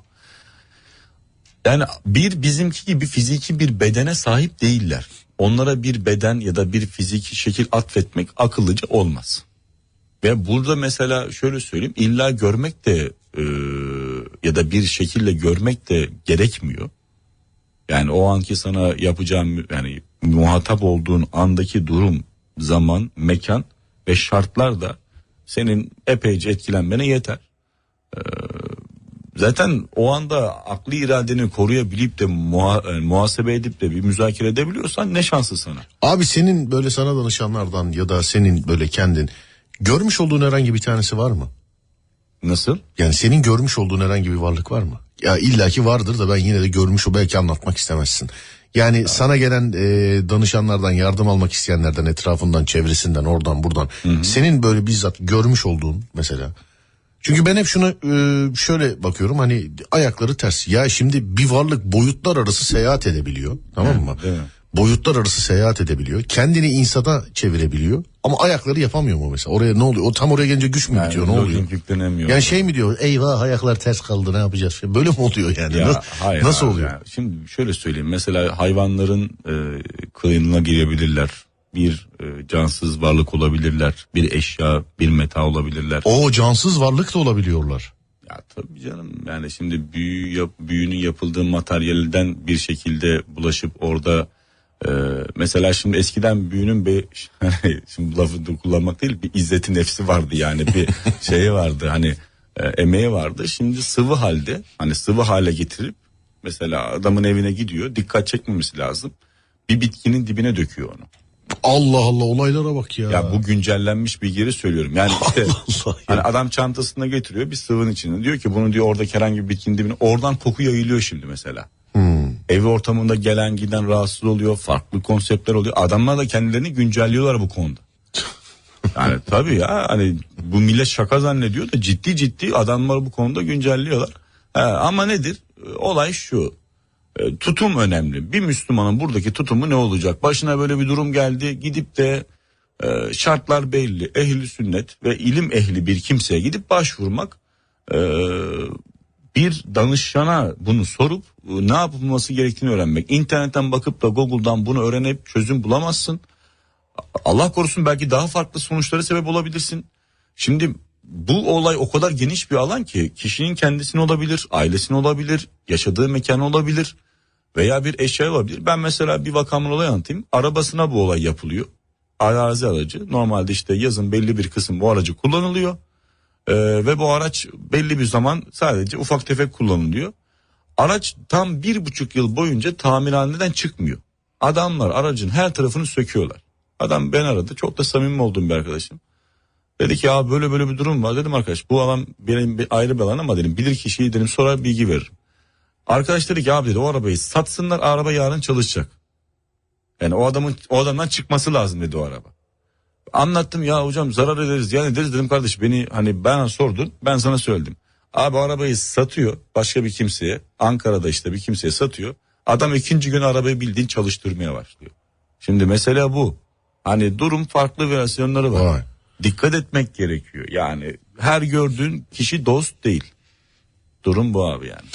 Yani bizimki gibi fiziki bir bedene sahip değiller. Onlara bir beden ya da bir fiziki şekil atfetmek akıllıca olmaz. Ve burada mesela şöyle söyleyeyim, illa görmek de ya da bir şekilde görmek de gerekmiyor. Yani o anki sana yapacağım, yani muhatap olduğun andaki durum, zaman, mekan ve şartlar da senin epeyce etkilenmene yeter. zaten o anda akli iradeni koruyabilip de muhasebe edip de bir müzakere edebiliyorsan ne şanslı sana. Abi senin böyle sana danışanlardan ya da senin böyle kendin görmüş olduğun herhangi bir tanesi var mı? Nasıl? Yani senin görmüş olduğun herhangi bir varlık var mı? Ya illaki vardır da ben yine de görmüş o belki anlatmak istemezsin. Yani sana gelen danışanlardan, yardım almak isteyenlerden, etrafından, çevresinden, oradan buradan. Hı-hı. Senin böyle bizzat görmüş olduğun mesela. Çünkü ben hep şuna şöyle bakıyorum, hani ayakları ters. Ya şimdi bir varlık boyutlar arası seyahat edebiliyor, tamam mı? Evet. Boyutlar arası seyahat edebiliyor. Kendini insana çevirebiliyor. Ama ayakları yapamıyor mu mesela? Oraya ne oluyor? O tam oraya gelince güç mü yani bitiyor? Ne oluyor? Yani şey mi diyor? Eyvah ayaklar ters kaldı, ne yapacağız? Böyle mi oluyor yani? Ya, hayır, nasıl oluyor? Yani. Şimdi şöyle söyleyeyim. Mesela hayvanların kılığına girebilirler. Bir cansız varlık olabilirler. Bir eşya, bir meta olabilirler. O cansız varlık da olabiliyorlar. Ya tabii canım. Yani şimdi büyünün yapıldığı materyalden bir şekilde bulaşıp orada mesela şimdi eskiden büyünün şimdi lafı da kullanmak değil, bir izzeti nefsi vardı yani, bir şeyi vardı hani, emeği vardı. Şimdi sıvı halde, hani sıvı hale getirip mesela adamın evine gidiyor, dikkat çekmemesi lazım, bir bitkinin dibine döküyor onu. Allah Allah, olaylara bak ya. Ya bu güncellenmiş bilgileri söylüyorum. Yani işte Allah hani adam çantasına getiriyor bir sıvının içine, diyor ki bunu diyor oradaki herhangi bir bitkinin dibine, oradan koku yayılıyor şimdi mesela. Ev ortamında gelen giden rahatsız oluyor, farklı konseptler oluyor. Adamlar da kendilerini güncelliyorlar bu konuda. Yani tabii ya, hani bu millet şaka zannediyor da ciddi adamlar bu konuda güncelliyorlar. Ama nedir? Olay şu. Tutum önemli. Bir Müslümanın buradaki tutumu ne olacak? Başına böyle bir durum geldi, gidip de şartlar belli, ehli sünnet ve ilim ehli bir kimseye gidip başvurmak, bir danışana bunu sorup ne yapılması gerektiğini öğrenmek. İnternetten bakıp da Google'dan bunu öğrenip çözüm bulamazsın. Allah korusun, belki daha farklı sonuçlara sebep olabilirsin. Şimdi bu olay o kadar geniş bir alan ki, kişinin kendisine olabilir, ailesine olabilir, yaşadığı mekan olabilir veya bir eşya olabilir. Ben mesela bir vakamın olayı anlatayım. Arabasına bu olay yapılıyor. Arazi aracı. Normalde işte yazın belli bir kısım bu aracı kullanılıyor. Ve bu araç belli bir zaman sadece ufak tefek kullanılıyor. Araç tam 1,5 yıl boyunca tamirhaneden çıkmıyor. Adamlar aracın her tarafını söküyorlar. Adam ben aradı, çok da samimi olduğum bir arkadaşım. Dedi ki ya böyle bir durum var. Dedim arkadaş, bu alan benim ayrı bir alan ama dedim bilir kişiyi dedim, sonra bilgi veririm. Arkadaş dedi ki abi dedi, o arabayı satsınlar, araba yarın çalışacak. Yani o adamdan çıkması lazım dedi o araba. Anlattım, ya hocam zarar ederiz yani ederiz dedim, kardeş beni hani bana sordun, ben sana söyledim. Abi arabayı satıyor başka bir kimseye, Ankara'da işte bir kimseye satıyor. Adam ikinci gün arabayı bildiğin çalıştırmaya başlıyor. Şimdi mesela bu. Hani durum farklı versiyonları var. Vay. Dikkat etmek gerekiyor. Yani her gördüğün kişi dost değil. Durum bu abi yani.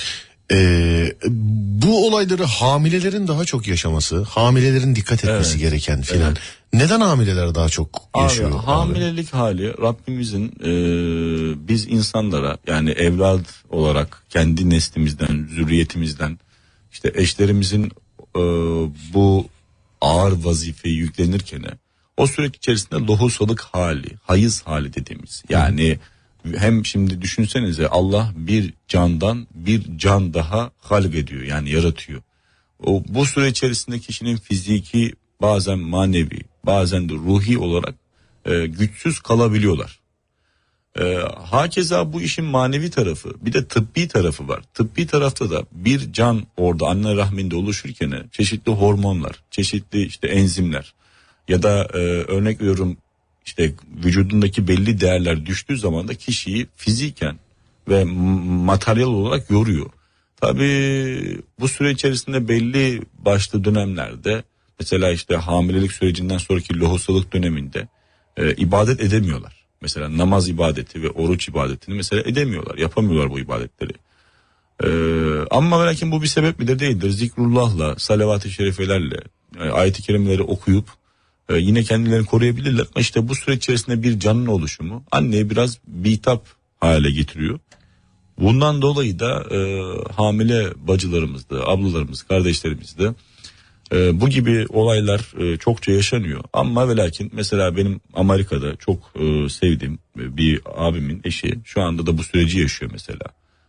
Bu olayları hamilelerin daha çok yaşaması, hamilelerin dikkat etmesi gereken filan. Evet. Neden hamileler daha çok yaşıyor? Abi, hamilelik hali Rabbimizin biz insanlara, yani evlat olarak kendi neslimizden, zürriyetimizden, işte eşlerimizin bu ağır vazifeyi yüklenirken o süreç içerisinde lohusalık hali, hayız hali dediğimiz, yani hem şimdi düşünsenize, Allah bir candan bir can daha halk ediyor, yani yaratıyor. Bu süre içerisinde kişinin fiziki, bazen manevi, bazen de ruhi olarak güçsüz kalabiliyorlar. Hakeza bu işin manevi tarafı, bir de tıbbi tarafı var. Tıbbi tarafta da bir can orada anne rahminde oluşurken çeşitli hormonlar, çeşitli işte enzimler ya da örnek veriyorum işte vücudundaki belli değerler düştüğü zaman da kişiyi fiziken ve materyal olarak yoruyor. Tabii bu süre içerisinde belli başlı dönemlerde, mesela işte hamilelik sürecinden sonraki lohusalık döneminde ibadet edemiyorlar. Mesela namaz ibadeti ve oruç ibadetini mesela edemiyorlar, yapamıyorlar bu ibadetleri. Ama ve lakin bu bir sebep midir? Değildir. Zikrullah'la, salavat-ı şerifelerle, ayet-i kerimeleri okuyup yine kendilerini koruyabilirler. Ama işte bu süreç içerisinde bir canın oluşumu anneye biraz bitap hale getiriyor. Bundan dolayı da hamile bacılarımızda, ablalarımız, kardeşlerimizde bu gibi olaylar çokça yaşanıyor. Ama ve lakin mesela benim Amerika'da çok sevdiğim bir abimin eşi şu anda da bu süreci yaşıyor mesela.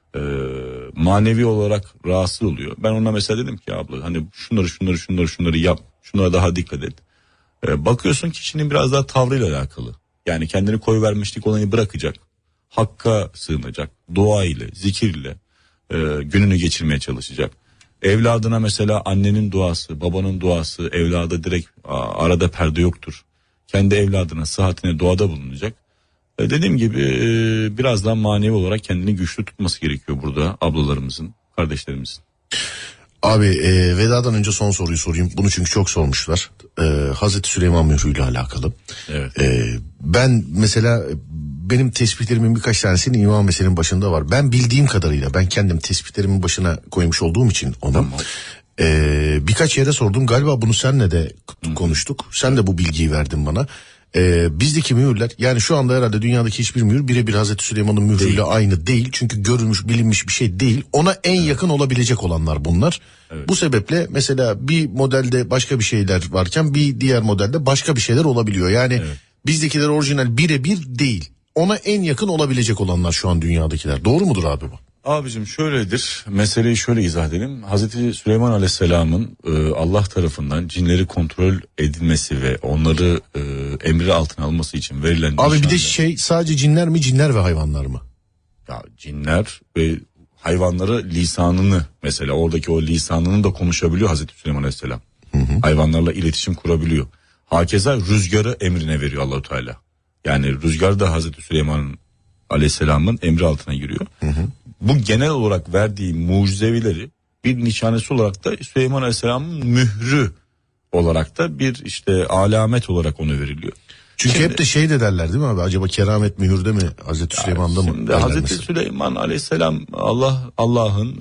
manevi olarak rahatsız oluyor. Ben ona mesela dedim ki abla hani şunları yap, şunlara daha dikkat et. Bakıyorsun kişinin biraz daha tavrıyla alakalı. Yani kendini koyuvermişlik olayını bırakacak. Hakka sığınacak. Dua ile, zikirle gününü geçirmeye çalışacak. Evladına mesela annenin duası, babanın duası, evlada direkt arada perde yoktur. Kendi evladına, sıhhatine duada bulunacak. Dediğim gibi biraz daha manevi olarak kendini güçlü tutması gerekiyor burada ablalarımızın, kardeşlerimizin. Abi vedadan önce son soruyu sorayım. Bunu çünkü çok sormuşlar. Hazreti Süleyman mührüyle alakalı. Evet. Ben mesela benim tespitlerimin birkaç tanesinin İmam Mesele'nin başında var. Ben bildiğim kadarıyla ben kendim tespitlerimin başına koymuş olduğum için onu. Tamam. Birkaç yere sordum. Galiba bunu senle de konuştuk. Sen de bu bilgiyi verdin bana. Bizdeki mühürler yani şu anda herhalde dünyadaki hiçbir mühür birebir Hazreti Süleyman'ın mührüyle aynı değil. Çünkü görülmüş bilinmiş bir şey değil. Ona en yakın olabilecek olanlar bunlar. Evet. Bu sebeple mesela bir modelde başka bir şeyler varken bir diğer modelde başka bir şeyler olabiliyor. Yani bizdekiler orijinal birebir değil. Ona en yakın olabilecek olanlar şu an dünyadakiler. Doğru mudur abi bu? Abicim şöyledir, meseleyi şöyle izah edelim. Hazreti Süleyman Aleyhisselam'ın Allah tarafından cinleri kontrol edilmesi ve onları emri altına alması için verilen abi nişanlar. Bir de sadece cinler mi, cinler ve hayvanlar mı? Ya cinler ve hayvanları lisanını mesela oradaki o lisanını da konuşabiliyor Hazreti Süleyman Aleyhisselam. Hayvanlarla iletişim kurabiliyor. Hakeza rüzgarı emrine veriyor Allahu Teala. Yani rüzgar da Hazreti Süleyman Aleyhisselam'ın emri altına giriyor. Bu genel olarak verdiği mucizevileri bir nişanesi olarak da Süleyman Aleyhisselam'ın mührü olarak da bir işte alamet olarak ona veriliyor. Çünkü hep de de derler değil mi abi? Acaba keramet mühürde mi? Hazreti Süleyman'da mı? Hazreti mesela Süleyman Aleyhisselam Allah'ın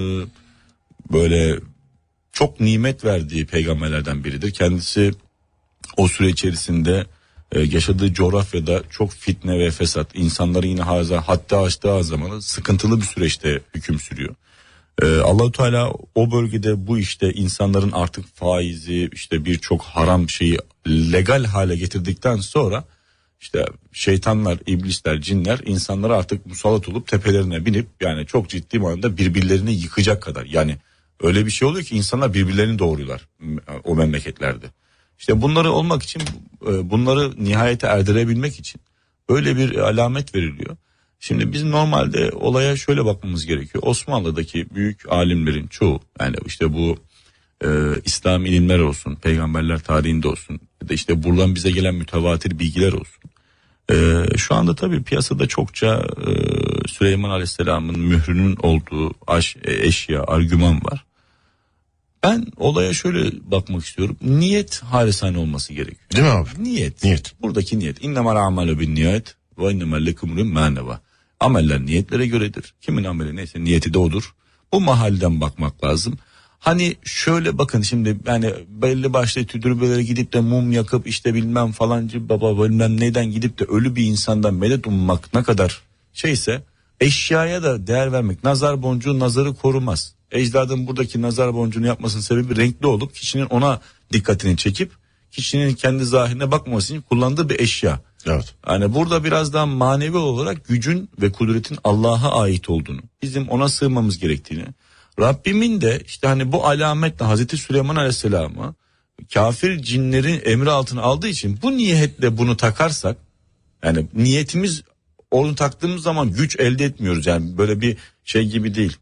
böyle çok nimet verdiği peygamberlerden biridir. Kendisi o süre içerisinde yaşadığı coğrafyada çok fitne ve fesat, insanları yine hatta açtığı zamanı sıkıntılı bir süreçte hüküm sürüyor. Allah-u Teala o bölgede bu işte insanların artık faizi işte birçok haram şeyi legal hale getirdikten sonra işte şeytanlar, iblisler, cinler insanlara artık musallat olup tepelerine binip yani çok ciddi manada birbirlerini yıkacak kadar yani öyle bir şey oluyor ki insanlar birbirlerini doğuruyorlar o memleketlerde. İşte bunları olmak için bunları nihayete erdirebilmek için öyle bir alamet veriliyor. Şimdi biz normalde olaya şöyle bakmamız gerekiyor. Osmanlı'daki büyük alimlerin çoğu yani işte bu İslam ilimler olsun, peygamberler tarihinde olsun ya da işte buradan bize gelen mütevatir bilgiler olsun. Şu anda tabii piyasada çokça Süleyman Aleyhisselam'ın mührünün olduğu eşya, argüman var. Ben olaya şöyle bakmak istiyorum. Niyet halisane olması gerekiyor. Değil mi abi? Niyet. Buradaki niyet. İnnemel a'malu bin niyet ve innemel likumrin ma neva. Ameller niyetlere göredir. Kimin ameli neyse niyeti de odur. Bu mahalden bakmak lazım. Hani şöyle bakın şimdi yani belli başlı tüdürbelere gidip de mum yakıp işte bilmem falancı baba bilmem neyden gidip de ölü bir insandan medet ummak ne kadar şeyse eşyaya da değer vermek. Nazar boncuğu nazarı korumaz. Ecdadın buradaki nazar boncuğunu yapmasının sebebi renkli olup kişinin ona dikkatini çekip kişinin kendi zahirine bakmaması için kullandığı bir eşya. Evet. Yani burada biraz daha manevi olarak gücün ve kudretin Allah'a ait olduğunu, bizim ona sığınmamız gerektiğini, Rabbimin de işte hani bu alametle Hazreti Süleyman Aleyhisselam'ı kafir cinlerin emri altına aldığı için bu niyetle bunu takarsak yani niyetimiz onu taktığımız zaman güç elde etmiyoruz yani böyle bir şey gibi değil.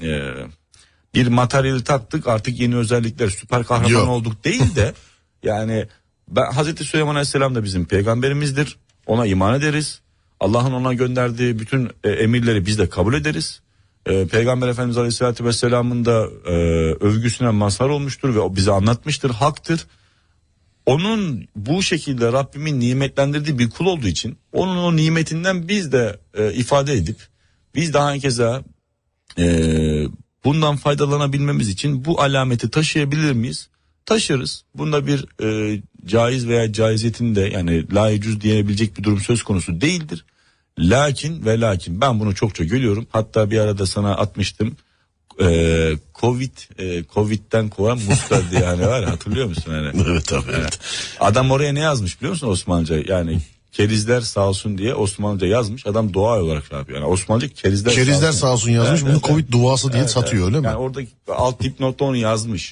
Bir materyali taktık artık yeni özellikler süper kahraman olduk değil de yani Hazreti Süleyman Aleyhisselam da bizim peygamberimizdir. Ona iman ederiz. Allah'ın ona gönderdiği bütün emirleri biz de kabul ederiz. Peygamber Efendimiz Aleyhisselatü Vesselam'ın da övgüsüne mazhar olmuştur ve o bize anlatmıştır, haktır. Onun bu şekilde Rabbimin nimetlendirdiği bir kul olduğu için onun o nimetinden biz de ifade edip biz daha keza bundan faydalanabilmemiz için bu alameti taşıyabilir miyiz? Taşırız. Bunda bir caiz veya caiziyetinde yani la yecuz diyebilecek bir durum söz konusu değildir. Lakin ben bunu çokça görüyorum. Hatta bir arada sana atmıştım. Covid'den kovan muska diye hani var hatırlıyor musun? Yani, evet tabii evet. Adam oraya ne yazmış biliyor musun Osmanlıca? Yani kerizler sağ olsun diye Osmanlıca yazmış. Adam dua olarak şey yapıyor. Yani Osmanlıca kerizler Sağ olsun yazmış. Evet, bunu Covid duası diye satıyor öyle mi? Yani oradaki alt dipnotta onu yazmış.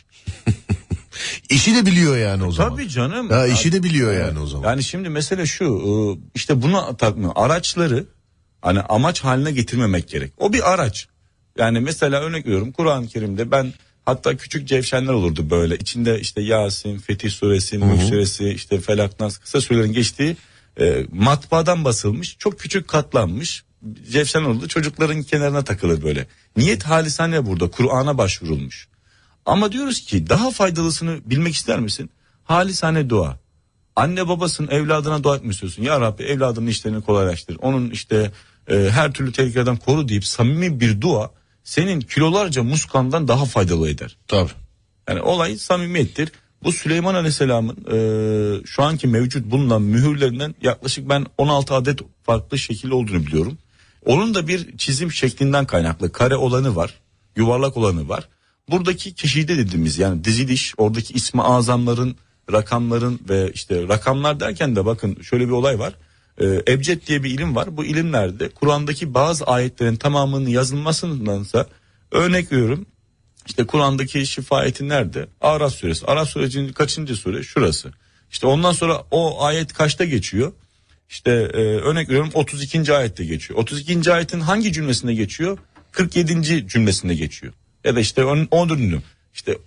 İşi de biliyor yani o zaman. Tabii canım. Ya işi de biliyor yani o zaman. Yani şimdi mesele şu, işte buna takmıyor. Araçları hani amaç haline getirmemek gerek. O bir araç. Yani mesela örnek veriyorum, Kur'an-ı Kerim'de ben hatta küçük cevşenler olurdu böyle. İçinde işte Yasin, Fetih Suresi, Mülk Suresi, işte Felak, Nas, kısa surelerin geçtiği matbaadan basılmış, çok küçük katlanmış cevşen olurdu. Çocukların kenarına takılır böyle. Niyet halisane burada, Kur'an'a başvurulmuş. Ama diyoruz ki daha faydalısını bilmek ister misin? Halisane dua. Anne babasının evladına dua etmek istiyorsun. Ya Rabbi evladının işlerini kolaylaştır. Onun işte her türlü tehlikeden koru deyip samimi bir dua senin kilolarca muskandan daha faydalı eder. Tabii. Yani olay samimiyettir. Bu Süleyman Aleyhisselam'ın şu anki mevcut bulunan mühürlerinden yaklaşık ben 16 adet farklı şekil olduğunu biliyorum. Onun da bir çizim şeklinden kaynaklı kare olanı var, yuvarlak olanı var. Buradaki keşide dediğimiz yani diziliş, oradaki ismi azamların, rakamların ve işte rakamlar derken de bakın şöyle bir olay var. Ebced diye bir ilim var. Bu ilimlerde Kur'an'daki bazı ayetlerin tamamının yazılmasındansa örnek veriyorum. İşte Kur'an'daki şifa ayeti nerede? Araf suresi. Araf suresinin kaçıncı sure? Şurası. İşte ondan sonra o ayet kaçta geçiyor? İşte örnek veriyorum 32. ayette geçiyor. 32. ayetin hangi cümlesinde geçiyor? 47. cümlesinde geçiyor. Ya da işte 14. İşte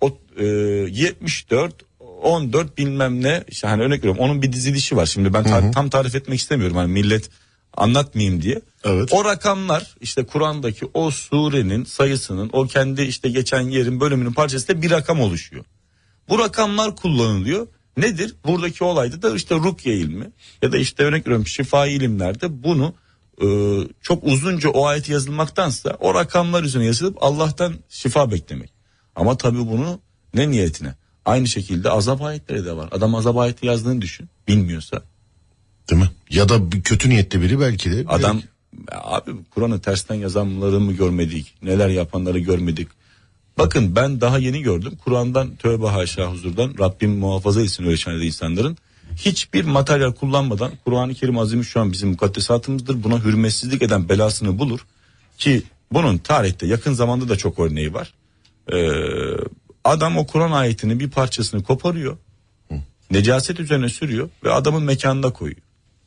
74 14 bilmem ne işte hani örnek veriyorum onun bir dizilişi var. Şimdi ben tam tarif etmek istemiyorum hani millet anlatmayayım diye. Evet. O rakamlar işte Kur'an'daki o surenin sayısının o kendi işte geçen yerin bölümünün parçasında bir rakam oluşuyor. Bu rakamlar kullanılıyor. Nedir? Buradaki olayda da işte rukye ilmi ya da işte örnek veriyorum şifai ilimlerde bunu çok uzunca o ayet yazılmaktansa o rakamlar üzerine yazılıp Allah'tan şifa beklemek. Ama tabii bunu ne niyetine? Aynı şekilde azap ayetleri de var. Adam azap ayeti yazdığını düşün. Bilmiyorsa. Değil mi? Ya da bir kötü niyetli biri belki de. Adam abi Kur'an'ı tersten yazanları mı görmedik? Neler yapanları görmedik? Bakın ben daha yeni gördüm. Kur'an'dan tövbe haşa huzurdan Rabbim muhafaza etsin öyle şeylerde insanların. Hiçbir materyal kullanmadan Kur'an-ı Kerim Azimüşşan bizim mukaddesatımızdır. Buna hürmetsizlik eden belasını bulur. Ki bunun tarihte yakın zamanda da çok örneği var. Adam o Kur'an ayetinin bir parçasını koparıyor. Necaset üzerine sürüyor ve adamın mekanına koyuyor.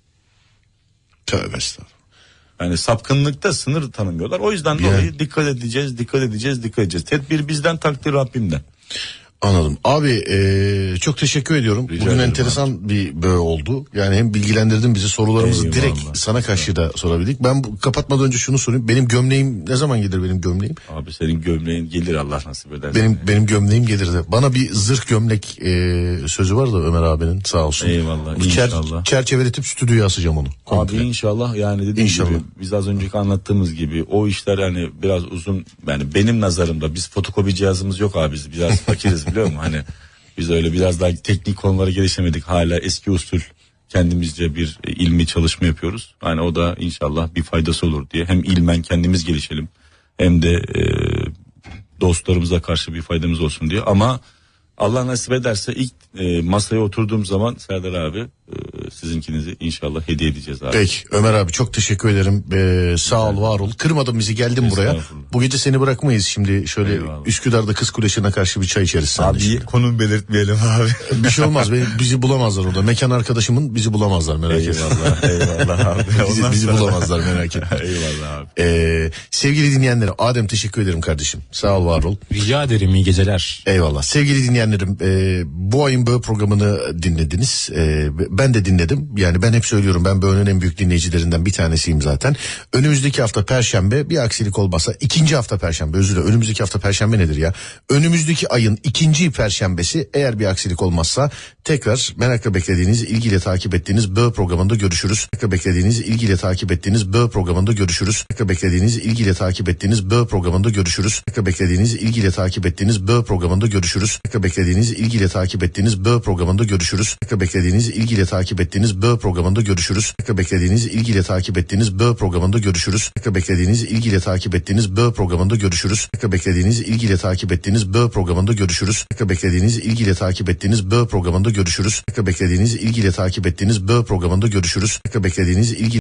Tövbe estağfurullah. Yani sapkınlıkta sınır tanımıyorlar. O yüzden dolayı dikkat edeceğiz. Tedbir bizden, takdir Rabbimden. Anladım. Abi çok teşekkür ediyorum. Rica Bugün ederim enteresan bir böyle oldu. Yani hem bilgilendirdin bizi, sorularımızı Eyvallah. direkt sana karşı da sorabildik. Ben kapatmadan önce şunu sorayım. Benim gömleğim ne zaman gelir benim gömleğim? Abi senin gömleğin gelir Allah nasip ederse. Benim gömleğim gelirdi. Bana bir zırh gömlek sözü var da Ömer abinin sağ olsun. Eyvallah, Bu inşallah. çerçeveletip stüdyoya asacağım onu. Abi komple. inşallah yani dediğim İnşallah. gibi biz az önceki anlattığımız gibi o işler yani biraz uzun yani benim nazarımda biz fotokopi cihazımız yok abi biz biraz fakiriz biliyor musun hani biz öyle biraz daha teknik konulara gelişemedik hala eski usul kendimizce bir ilmi çalışma yapıyoruz hani o da inşallah bir faydası olur diye hem ilmen kendimiz gelişelim hem de dostlarımıza karşı bir faydamız olsun diye ama Allah nasip ederse ilk masaya oturduğum zaman Serdar abi sizinkinizi inşallah hediye edeceğiz abi. Peki Ömer abi çok teşekkür ederim. Sağ ol, var ol. Kırmadın bizi, geldin buraya. Bu gece seni bırakmayız şimdi. Şöyle Eyvallah. Üsküdar'da Kız Kulesi'ne karşı bir çay içeriz seninle. Abi konum belirtmeyelim abi. Bir şey olmaz. Bizi bulamazlar orada. Mekan arkadaşımın bizi bulamazlar, merak etme. Eyvallah abi. bizi bulamazlar, merak etme. Eyvallah abi. Sevgili dinleyenlerim, Adem teşekkür ederim kardeşim. Sağ ol, var ol. Rica ederim, iyi geceler. Eyvallah. Sevgili dinleyenlerim, bu ayın böyle programını dinlediniz. Ben de dinledim. Yani ben hep söylüyorum, ben Böğün'ün en büyük dinleyicilerinden bir tanesiyim zaten. Önümüzdeki hafta Perşembe, bir aksilik olmazsa ikinci hafta Perşembe, özür dilerim. Önümüzdeki hafta Perşembe nedir ya? Önümüzdeki ayın ikinci Perşembesi, eğer bir aksilik olmazsa tekrar merakla beklediğiniz, ilgiyle takip ettiğiniz Böğ programında görüşürüz. Merakla beklediğiniz, ilgiyle takip ettiğiniz Böğ programında görüşürüz. Merakla beklediğiniz, ilgiyle takip ettiğiniz Böğ programında görüşürüz. Merakla beklediğiniz, ilgiyle takip ettiğiniz Böğ programında görüşürüz. Merakla beklediğiniz, ilgiyle takip ettiğiniz Böğ programında görüşürüz. Merakla beklediğiniz, ilgiyle takip ettiğiniz Böğ programında görüşürüz. Beklediğiniz ilgiyle takip ettiğiniz Böğ programında görüşürüz. Beklediğiniz ilgiyle takip ettiğiniz Böğ programında görüşürüz. Beklediğiniz ilgiyle takip ettiğiniz Böğ programında görüşürüz. Beklediğiniz ilgiyle takip ettiğiniz Böğ programında görüşürüz. Beklediğiniz ilgiyle takip ettiğiniz Böğ programında görüşürüz. Beklediğiniz ilgi